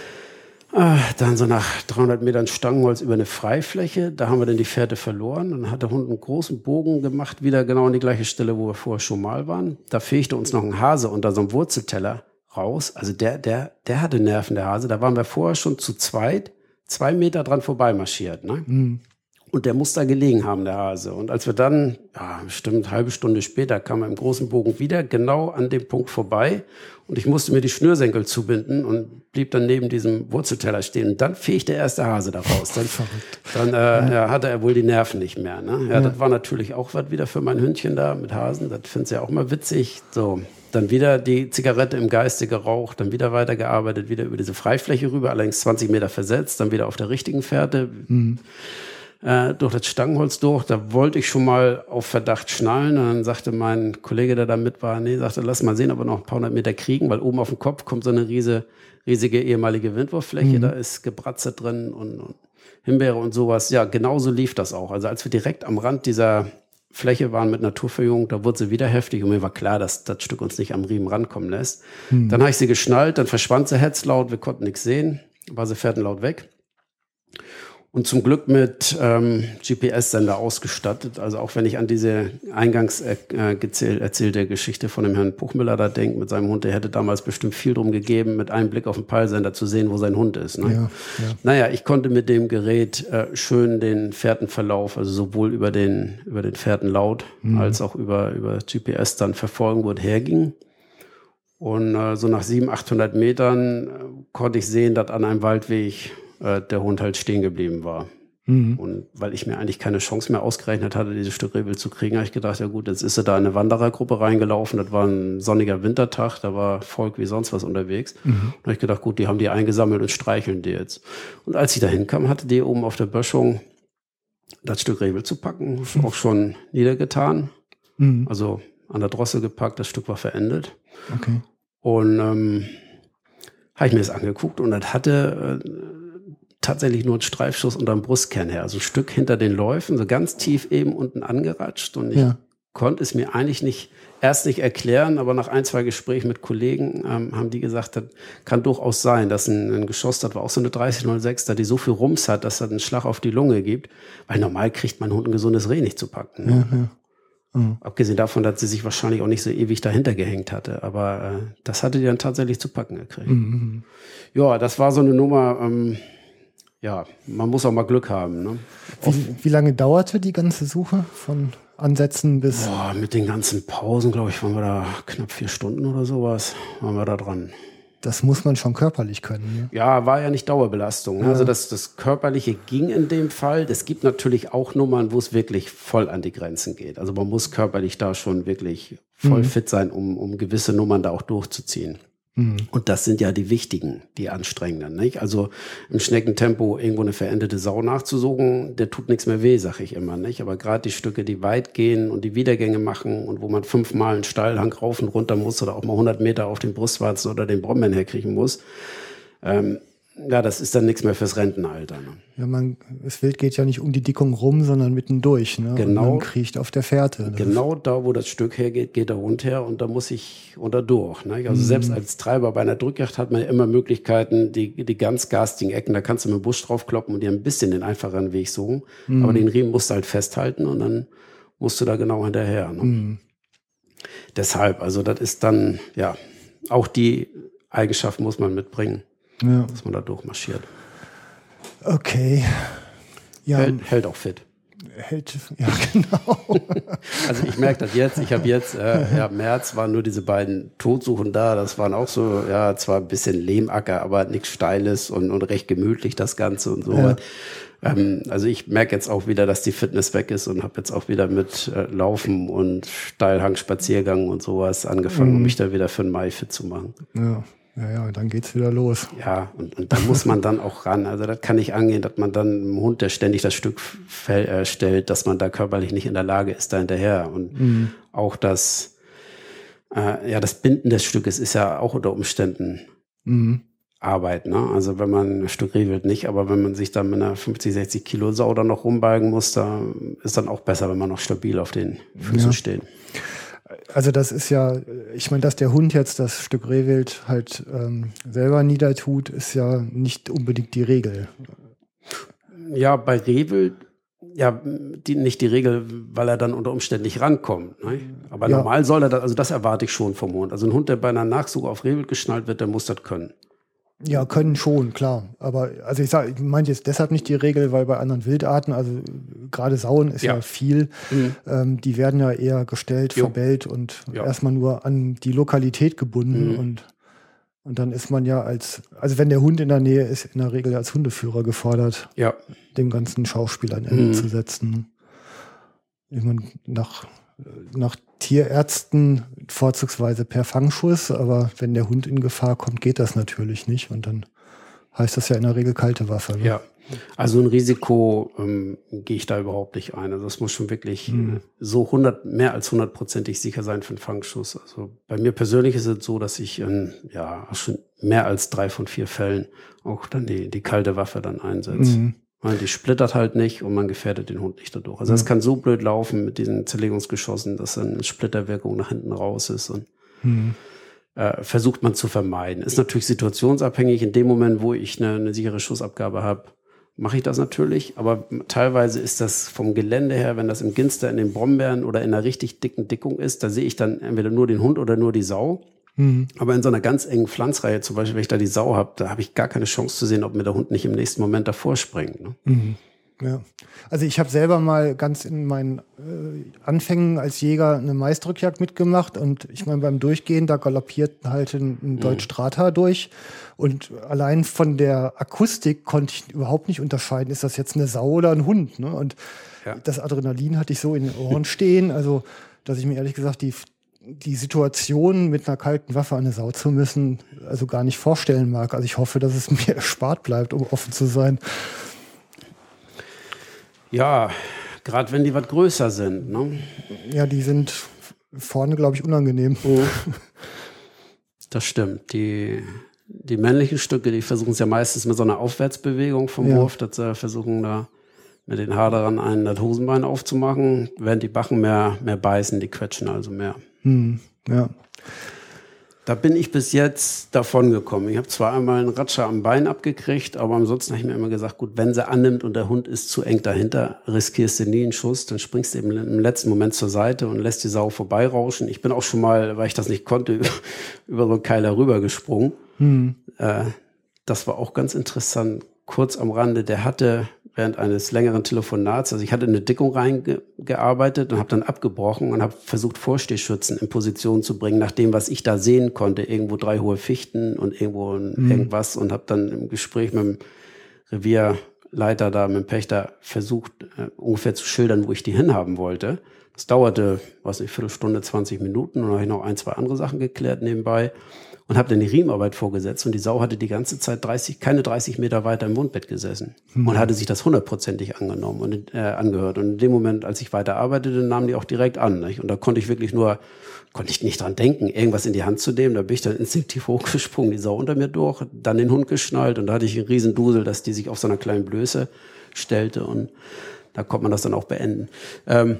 Ah, dann so nach dreihundert Metern Stangenholz über eine Freifläche, da haben wir dann die Fährte verloren. Dann hat der Hund einen großen Bogen gemacht, wieder genau an die gleiche Stelle, wo wir vorher schon mal waren. Da fegte uns noch ein Hase unter so einem Wurzelteller raus. Also der, der, der hatte Nerven, der Hase. Da waren wir vorher schon zu zweit, zwei Meter dran vorbei marschiert, ne? Mhm. Und der muss da gelegen haben, der Hase. Und als wir dann, ja, bestimmt eine halbe Stunde später, kam er im großen Bogen wieder genau an dem Punkt vorbei. Und ich musste mir die Schnürsenkel zubinden und blieb dann neben diesem Wurzelteller stehen. Und dann fegte erst der Hase da raus. Dann, dann äh, ja, hatte er wohl die Nerven nicht mehr. Ne? Ja, ja. Das war natürlich auch was wieder für mein Hündchen da mit Hasen. Das find's ja auch mal witzig. So, dann wieder die Zigarette im Geiste geraucht, dann wieder weitergearbeitet, wieder über diese Freifläche rüber, allerdings zwanzig Meter versetzt, dann wieder auf der richtigen Fährte. Mhm. Äh, durch das Stangenholz durch, da wollte ich schon mal auf Verdacht schnallen und dann sagte mein Kollege, der da mit war, nee, sagte, lass mal sehen, ob wir noch ein paar hundert Meter kriegen, weil oben auf dem Kopf kommt so eine riese, riesige ehemalige Windwurffläche, mhm. da ist Gebratze drin und, und Himbeere und sowas. Ja, genauso lief das auch. Also als wir direkt am Rand dieser Fläche waren mit Naturverjüngung, da wurde sie wieder heftig und mir war klar, dass das Stück uns nicht am Riemen rankommen lässt. Hm. Dann habe ich sie geschnallt, dann verschwand sie hetzlaut, wir konnten nichts sehen, war sie fährtenlaut weg. Und zum Glück mit ähm, G P S-Sender ausgestattet. Also auch wenn ich an diese eingangs äh, gezähl, erzählte Geschichte von dem Herrn Puchmüller da denke, mit seinem Hund, der hätte damals bestimmt viel drum gegeben, mit einem Blick auf den Peilsender zu sehen, wo sein Hund ist. Ne? Ja, ja. Naja, ich konnte mit dem Gerät äh, schön den Fährtenverlauf, also sowohl über den, über den Fährtenlaut mhm. als auch über, über G P S dann verfolgen, wo es herging. Und äh, so nach siebenhundert, achthundert Metern äh, konnte ich sehen, dass an einem Waldweg der Hund halt stehen geblieben war. Mhm. Und weil ich mir eigentlich keine Chance mehr ausgerechnet hatte, dieses Stück Rehwild zu kriegen, habe ich gedacht, ja gut, jetzt ist er da in eine Wanderergruppe reingelaufen. Das war ein sonniger Wintertag, da war Volk wie sonst was unterwegs. Mhm. Und da habe ich gedacht, gut, die haben die eingesammelt und streicheln die jetzt. Und als ich da hinkam, hatte die oben auf der Böschung das Stück Rehwild zu packen, mhm. auch schon niedergetan. Mhm. Also an der Drossel gepackt, das Stück war verendet. Okay. Und ähm, habe ich mir das angeguckt und das hatte äh, tatsächlich nur ein Streifschuss unterm Brustkern her, also ein Stück hinter den Läufen, so ganz tief eben unten angeratscht und ich ja. konnte es mir eigentlich nicht, erst nicht erklären, aber nach ein, zwei Gesprächen mit Kollegen ähm, haben die gesagt, das kann durchaus sein, dass ein, ein Geschoss, das war auch so eine dreißig null sechs, da die so viel Rums hat, dass das einen Schlag auf die Lunge gibt, weil normal kriegt man Hund ein gesundes Reh nicht zu packen. Ne? Ja, ja. Mhm. Abgesehen davon, dass sie sich wahrscheinlich auch nicht so ewig dahinter gehängt hatte, aber äh, das hatte die dann tatsächlich zu packen gekriegt. Mhm. Ja, das war so eine Nummer, ähm, ja, man muss auch mal Glück haben. Ne? Wie, wie lange dauerte die ganze Suche von Ansätzen bis... Boah, mit den ganzen Pausen, glaube ich, waren wir da knapp vier Stunden oder sowas, waren wir da dran. Das muss man schon körperlich können. Ne? Ja, war ja nicht Dauerbelastung. Ne? Ja. Also das, das Körperliche ging in dem Fall. Es gibt natürlich auch Nummern, wo es wirklich voll an die Grenzen geht. Also man muss körperlich da schon wirklich voll mhm. fit sein, um, um gewisse Nummern da auch durchzuziehen. Mhm. Und das sind ja die wichtigen, die anstrengenden. Nicht? Also im Schneckentempo irgendwo eine verendete Sau nachzusuchen, der tut nichts mehr weh, sag ich immer. Nicht? Aber gerade die Stücke, die weit gehen und die Wiedergänge machen und wo man fünfmal einen Steilhang rauf und runter muss oder auch mal hundert Meter auf den Brustwarzen oder den Brombeeren herkriegen muss, ähm, ja, das ist dann nichts mehr fürs Rentenalter. Ne? Ja, man, das Wild geht ja nicht um die Dickung rum, sondern mittendurch. Ne? Genau. Und man kriecht auf der Fährte. Genau da, wo das Stück hergeht, geht der Hund her und da muss ich unter durch. Ne? Also mhm. selbst als Treiber bei einer Drückjagd hat man ja immer Möglichkeiten, die, die ganz garstigen Ecken, da kannst du mit dem Busch draufkloppen und dir ein bisschen den einfacheren Weg suchen. Mhm. Aber den Riemen musst du halt festhalten und dann musst du da genau hinterher. Ne? Mhm. Deshalb, also das ist dann, ja, auch die Eigenschaft muss man mitbringen. Ja. Dass man da durchmarschiert. Okay. Ja. Hält, hält auch fit. Hält, ja, genau. Also ich merke das jetzt, ich habe jetzt, äh, ja, im März waren nur diese beiden Todsuchen da, das waren auch so, ja, zwar ein bisschen Lehmacker, aber nichts Steiles und, und recht gemütlich das Ganze und so. Ja. Ähm, also ich merke jetzt auch wieder, dass die Fitness weg ist und habe jetzt auch wieder mit äh, Laufen und Steilhang, Spaziergang und sowas angefangen, mhm. um mich da wieder für den Mai fit zu machen. Ja. Ja, ja, dann geht's wieder los. Ja, und, und da muss man dann auch ran. Also das kann nicht angehen, dass man dann einem Hund, der ständig das Stück fäll, äh, stellt, dass man da körperlich nicht in der Lage ist, da hinterher. Und mhm. auch das, äh, ja, das Binden des Stückes ist ja auch unter Umständen mhm. Arbeit. Ne? Also wenn man ein Stück Rehwild nicht, aber wenn man sich dann mit einer fünfzig, sechzig Kilo Sau da noch rumbalgen muss, da ist dann auch besser, wenn man noch stabil auf den Füßen ja. steht. Also das ist ja, ich meine, dass der Hund jetzt das Stück Rehwild halt ähm, selber niedertut, ist ja nicht unbedingt die Regel. Ja, bei Rehwild, ja, die, nicht die Regel, weil er dann unter Umständen nicht rankommt. Ne? Aber ja. normal soll er das, also das erwarte ich schon vom Hund. Also ein Hund, der bei einer Nachsuche auf Rehwild geschnallt wird, der muss das können. Ja, können schon, klar. Aber also ich sage, ich meine jetzt deshalb nicht die Regel, weil bei anderen Wildarten, also gerade Sauen ist ja, ja viel, mhm. ähm, die werden ja eher gestellt, jo. verbellt und ja. erstmal nur an die Lokalität gebunden mhm. und und dann ist man ja als, also wenn der Hund in der Nähe ist, in der Regel als Hundeführer gefordert, ja. dem ganzen Schauspiel ein Ende mhm. zu setzen. Ich meine, nach nach Tierärzten vorzugsweise per Fangschuss, aber wenn der Hund in Gefahr kommt, geht das natürlich nicht und dann heißt das ja in der Regel kalte Waffe. Ne? Ja, also ein Risiko ähm, gehe ich da überhaupt nicht ein. Also es muss schon wirklich hm. so hundert, mehr als hundertprozentig sicher sein für einen Fangschuss. Also bei mir persönlich ist es so, dass ich in ja schon mehr als drei von vier Fällen auch dann die, die kalte Waffe dann einsetze. Mhm. Die splittert halt nicht und man gefährdet den Hund nicht dadurch. Also es mhm. kann so blöd laufen mit diesen Zerlegungsgeschossen, dass dann eine Splitterwirkung nach hinten raus ist und mhm. äh, versucht man zu vermeiden. Ist natürlich situationsabhängig. In dem Moment, wo ich eine, eine sichere Schussabgabe habe, mache ich das natürlich. Aber teilweise ist das vom Gelände her, wenn das im Ginster in den Brombeeren oder in einer richtig dicken Dickung ist, da sehe ich dann entweder nur den Hund oder nur die Sau. Aber in so einer ganz engen Pflanzreihe, zum Beispiel, wenn ich da die Sau habe, da habe ich gar keine Chance zu sehen, ob mir der Hund nicht im nächsten Moment davor springt. Ne? Mhm. Ja. Also ich habe selber mal ganz in meinen äh, Anfängen als Jäger eine Maistrückjagd mitgemacht und ich meine, beim Durchgehen, da galoppiert halt ein, ein mhm. Deutsch-Strata durch und allein von der Akustik konnte ich überhaupt nicht unterscheiden, ist das jetzt eine Sau oder ein Hund. Ne? Und ja. das Adrenalin hatte ich so in den Ohren stehen, also dass ich mir ehrlich gesagt die die Situation, mit einer kalten Waffe an eine Sau zu müssen, also gar nicht vorstellen mag. Also ich hoffe, dass es mir erspart bleibt, um offen zu sein. Ja, gerade wenn die was größer sind. Ne? Ja, die sind vorne, glaube ich, unangenehm. Oh. Das stimmt. Die, die männlichen Stücke, die versuchen es ja meistens mit so einer Aufwärtsbewegung vom ja. Wurf, dass sie versuchen da mit den Haderern einen das Hosenbein aufzumachen, während die Bachen mehr, mehr beißen, die quetschen also mehr. Hm, ja. Da bin ich bis jetzt davon gekommen. Ich habe zwar einmal einen Ratscher am Bein abgekriegt, aber ansonsten habe ich mir immer gesagt, gut, wenn sie annimmt und der Hund ist zu eng dahinter, riskierst du nie einen Schuss, dann springst du eben im letzten Moment zur Seite und lässt die Sau vorbeirauschen. Ich bin auch schon mal, weil ich das nicht konnte, über so einen Keiler rübergesprungen. Hm. Äh, das war auch ganz interessant. Kurz am Rande, der hatte während eines längeren Telefonats, also ich hatte eine Dickung reingearbeitet und habe dann abgebrochen und habe versucht, Vorstehschützen in Position zu bringen, nach dem, was ich da sehen konnte. Irgendwo drei hohe Fichten und irgendwo mhm. irgendwas und habe dann im Gespräch mit dem Revierleiter da, mit dem Pächter, versucht, äh, ungefähr zu schildern, wo ich die hinhaben wollte. Das dauerte, weiß nicht, Viertelstunde, zwanzig Minuten und dann habe ich noch ein, zwei andere Sachen geklärt nebenbei. Und habe dann die Riemenarbeit vorgesetzt und die Sau hatte die ganze Zeit dreißig, keine dreißig Meter weiter im Wohnbett gesessen mhm. und hatte sich das hundertprozentig angenommen und äh, angehört. Und in dem Moment, als ich weiter arbeitete, nahmen die auch direkt an. Nicht? Und da konnte ich wirklich nur, konnte ich nicht dran denken, irgendwas in die Hand zu nehmen. Da bin ich dann instinktiv hochgesprungen, die Sau unter mir durch, dann den Hund geschnallt und da hatte ich einen riesen Dusel, dass die sich auf so einer kleinen Blöße stellte und da konnte man das dann auch beenden. Ähm,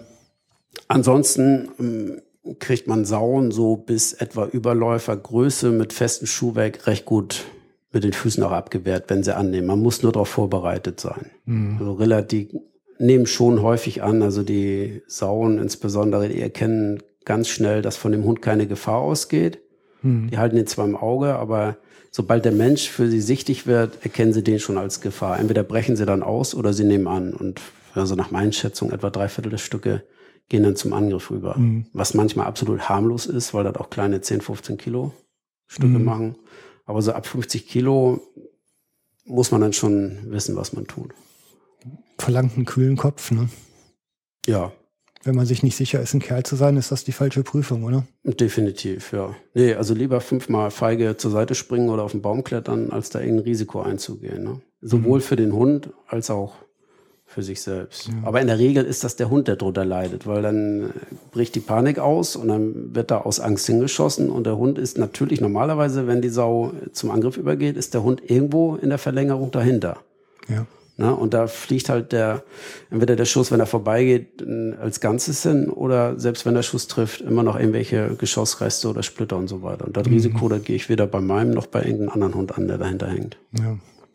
ansonsten ähm, kriegt man Sauen so bis etwa Überläufergröße mit festem Schuhwerk recht gut mit den Füßen auch abgewehrt, wenn sie annehmen. Man muss nur darauf vorbereitet sein. Mhm. Also relativ, nehmen schon häufig an, also die Sauen insbesondere, die erkennen ganz schnell, dass von dem Hund keine Gefahr ausgeht. Mhm. Die halten ihn zwar im Auge, aber sobald der Mensch für sie sichtig wird, erkennen sie den schon als Gefahr. Entweder brechen sie dann aus oder sie nehmen an. Und also nach meinen Schätzungen etwa drei Viertel der Stücke gehen dann zum Angriff rüber. Mhm. Was manchmal absolut harmlos ist, weil das auch kleine zehn, fünfzehn Kilo Stücke mhm. machen. Aber so ab fünfzig Kilo muss man dann schon wissen, was man tut. Verlangt einen kühlen Kopf, ne? Ja. Wenn man sich nicht sicher ist, ein Kerl zu sein, ist das die falsche Prüfung, oder? Definitiv, ja. Nee, also lieber fünfmal feige zur Seite springen oder auf den Baum klettern, als da irgendein Risiko einzugehen. Ne? Sowohl mhm. für den Hund als auch für sich selbst. Ja. Aber in der Regel ist das der Hund, der drunter leidet, weil dann bricht die Panik aus und dann wird da aus Angst hingeschossen und der Hund ist natürlich normalerweise, wenn die Sau zum Angriff übergeht, ist der Hund irgendwo in der Verlängerung dahinter. Ja. Na, und da fliegt halt der, entweder der Schuss, wenn er vorbeigeht, als Ganzes hin oder selbst wenn der Schuss trifft, immer noch irgendwelche Geschossreste oder Splitter und so weiter. Und das mhm. Risiko, das gehe ich weder bei meinem noch bei irgendeinem anderen Hund an, der dahinter hängt. Ja,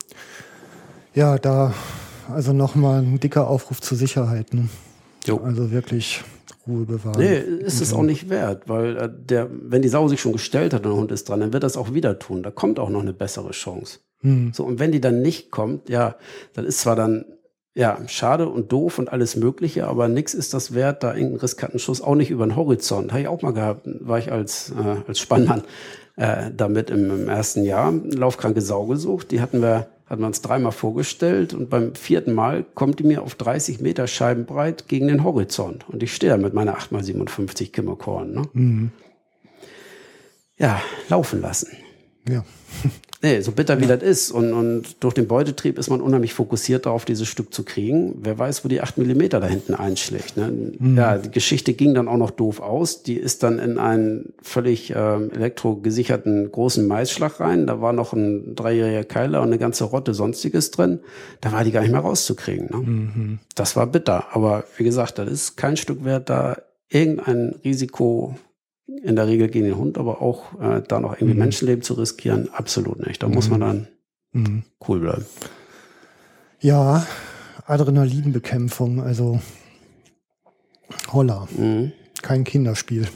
ja da also nochmal ein dicker Aufruf zur Sicherheit. Ne? Jo. Also wirklich Ruhe bewahren. Nee, ist es auch nicht wert, weil äh, der, wenn die Sau sich schon gestellt hat und der Hund ist dran, dann wird das auch wieder tun. Da kommt auch noch eine bessere Chance. Hm. So, und wenn die dann nicht kommt, ja, dann ist zwar dann ja schade und doof und alles Mögliche, aber nix ist das wert, da irgendeinen riskanten Schuss, auch nicht über den Horizont. Habe ich auch mal gehabt, war ich als, äh, als Spannmann äh, damit im, im ersten Jahr laufkranke Sau gesucht. Die hatten wir hatten wir uns dreimal vorgestellt und beim vierten Mal kommt die mir auf dreißig Meter scheibenbreit gegen den Horizont. Und ich stehe da mit meiner acht mal siebenundfünfzig Kimmerkorn. Ne? Mhm. Ja, laufen lassen. Ja. Nee, so bitter wie Ja. das ist. Und, und durch den Beutetrieb ist man unheimlich fokussiert darauf, dieses Stück zu kriegen. Wer weiß, wo die acht Millimeter da hinten einschlägt. Ne? Mhm. Ja, die Geschichte ging dann auch noch doof aus. Die ist dann in einen völlig ähm, elektrogesicherten großen Maisschlag rein. Da war noch ein dreijähriger Keiler und eine ganze Rotte Sonstiges drin. Da war die gar nicht mehr rauszukriegen. Ne? Mhm. Das war bitter. Aber wie gesagt, das ist kein Stück wert, da irgendein Risiko, in der Regel gegen den Hund, aber auch äh, da noch irgendwie Mhm. Menschenleben zu riskieren, absolut nicht. Da muss man dann Mhm. cool bleiben. Ja, Adrenalinbekämpfung, also holla, Mhm. kein Kinderspiel.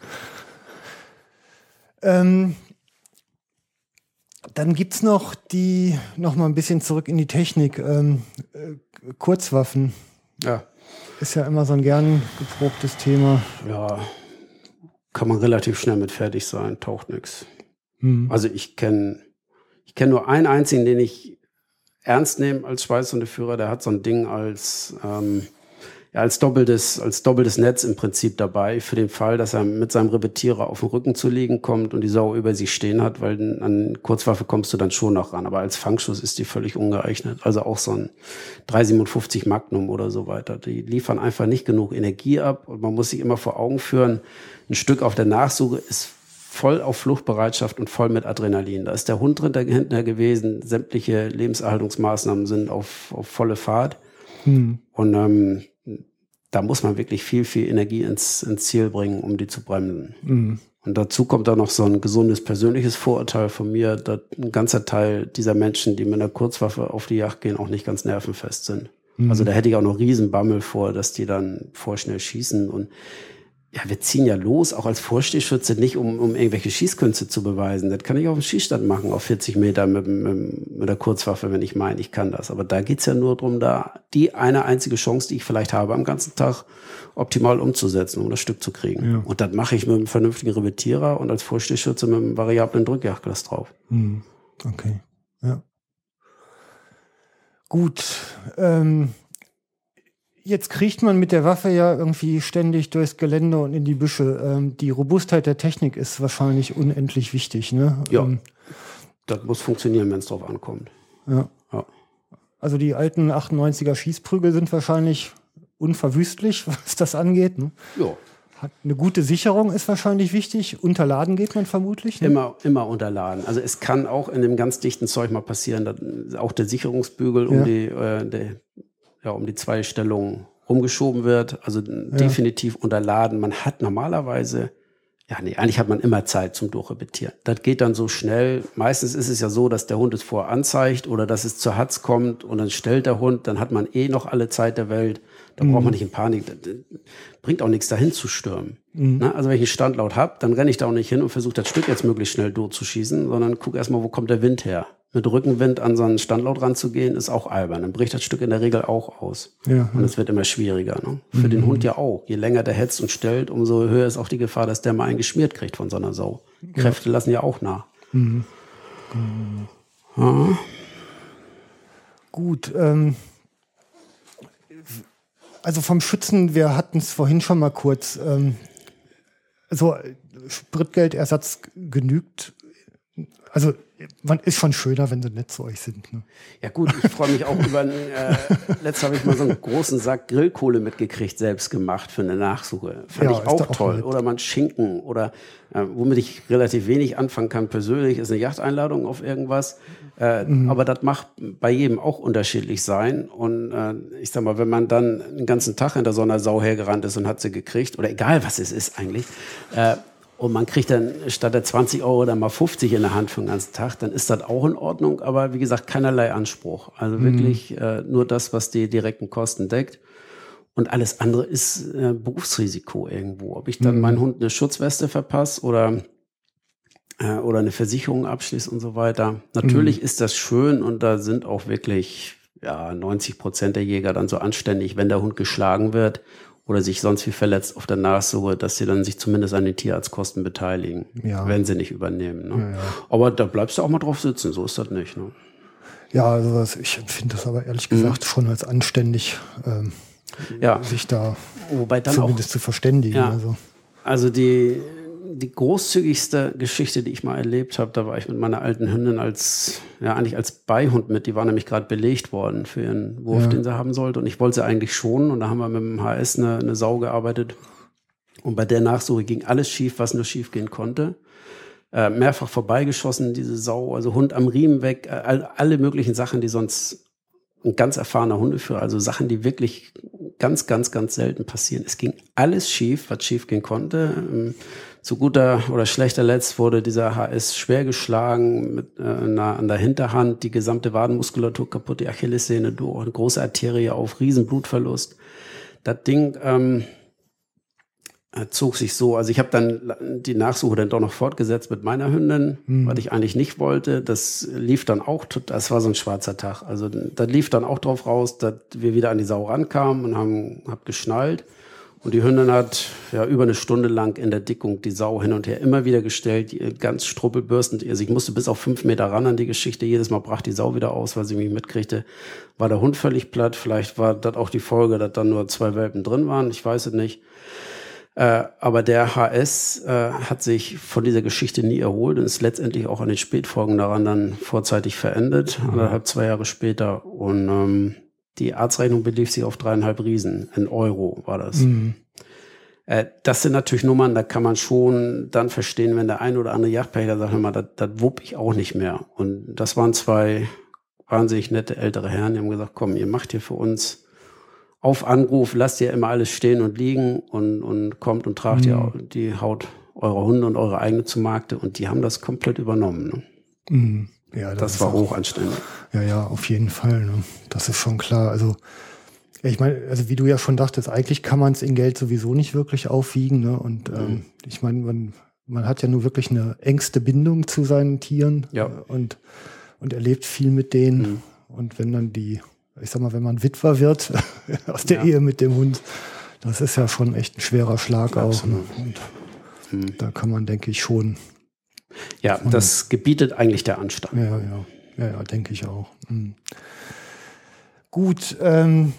ähm, dann gibt's noch die, noch mal ein bisschen zurück in die Technik, ähm, äh, Kurzwaffen. Ja. Ist ja immer so ein gern geprobtes Thema. Ja, kann man relativ schnell mit fertig sein, taucht nichts. Hm. Also ich kenne ich kenn nur einen einzigen, den ich ernst nehme als Schweißhundeführer, der hat so ein Ding als, ähm, ja, als, doppeltes, als doppeltes Netz im Prinzip dabei, für den Fall, dass er mit seinem Repetierer auf dem Rücken zu liegen kommt und die Sau über sich stehen hat, weil an Kurzwaffe kommst du dann schon noch ran, aber als Fangschuss ist die völlig ungeeignet. Also auch so ein drei siebenundfünfzig Magnum oder so weiter. Die liefern einfach nicht genug Energie ab und man muss sich immer vor Augen führen, ein Stück auf der Nachsuche ist voll auf Fluchtbereitschaft und voll mit Adrenalin. Da ist der Hund drin hinterher gewesen, sämtliche Lebenserhaltungsmaßnahmen sind auf, auf volle Fahrt. Hm. Und ähm, da muss man wirklich viel, viel Energie ins, ins Ziel bringen, um die zu bremsen. Hm. Und dazu kommt dann noch so ein gesundes persönliches Vorurteil von mir, dass ein ganzer Teil dieser Menschen, die mit einer Kurzwaffe auf die Jagd gehen, auch nicht ganz nervenfest sind. Hm. Also da hätte ich auch noch Riesenbammel vor, dass die dann vorschnell schießen. Und ja, wir ziehen ja los, auch als Vorstehschütze, nicht um, um irgendwelche Schießkünste zu beweisen. Das kann ich auf dem Schießstand machen, auf vierzig Meter mit, mit, mit der Kurzwaffe, wenn ich meine, ich kann das. Aber da geht's ja nur darum, da die eine einzige Chance, die ich vielleicht habe, am ganzen Tag optimal umzusetzen, um das Stück zu kriegen. Ja. Und das mache ich mit einem vernünftigen Repetierer und als Vorstehschütze mit einem variablen Drückjagdglas drauf. Hm. Okay, ja. Gut, ähm, jetzt kriecht man mit der Waffe ja irgendwie ständig durchs Gelände und in die Büsche. Ähm, die Robustheit der Technik ist wahrscheinlich unendlich wichtig, ne? Ja, Ähm, das muss funktionieren, wenn es drauf ankommt. ja. Ja. Also die alten achtundneunziger Schießprügel sind wahrscheinlich unverwüstlich, was das angeht. Ne? Ja. Hat eine gute Sicherung ist wahrscheinlich wichtig. Unterladen geht man vermutlich. Ne? Immer, immer unterladen. Also es kann auch in dem ganz dichten Zeug mal passieren, dass auch der Sicherungsbügel um Ja. die, äh, der, ja, um die zwei Stellungen rumgeschoben wird. Also definitiv unterladen. Man hat normalerweise, ja nee, eigentlich hat man immer Zeit zum Durchrepetieren. Das geht dann so schnell. Meistens ist es ja so, dass der Hund es vorher anzeigt oder dass es zur Hatz kommt und dann stellt der Hund, dann hat man eh noch alle Zeit der Welt. Da Mhm. braucht man nicht in Panik. Das, das bringt auch nichts dahin zu stürmen. Mhm. Na, also wenn ich einen Standlaut habe, dann renne ich da auch nicht hin und versuche das Stück jetzt möglichst schnell durchzuschießen, sondern gucke erstmal, wo kommt der Wind her. Mit Rückenwind an so einen Standlaut ranzugehen, ist auch albern. Dann bricht das Stück in der Regel auch aus. Ja. Und es wird immer schwieriger. Ne? Für den Hund ja auch. Je länger der hetzt und stellt, umso höher ist auch die Gefahr, dass der mal einen geschmiert kriegt von so einer Sau. Kräfte lassen ja auch nach. Mhm. Ja. Gut. Ähm, also vom Schützen, wir hatten es vorhin schon mal kurz. Ähm, so Spritgeldersatz genügt. Also man ist schon schöner, wenn sie nett zu euch sind. Ne? Ja gut, ich freue mich auch über einen, äh, letztes habe ich mal so einen großen Sack Grillkohle mitgekriegt, selbst gemacht für eine Nachsuche. Fand Ja, ich ist auch doch auch toll. nett. Oder mal ein Schinken oder äh, womit ich relativ wenig anfangen kann persönlich, ist eine Yachteinladung auf irgendwas. Äh, Mhm. Aber das macht bei jedem auch unterschiedlich sein. Und äh, ich sag mal, wenn man dann einen ganzen Tag hinter so einer Sau hergerannt ist und hat sie gekriegt, oder egal was es ist eigentlich, äh, und man kriegt dann statt der zwanzig Euro dann mal fünfzig in der Hand für den ganzen Tag, dann ist das auch in Ordnung, aber wie gesagt, keinerlei Anspruch. Also Mhm. wirklich äh, nur das, was die direkten Kosten deckt. Und alles andere ist äh, Berufsrisiko irgendwo. Ob ich dann Mhm. meinem Hund eine Schutzweste verpasse oder, äh, oder eine Versicherung abschließe und so weiter. Natürlich Mhm. ist das schön und da sind auch wirklich ja, neunzig Prozent der Jäger dann so anständig, wenn der Hund geschlagen wird oder sich sonst wie verletzt auf der Nachsuche, dass sie dann sich zumindest an den Tierarztkosten beteiligen, Ja. wenn sie nicht übernehmen. Ne? Ja, ja. Aber da bleibst du auch mal drauf sitzen, so ist das nicht. Ne? Ja, also das, ich empfinde das aber ehrlich gesagt schon als anständig, ähm, Ja, sich da wobei dann zumindest auch, zu verständigen. Ja. Also. also die, die großzügigste Geschichte, die ich mal erlebt habe, da war ich mit meiner alten Hündin als, ja, eigentlich als Beihund mit. Die war nämlich gerade belegt worden für ihren Wurf, ja. den sie haben sollte. Und ich wollte sie eigentlich schonen. Und da haben wir mit dem H S eine, eine Sau gearbeitet. Und bei der Nachsuche ging alles schief, was nur schief gehen konnte. Äh, mehrfach vorbeigeschossen, diese Sau, also Hund am Riemen weg, äh, all, alle möglichen Sachen, die sonst ein ganz erfahrener Hundeführer, also Sachen, die wirklich ganz, ganz, ganz selten passieren. Es ging alles schief, was schief gehen konnte. Ähm, zu guter oder schlechter Letzt wurde dieser H S schwer geschlagen mit äh, einer, an der Hinterhand, die gesamte Wadenmuskulatur kaputt, die Achillessehne durch, eine große Arterie auf, riesen Blutverlust. Das Ding ähm, zog sich so, also ich habe dann die Nachsuche dann doch noch fortgesetzt mit meiner Hündin, mhm. was ich eigentlich nicht wollte. Das lief dann auch, das war so ein schwarzer Tag. Also das lief dann auch drauf raus, dass wir wieder an die Sau rankamen und haben hab geschnallt. Und die Hündin hat ja über eine Stunde lang in der Dickung die Sau hin und her immer wieder gestellt, ganz struppelbürstend. Also ich musste bis auf fünf Meter ran an die Geschichte. Jedes Mal brach die Sau wieder aus, weil sie mich mitkriegte. War der Hund völlig platt. Vielleicht war das auch die Folge, dass dann nur zwei Welpen drin waren. Ich weiß es nicht. Äh, aber der H S äh, hat sich von dieser Geschichte nie erholt und ist letztendlich auch an den Spätfolgen daran dann vorzeitig verendet, mhm. anderthalb, zwei Jahre später. Und ähm, die Arztrechnung belief sich auf dreieinhalb Riesen, in Euro war das. Mhm. Äh, das sind natürlich Nummern, da kann man schon dann verstehen, wenn der ein oder andere Jagdpächter sagt, hör mal, das, das wupp ich auch nicht mehr. Und das waren zwei wahnsinnig nette ältere Herren, die haben gesagt, komm, ihr macht hier für uns auf Anruf, lasst ihr immer alles stehen und liegen und, und kommt und tragt mhm. ihr die Haut eurer Hunde und eure eigene zu Markte. Und die haben das komplett übernommen. Ne? Mhm. Ja, das, das war auch hochanständig. Ja, ja, auf jeden Fall. Ne? Das ist schon klar. Also ich meine, also wie du ja schon dachtest, eigentlich kann man es in Geld sowieso nicht wirklich aufwiegen. Ne? Und mhm. ähm, ich meine, man, man hat ja nur wirklich eine engste Bindung zu seinen Tieren ja. und, und erlebt viel mit denen. Mhm. Und wenn dann die ich sag mal, wenn man Witwer wird aus der ja. Ehe mit dem Hund, das ist ja schon echt ein schwerer Schlag ja, auch. Ne? Und hm. da kann man, denke ich, schon. Ja, von, das gebietet eigentlich der Anstand. Ja, ja, ja, ja denke ich auch. Mhm. Gut, ähm,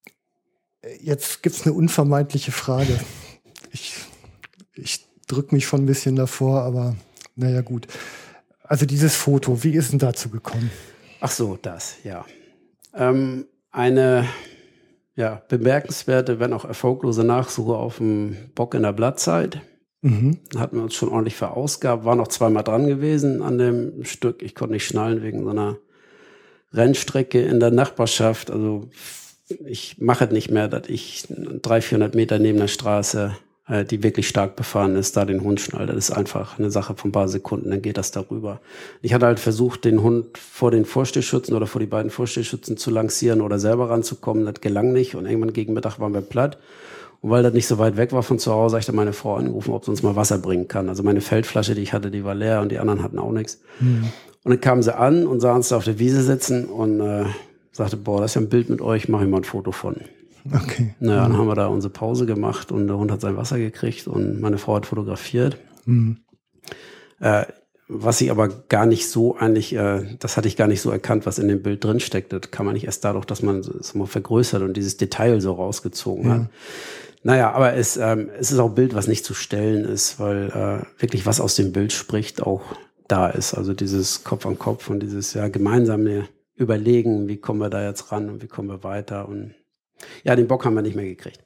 jetzt gibt es eine unvermeidliche Frage. Ich, ich drücke mich schon ein bisschen davor, aber naja, gut. Also dieses Foto, wie ist denn dazu gekommen? Ach so, das, ja. Ähm, eine ja, bemerkenswerte, wenn auch erfolglose Nachsuche auf dem Bock in der Blattzeit. Mhm. Hatten wir uns schon ordentlich verausgabt, war noch zweimal dran gewesen an dem Stück. Ich konnte nicht schnallen wegen so einer Rennstrecke in der Nachbarschaft. Also ich mache es nicht mehr, dass ich dreihundert, vierhundert Meter neben der Straße, äh, die wirklich stark befahren ist, da den Hund schnall. Das ist einfach eine Sache von ein paar Sekunden, dann geht das darüber. Ich hatte halt versucht, den Hund vor den Vorstehschützen oder vor die beiden Vorstehschützen zu lancieren oder selber ranzukommen. Das gelang nicht und irgendwann gegen Mittag waren wir platt. Und weil das nicht so weit weg war von zu Hause, habe ich dann meine Frau angerufen, ob sie uns mal Wasser bringen kann. Also meine Feldflasche, die ich hatte, die war leer und die anderen hatten auch nichts. Mhm. Und dann kamen sie an und sahen uns da auf der Wiese sitzen und äh, sagte, boah, das ist ja ein Bild mit euch, mache ich mal ein Foto von. Okay. Naja, dann haben wir da unsere Pause gemacht und der Hund hat sein Wasser gekriegt und meine Frau hat fotografiert. Mhm. Äh, was ich aber gar nicht so eigentlich, äh, das hatte ich gar nicht so erkannt, was in dem Bild drin steckt. Das kann man nicht erst dadurch, dass man es mal vergrößert und dieses Detail so rausgezogen ja. hat. Naja, aber es, ähm, es ist auch ein Bild, was nicht zu stellen ist, weil äh, wirklich was aus dem Bild spricht, auch da ist. Also dieses Kopf an Kopf und dieses ja gemeinsame Überlegen, wie kommen wir da jetzt ran und wie kommen wir weiter. Und ja, den Bock haben wir nicht mehr gekriegt.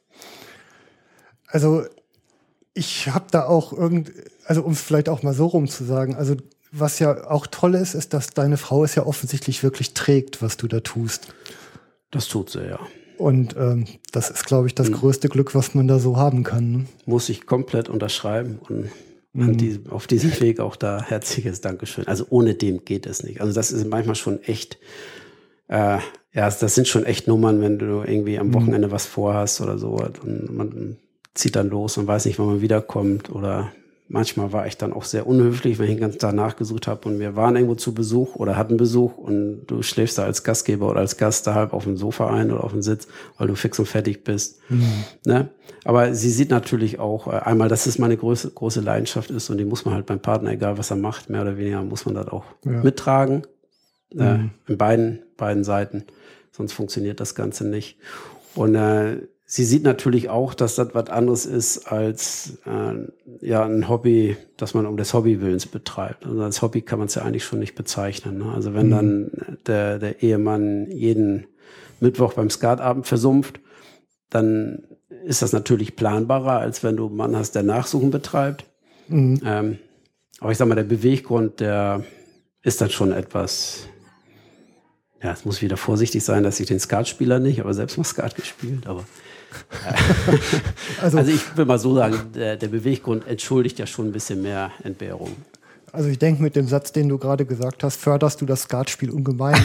Also ich habe da auch irgend, also um es vielleicht auch mal so rum zu sagen, also was ja auch toll ist, ist, dass deine Frau es ja offensichtlich wirklich trägt, was du da tust. Das tut sie, ja. Und ähm, das ist, glaube ich, das mhm. größte Glück, was man da so haben kann. Ne? Muss ich komplett unterschreiben und mhm. an diesem, auf diesem Weg auch da herzliches Dankeschön. Also ohne dem geht es nicht. Also das ist manchmal schon echt, äh, ja, das sind schon echt Nummern, wenn du irgendwie am Wochenende mhm. was vorhast oder so und man zieht dann los und weiß nicht, wann man wiederkommt oder manchmal war ich dann auch sehr unhöflich, wenn ich den ganzen Tag nachgesucht habe und wir waren irgendwo zu Besuch oder hatten Besuch und du schläfst da als Gastgeber oder als Gast da halb auf dem Sofa ein oder auf dem Sitz, weil du fix und fertig bist. Mhm. Ne? Aber sie sieht natürlich auch äh, einmal, dass es meine große, große Leidenschaft ist und die muss man halt beim Partner, egal was er macht, mehr oder weniger muss man das auch ja. mittragen. Mhm. Äh, in beiden, beiden Seiten. Sonst funktioniert das Ganze nicht. Und äh, sie sieht natürlich auch, dass das was anderes ist als äh, ja, ein Hobby, das man um des Hobbywillens betreibt. Also als Hobby kann man es ja eigentlich schon nicht bezeichnen. Ne? Also wenn mhm. dann der, der Ehemann jeden Mittwoch beim Skatabend versumpft, dann ist das natürlich planbarer, als wenn du einen Mann hast, der Nachsuchen betreibt. Mhm. Ähm, aber ich sag mal, der Beweggrund, der ist dann schon etwas, ja, es muss wieder vorsichtig sein, dass ich den Skatspieler nicht, aber selbst mal Skat gespielt, aber äh, also, also ich will mal so sagen, der, der Beweggrund entschuldigt ja schon ein bisschen mehr Entbehrung. Also ich denke, mit dem Satz, den du gerade gesagt hast, förderst du das Skatspiel ungemein.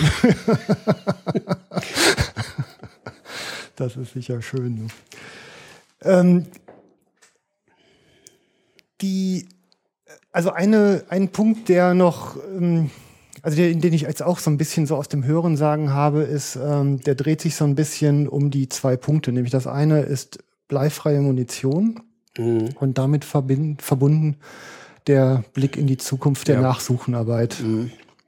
Das ist sicher schön. Ähm, die, also eine, ein Punkt, der noch, ähm, also den, den ich jetzt auch so ein bisschen so aus dem Hörensagen habe, ist, ähm, der dreht sich so ein bisschen um die zwei Punkte. Nämlich das eine ist bleifreie Munition mhm. und damit verbind, verbunden der Blick in die Zukunft der ja. Nachsuchenarbeit. Mhm.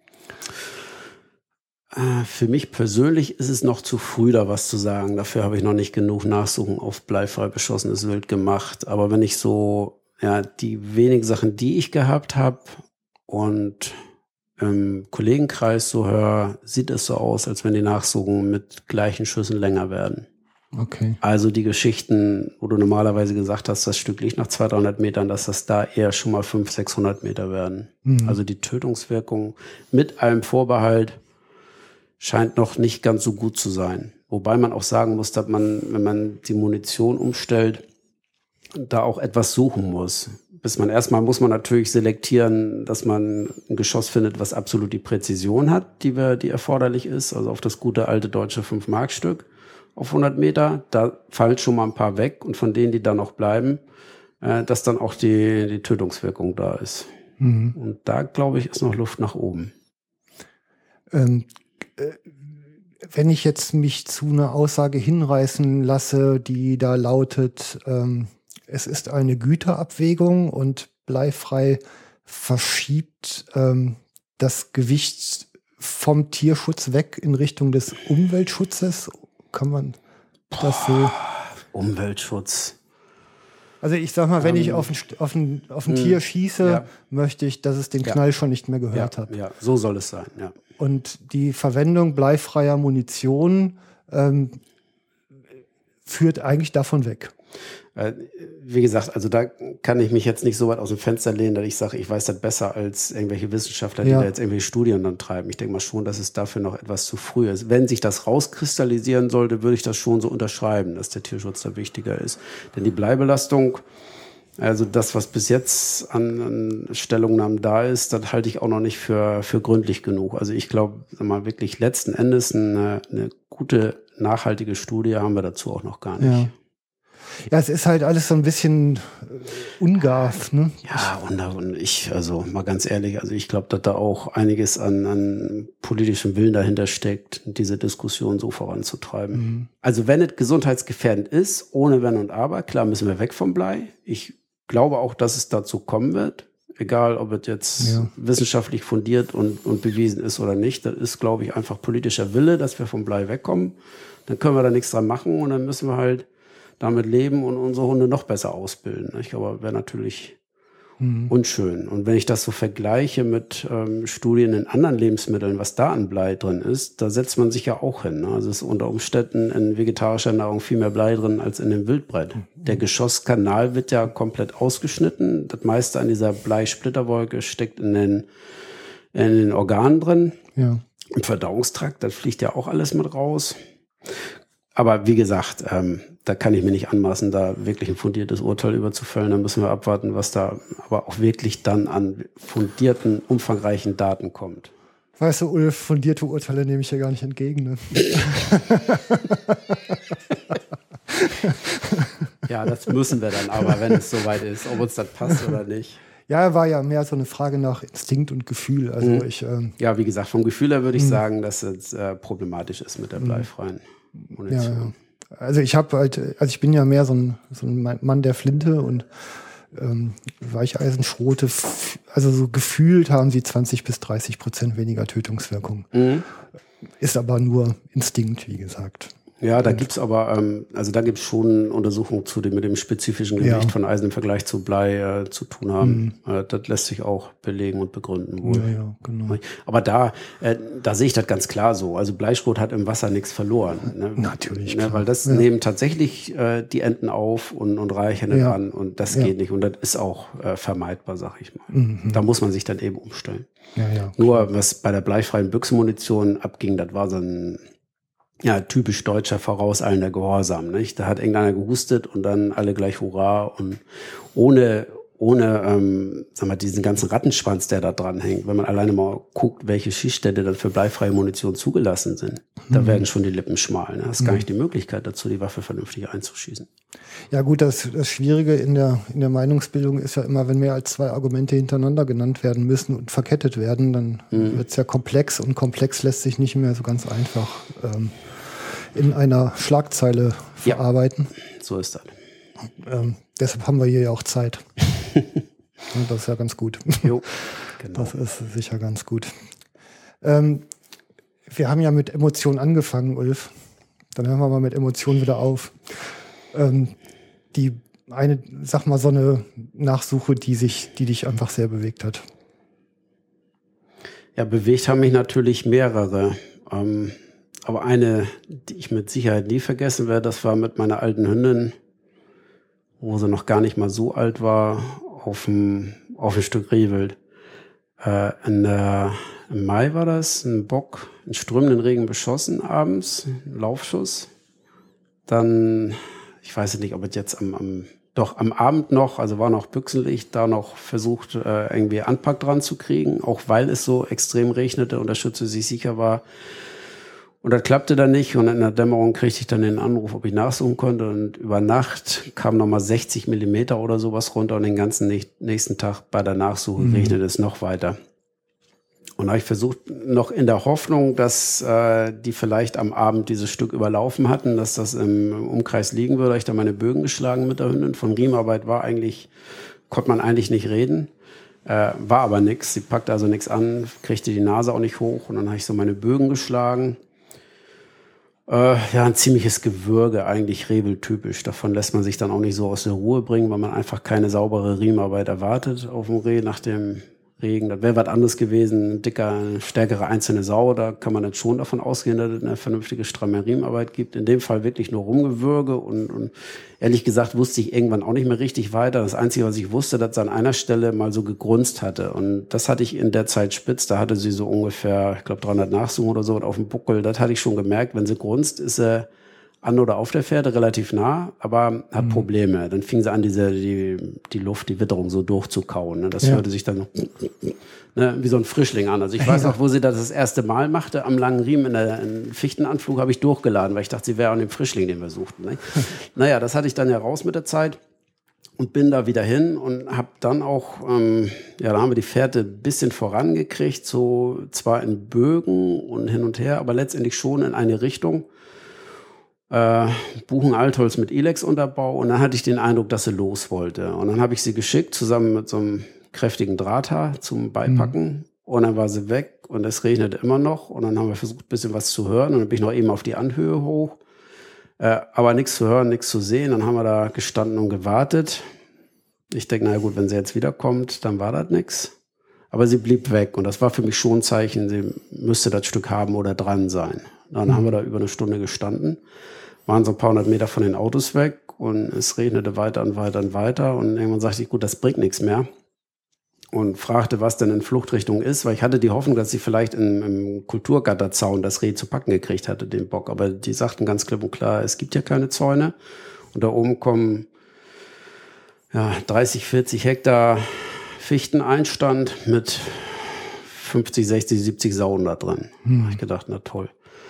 Für mich persönlich ist es noch zu früh, da was zu sagen. Dafür habe ich noch nicht genug Nachsuchen auf bleifrei beschossenes Wild gemacht. Aber wenn ich so, ja, die wenigen Sachen, die ich gehabt habe und im Kollegenkreis so höre, sieht es so aus, als wenn die Nachsuchen mit gleichen Schüssen länger werden. Okay. Also die Geschichten, wo du normalerweise gesagt hast, das Stück liegt nach zweihundert, dreihundert Metern, dass das da eher schon mal fünfhundert, sechshundert Meter werden. Mhm. Also die Tötungswirkung mit einem Vorbehalt scheint noch nicht ganz so gut zu sein. Wobei man auch sagen muss, dass man, wenn man die Munition umstellt, da auch etwas suchen muss. Bis man erstmal muss man natürlich selektieren, dass man ein Geschoss findet, was absolut die Präzision hat, die wir, die erforderlich ist. Also auf das gute alte deutsche fünf Mark Stück auf hundert Meter. Da fallen schon mal ein paar weg und von denen, die da noch bleiben, äh, dass dann auch die, die Tötungswirkung da ist. Mhm. Und da, glaube ich, ist noch Luft nach oben. Ähm. Wenn ich jetzt mich zu einer Aussage hinreißen lasse, die da lautet, ähm, es ist eine Güterabwägung und bleifrei verschiebt ähm, das Gewicht vom Tierschutz weg in Richtung des Umweltschutzes, kann man das so? Umweltschutz. Also ich sag mal, wenn ähm, ich auf ein, auf ein, auf ein mh, Tier schieße, ja. möchte ich, dass es den Knall ja. schon nicht mehr gehört ja, hat. Ja, so soll es sein, ja. Und die Verwendung bleifreier Munition ähm, führt eigentlich davon weg. Äh, wie gesagt, also da kann ich mich jetzt nicht so weit aus dem Fenster lehnen, dass ich sage, ich weiß das besser als irgendwelche Wissenschaftler, die ja. da jetzt irgendwelche Studien dann treiben. Ich denke mal schon, dass es dafür noch etwas zu früh ist. Wenn sich das rauskristallisieren sollte, würde ich das schon so unterschreiben, dass der Tierschutz da wichtiger ist. Denn die Bleibelastung, also das, was bis jetzt an, an Stellungnahmen da ist, das halte ich auch noch nicht für, für gründlich genug. Also ich glaube, mal wirklich letzten Endes eine, eine gute, nachhaltige Studie haben wir dazu auch noch gar nicht. Ja. Ja, es ist halt alles so ein bisschen ungar, ne? Ja, und ich, also mal ganz ehrlich, also ich glaube, dass da auch einiges an, an politischem Willen dahinter steckt, diese Diskussion so voranzutreiben. Mhm. Also wenn es gesundheitsgefährdend ist, ohne Wenn und Aber, klar müssen wir weg vom Blei. Ich glaube auch, dass es dazu kommen wird, egal ob es jetzt ja. wissenschaftlich fundiert und, und bewiesen ist oder nicht. Das ist, glaube ich, einfach politischer Wille, dass wir vom Blei wegkommen. Dann können wir da nichts dran machen und dann müssen wir halt damit leben und unsere Hunde noch besser ausbilden. Ich glaube, wäre natürlich mhm. unschön. Und wenn ich das so vergleiche mit ähm, Studien in anderen Lebensmitteln, was da an Blei drin ist, da setzt man sich ja auch hin. Ne? Also es ist unter Umständen in vegetarischer Nahrung viel mehr Blei drin als in dem Wildbrett. Mhm. Der Geschosskanal wird ja komplett ausgeschnitten. Das meiste an dieser Bleisplitterwolke steckt in den, in den Organen drin. Ja. Im Verdauungstrakt, das fliegt ja auch alles mit raus. Aber wie gesagt, ähm, da kann ich mir nicht anmaßen, da wirklich ein fundiertes Urteil überzufällen. Da müssen wir abwarten, was da aber auch wirklich dann an fundierten, umfangreichen Daten kommt. Weißt du, Ulf, fundierte Urteile nehme ich ja gar nicht entgegen. Ne? Ja, das müssen wir dann aber, wenn es soweit ist, ob uns das passt oder nicht. Ja, war ja mehr so eine Frage nach Instinkt und Gefühl. Also mhm. ich, ähm, ja, wie gesagt, vom Gefühl her würde ich mhm. sagen, dass es äh, problematisch ist mit der bleifreien Munition. Ja, ja. Also ich habe halt, also ich bin ja mehr so ein, so ein Mann der Flinte und ähm, Weicheisenschrote, also so gefühlt haben sie zwanzig bis dreißig Prozent weniger Tötungswirkung. Mhm. Ist aber nur Instinkt, wie gesagt. Ja, da gibt's aber, ähm, also da gibt's schon Untersuchungen zu dem mit dem spezifischen Gewicht ja. von Eisen im Vergleich zu Blei äh, zu tun haben. Mhm. Äh, das lässt sich auch belegen und begründen wohl. Ja, ja, genau. Aber da, äh, da sehe ich das ganz klar so. Also Bleischrot hat im Wasser nichts verloren. Ne? Natürlich. Ne, weil das ja. nehmen tatsächlich äh, die Enten auf und, und reichen es ja. an und das ja. geht nicht. Und das ist auch äh, vermeidbar, sag ich mal. Mhm. Da muss man sich dann eben umstellen. Ja, ja, Nur was bei der bleifreien Büchsenmunition abging, das war so ein ja, typisch deutscher vorauseilender Gehorsam, nicht? Da hat irgendeiner gehustet und dann alle gleich Hurra und ohne, ohne, ähm, sag mal, diesen ganzen Rattenschwanz, der da dran hängt. Wenn man alleine mal guckt, welche Schießstände dann für bleifreie Munition zugelassen sind, mhm. da werden schon die Lippen schmal. Ne? Hast mhm. gar nicht die Möglichkeit dazu, die Waffe vernünftig einzuschießen. Ja gut, das, das Schwierige in der, in der Meinungsbildung ist ja immer, wenn mehr als zwei Argumente hintereinander genannt werden müssen und verkettet werden, dann mhm. wird es ja komplex und komplex lässt sich nicht mehr so ganz einfach ähm, in einer Schlagzeile verarbeiten. Ja, so ist das. Ähm, deshalb haben wir hier ja auch Zeit. Und das ist ja ganz gut. Jo, genau. Das ist sicher ganz gut. Ähm, wir haben ja mit Emotionen angefangen, Ulf. Dann hören wir mal mit Emotionen wieder auf. Ähm, die eine, sag mal, so eine Nachsuche, die sich, die dich einfach sehr bewegt hat. Ja, bewegt haben mich natürlich mehrere. Ähm, aber eine, die ich mit Sicherheit nie vergessen werde, das war mit meiner alten Hündin, wo sie noch gar nicht mal so alt war, auf dem, auf ein Stück Rehwild. Äh, in der, im Mai war das, ein Bock in strömenden Regen beschossen abends, ein Laufschuss. Dann, ich weiß nicht, ob es jetzt am, am, doch am Abend noch, also war noch Büchsenlicht, da noch versucht, äh, irgendwie Anpack dran zu kriegen, auch weil es so extrem regnete und der Schütze sich sicher war. Und das klappte dann nicht und in der Dämmerung kriegte ich dann den Anruf, ob ich nachsuchen konnte und über Nacht kam nochmal sechzig Millimeter oder sowas runter und den ganzen nächsten Tag bei der Nachsuche mhm. regnete es noch weiter. Und da habe ich versucht, noch in der Hoffnung, dass äh, die vielleicht am Abend dieses Stück überlaufen hatten, dass das im Umkreis liegen würde, habe ich da meine Bögen geschlagen mit der Hündin. Von Riemenarbeit war eigentlich, konnte man eigentlich nicht reden. Äh, war aber nix. Sie packte also nichts an, kriegte die Nase auch nicht hoch und dann habe ich so meine Bögen geschlagen. Äh, ja, ein ziemliches Gewürge, eigentlich Rehwild-typisch. Davon lässt man sich dann auch nicht so aus der Ruhe bringen, weil man einfach keine saubere Riemenarbeit erwartet auf dem Reh nach dem Regen. Das wäre was anderes gewesen, ein dicker, eine stärkere einzelne Sau. Da kann man dann schon davon ausgehen, dass es eine vernünftige, stramme Riemenarbeit gibt. In dem Fall wirklich nur Rumgewürge und, und ehrlich gesagt wusste ich irgendwann auch nicht mehr richtig weiter. Das Einzige, was ich wusste, dass sie an einer Stelle mal so gegrunzt hatte. Und das hatte ich in der Zeit spitz. Da hatte sie so ungefähr, ich glaube, dreihundert Nachsuchen oder so auf dem Buckel. Das hatte ich schon gemerkt. Wenn sie grunzt, ist sie an oder auf der Pferde relativ nah, aber hat mhm. Probleme. Dann fing sie an, diese, die, die Luft, die Witterung so durchzukauen. Ne? Das ja. hörte sich dann noch, ne, wie so ein Frischling an. Also ich weiß noch, wo sie das das erste Mal machte, am langen Riemen in der in Fichtenanflug habe ich durchgeladen, weil ich dachte, sie wäre an dem Frischling, den wir suchten. Ne? Naja, das hatte ich dann ja raus mit der Zeit und bin da wieder hin und habe dann auch, ähm, ja, da haben wir die Fährte ein bisschen vorangekriegt, so zwar in Bögen und hin und her, aber letztendlich schon in eine Richtung. Äh, Buchen-Altholz mit Ilex-Unterbau und dann hatte ich den Eindruck, dass sie los wollte. Und dann habe ich sie geschickt, zusammen mit so einem kräftigen Drahthaar zum Beipacken mhm. und dann war sie weg und es regnete immer noch und dann haben wir versucht, ein bisschen was zu hören und dann bin ich noch eben auf die Anhöhe hoch. Äh, aber nichts zu hören, nichts zu sehen. Dann haben wir da gestanden und gewartet. Ich denke, na gut, wenn sie jetzt wiederkommt, dann war das nichts. Aber sie blieb weg und das war für mich schon ein Zeichen, sie müsste das Stück haben oder dran sein. Dann mhm. haben wir da über eine Stunde gestanden, waren so ein paar hundert Meter von den Autos weg und es regnete weiter und weiter und weiter und irgendwann sagte ich, gut, das bringt nichts mehr und fragte, was denn in Fluchtrichtung ist, weil ich hatte die Hoffnung, dass sie vielleicht im, im Kulturgatterzaun das Reh zu packen gekriegt hatte, den Bock, aber die sagten ganz klipp und klar, es gibt ja keine Zäune und da oben kommen ja, dreißig, vierzig Hektar Fichteneinstand mit fünfzig, sechzig, siebzig Sauen da drin. Hm. Da habe ich gedacht, na toll.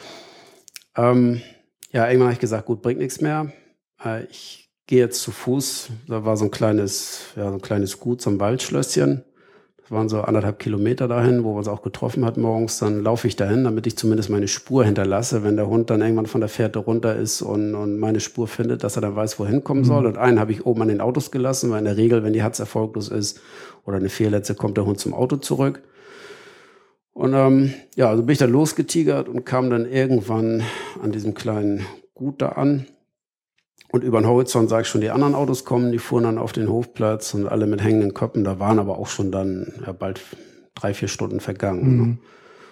Ähm, ja, irgendwann habe ich gesagt, gut, bringt nichts mehr. Äh, ich gehe jetzt zu Fuß. Da war so ein kleines, ja, so ein kleines Gut, so ein Waldschlösschen. Das waren so anderthalb Kilometer dahin, wo wir uns auch getroffen hat morgens. Dann laufe ich dahin, damit ich zumindest meine Spur hinterlasse, wenn der Hund dann irgendwann von der Fährte runter ist und, und meine Spur findet, dass er dann weiß, wohin kommen soll. Mhm. Und einen habe ich oben an den Autos gelassen, weil in der Regel, wenn die Hatz erfolglos ist oder eine Fehlletze, kommt der Hund zum Auto zurück. Und ähm, ja, also bin ich dann losgetigert und kam dann irgendwann an diesem kleinen gut da an. Und über den Horizont sah ich schon die anderen Autos kommen, die fuhren dann auf den Hofplatz und alle mit hängenden Köpfen. Da waren aber auch schon dann ja, bald drei, vier Stunden vergangen. Mhm. Ne?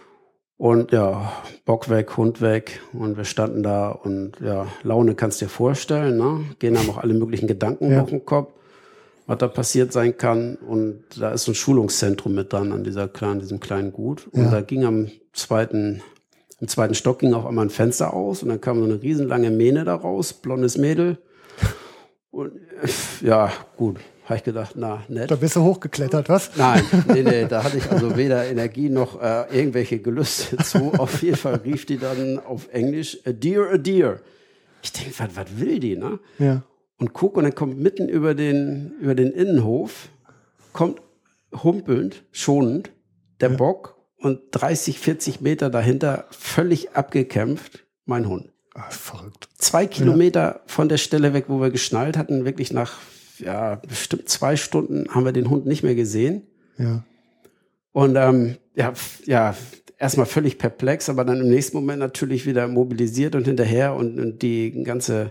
Und ja, Bock weg, Hund weg und wir standen da und ja, Laune kannst du dir vorstellen, ne? Gehen haben auch alle möglichen Gedanken Ja. durch den Kopf, was da passiert sein kann. Und da ist so ein Schulungszentrum mit dran an dieser kleinen, diesem kleinen Gut. Und Ja. da ging am zweiten, im zweiten Stock ging auf einmal ein Fenster aus und dann kam so eine riesenlange Mähne da raus, blondes Mädel. Und ja, gut. Habe ich gedacht, na, nett. Da bist du hochgeklettert, was? Nein, nee, nee, da hatte ich also weder Energie noch äh, irgendwelche Gelüste zu. Auf jeden Fall rief die dann auf Englisch, a deer, a deer. Ich denke, was, was will die, ne? Ja. Und guck, und dann kommt mitten über den, über den Innenhof, kommt humpelnd, schonend, der Ja. Bock und dreißig, vierzig Meter dahinter, völlig abgekämpft, mein Hund. Ach, verrückt. Zwei Kilometer von der Stelle weg, wo wir geschnallt hatten, wirklich nach ja, bestimmt zwei Stunden haben wir den Hund nicht mehr gesehen. Ja. Und ähm, ja, f- ja, erstmal völlig perplex, aber dann im nächsten Moment natürlich wieder mobilisiert und hinterher und, und die ganze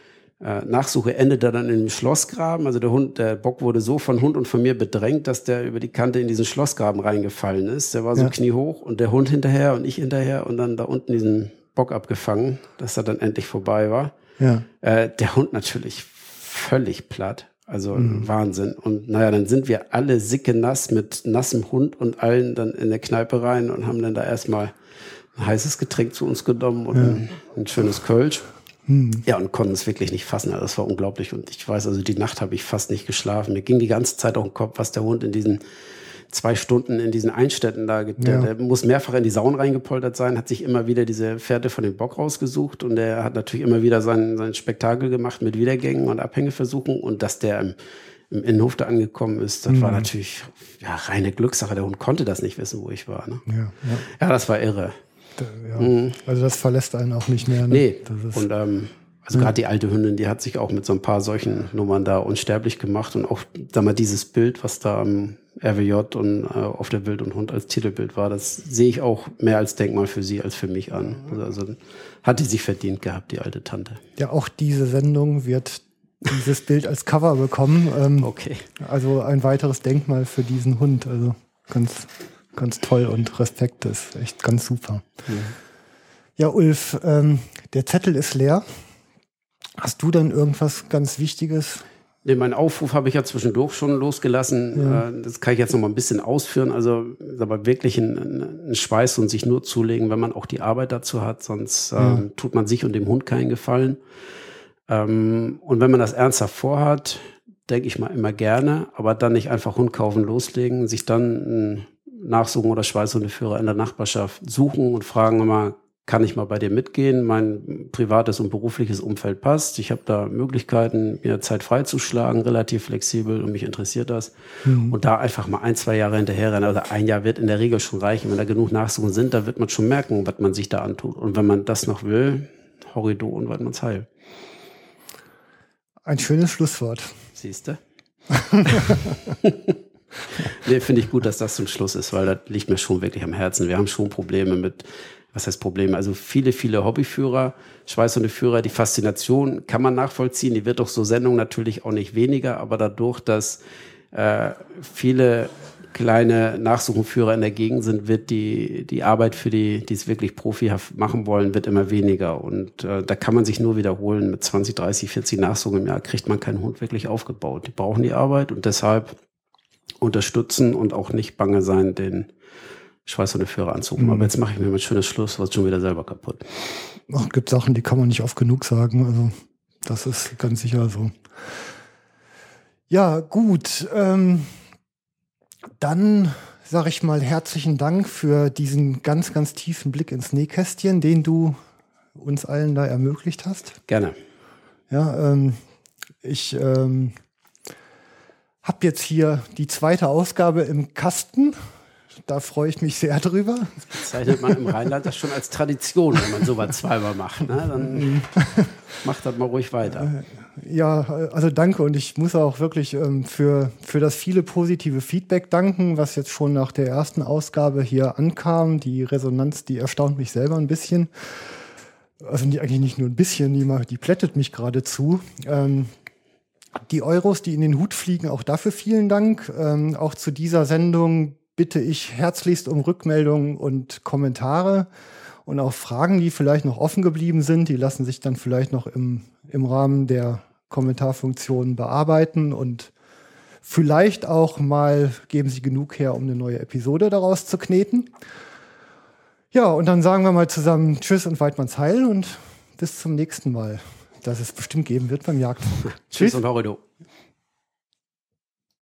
äh, Nachsuche endete dann in dem Schlossgraben. Also der Hund, der Bock wurde so von Hund und von mir bedrängt, dass der über die Kante in diesen Schlossgraben reingefallen ist. Der war so Ja. kniehoch und der Hund hinterher und ich hinterher und dann da unten diesen Bock abgefangen, dass er dann endlich vorbei war. Ja. Äh, der Hund natürlich völlig platt. Also Wahnsinn. Und naja, dann sind wir alle sicke nass mit nassem Hund und allen dann in der Kneipe rein und haben dann da erstmal ein heißes Getränk zu uns genommen und ein, ein schönes Kölsch. Ja, und konnten es wirklich nicht fassen. Also das war unglaublich. Und ich weiß, also die Nacht habe ich fast nicht geschlafen. Mir ging die ganze Zeit auch im Kopf, was der Hund in diesen zwei Stunden in diesen Einstädten da, get- Ja. der, der muss mehrfach in die Saunen reingepoltert sein, hat sich immer wieder diese Fährte von dem Bock rausgesucht und der hat natürlich immer wieder sein, sein Spektakel gemacht mit Wiedergängen und Abhängeversuchen und dass der im, im Innenhof da angekommen ist, das war natürlich ja, reine Glückssache. Der Hund konnte das nicht wissen, wo ich war. Ne? Ja. Ja. Ja, das war irre. Da, ja. Also das verlässt einen auch nicht mehr. Ne? Nee, Das ist, und ähm, also gerade die alte Hündin, die hat sich auch mit so ein paar solchen Nummern da unsterblich gemacht und auch, sag mal, dieses Bild, was da am R W J und äh, auf der Wild und Hund als Titelbild war, das sehe ich auch mehr als Denkmal für sie als für mich an. Also, also hat die sich verdient gehabt, die alte Tante. ja, auch diese Sendung wird dieses Bild als Cover bekommen. Ähm, Okay. Also ein weiteres Denkmal für diesen Hund. Also ganz, ganz toll und Respekt, das ist echt ganz super. Ja, Ulf, ähm, der Zettel ist leer. Hast du denn irgendwas ganz Wichtiges? Nee, meinen Aufruf habe ich ja zwischendurch schon losgelassen. Ja. Äh, Das kann ich jetzt noch mal ein bisschen ausführen. Also aber wirklich ein, ein Schweiß und sich nur zulegen, wenn man auch die Arbeit dazu hat. Sonst Ja. ähm, tut man sich und dem Hund keinen Gefallen. Ähm, und wenn man das ernsthaft vorhat, denke ich mal immer gerne, aber dann nicht einfach Hund kaufen, loslegen, sich dann einen Nachsuchen oder Schweißhundeführer in der Nachbarschaft suchen und fragen immer, kann ich mal bei dir mitgehen? Mein privates und berufliches Umfeld passt. Ich habe da Möglichkeiten, mir Zeit freizuschlagen, relativ flexibel und mich interessiert das. Und da einfach mal ein, zwei Jahre hinterherrennen. Also ein Jahr wird in der Regel schon reichen. Wenn da genug Nachsuchen sind, da wird man schon merken, was man sich da antut. Und wenn man das noch will, horrido und weit man's heil. Ein schönes Schlusswort. Siehst du? Nee, finde ich gut, dass das zum Schluss ist, weil das liegt mir schon wirklich am Herzen. Wir haben schon Probleme mit, was heißt Probleme? Also viele, viele Hobbyführer, Schweißhundeführer, die Faszination kann man nachvollziehen. Die wird durch so Sendungen natürlich auch nicht weniger, aber dadurch, dass äh, viele kleine Nachsuchenführer in der Gegend sind, wird die, die Arbeit für die, die es wirklich profihaft machen wollen, wird immer weniger. Und äh, da kann man sich nur wiederholen. Mit zwanzig, dreißig, vierzig Nachsuchen im Jahr kriegt man keinen Hund wirklich aufgebaut. Die brauchen die Arbeit und deshalb unterstützen und auch nicht bange sein, den Schweißhundeführer anzurufen. Aber jetzt mache ich mir mal ein schönes Schluss, was schon wieder selber kaputt. Ach, gibt Sachen, die kann man nicht oft genug sagen. Also das ist ganz sicher so. Ja, gut. Ähm, dann sage ich mal herzlichen Dank für diesen ganz, ganz tiefen Blick ins Nähkästchen, den du uns allen da ermöglicht hast. Gerne. Ja, ähm, ich ähm, habe jetzt hier die zweite Ausgabe im Kasten. Da freue ich mich sehr drüber. Zeichnet man im Rheinland das schon als Tradition, wenn man sowas zweimal macht. Ne? Dann macht das mal ruhig weiter. Ja, also danke und ich muss auch wirklich ähm, für, für das viele positive Feedback danken, was jetzt schon nach der ersten Ausgabe hier ankam. Die Resonanz, die erstaunt mich selber ein bisschen. Also die, eigentlich nicht nur ein bisschen, die, die plättet mich geradezu. Ähm, die Euros, die in den Hut fliegen, auch dafür vielen Dank. Ähm, auch zu dieser Sendung bitte ich herzlichst um Rückmeldungen und Kommentare und auch Fragen, die vielleicht noch offen geblieben sind. Die lassen sich dann vielleicht noch im, im Rahmen der Kommentarfunktion bearbeiten und vielleicht auch mal geben sie genug her, um eine neue Episode daraus zu kneten. Ja, und dann sagen wir mal zusammen Tschüss und Weidmanns Heil und bis zum nächsten Mal, das es bestimmt geben wird beim Jagdfunk. Tschüss und Horrido.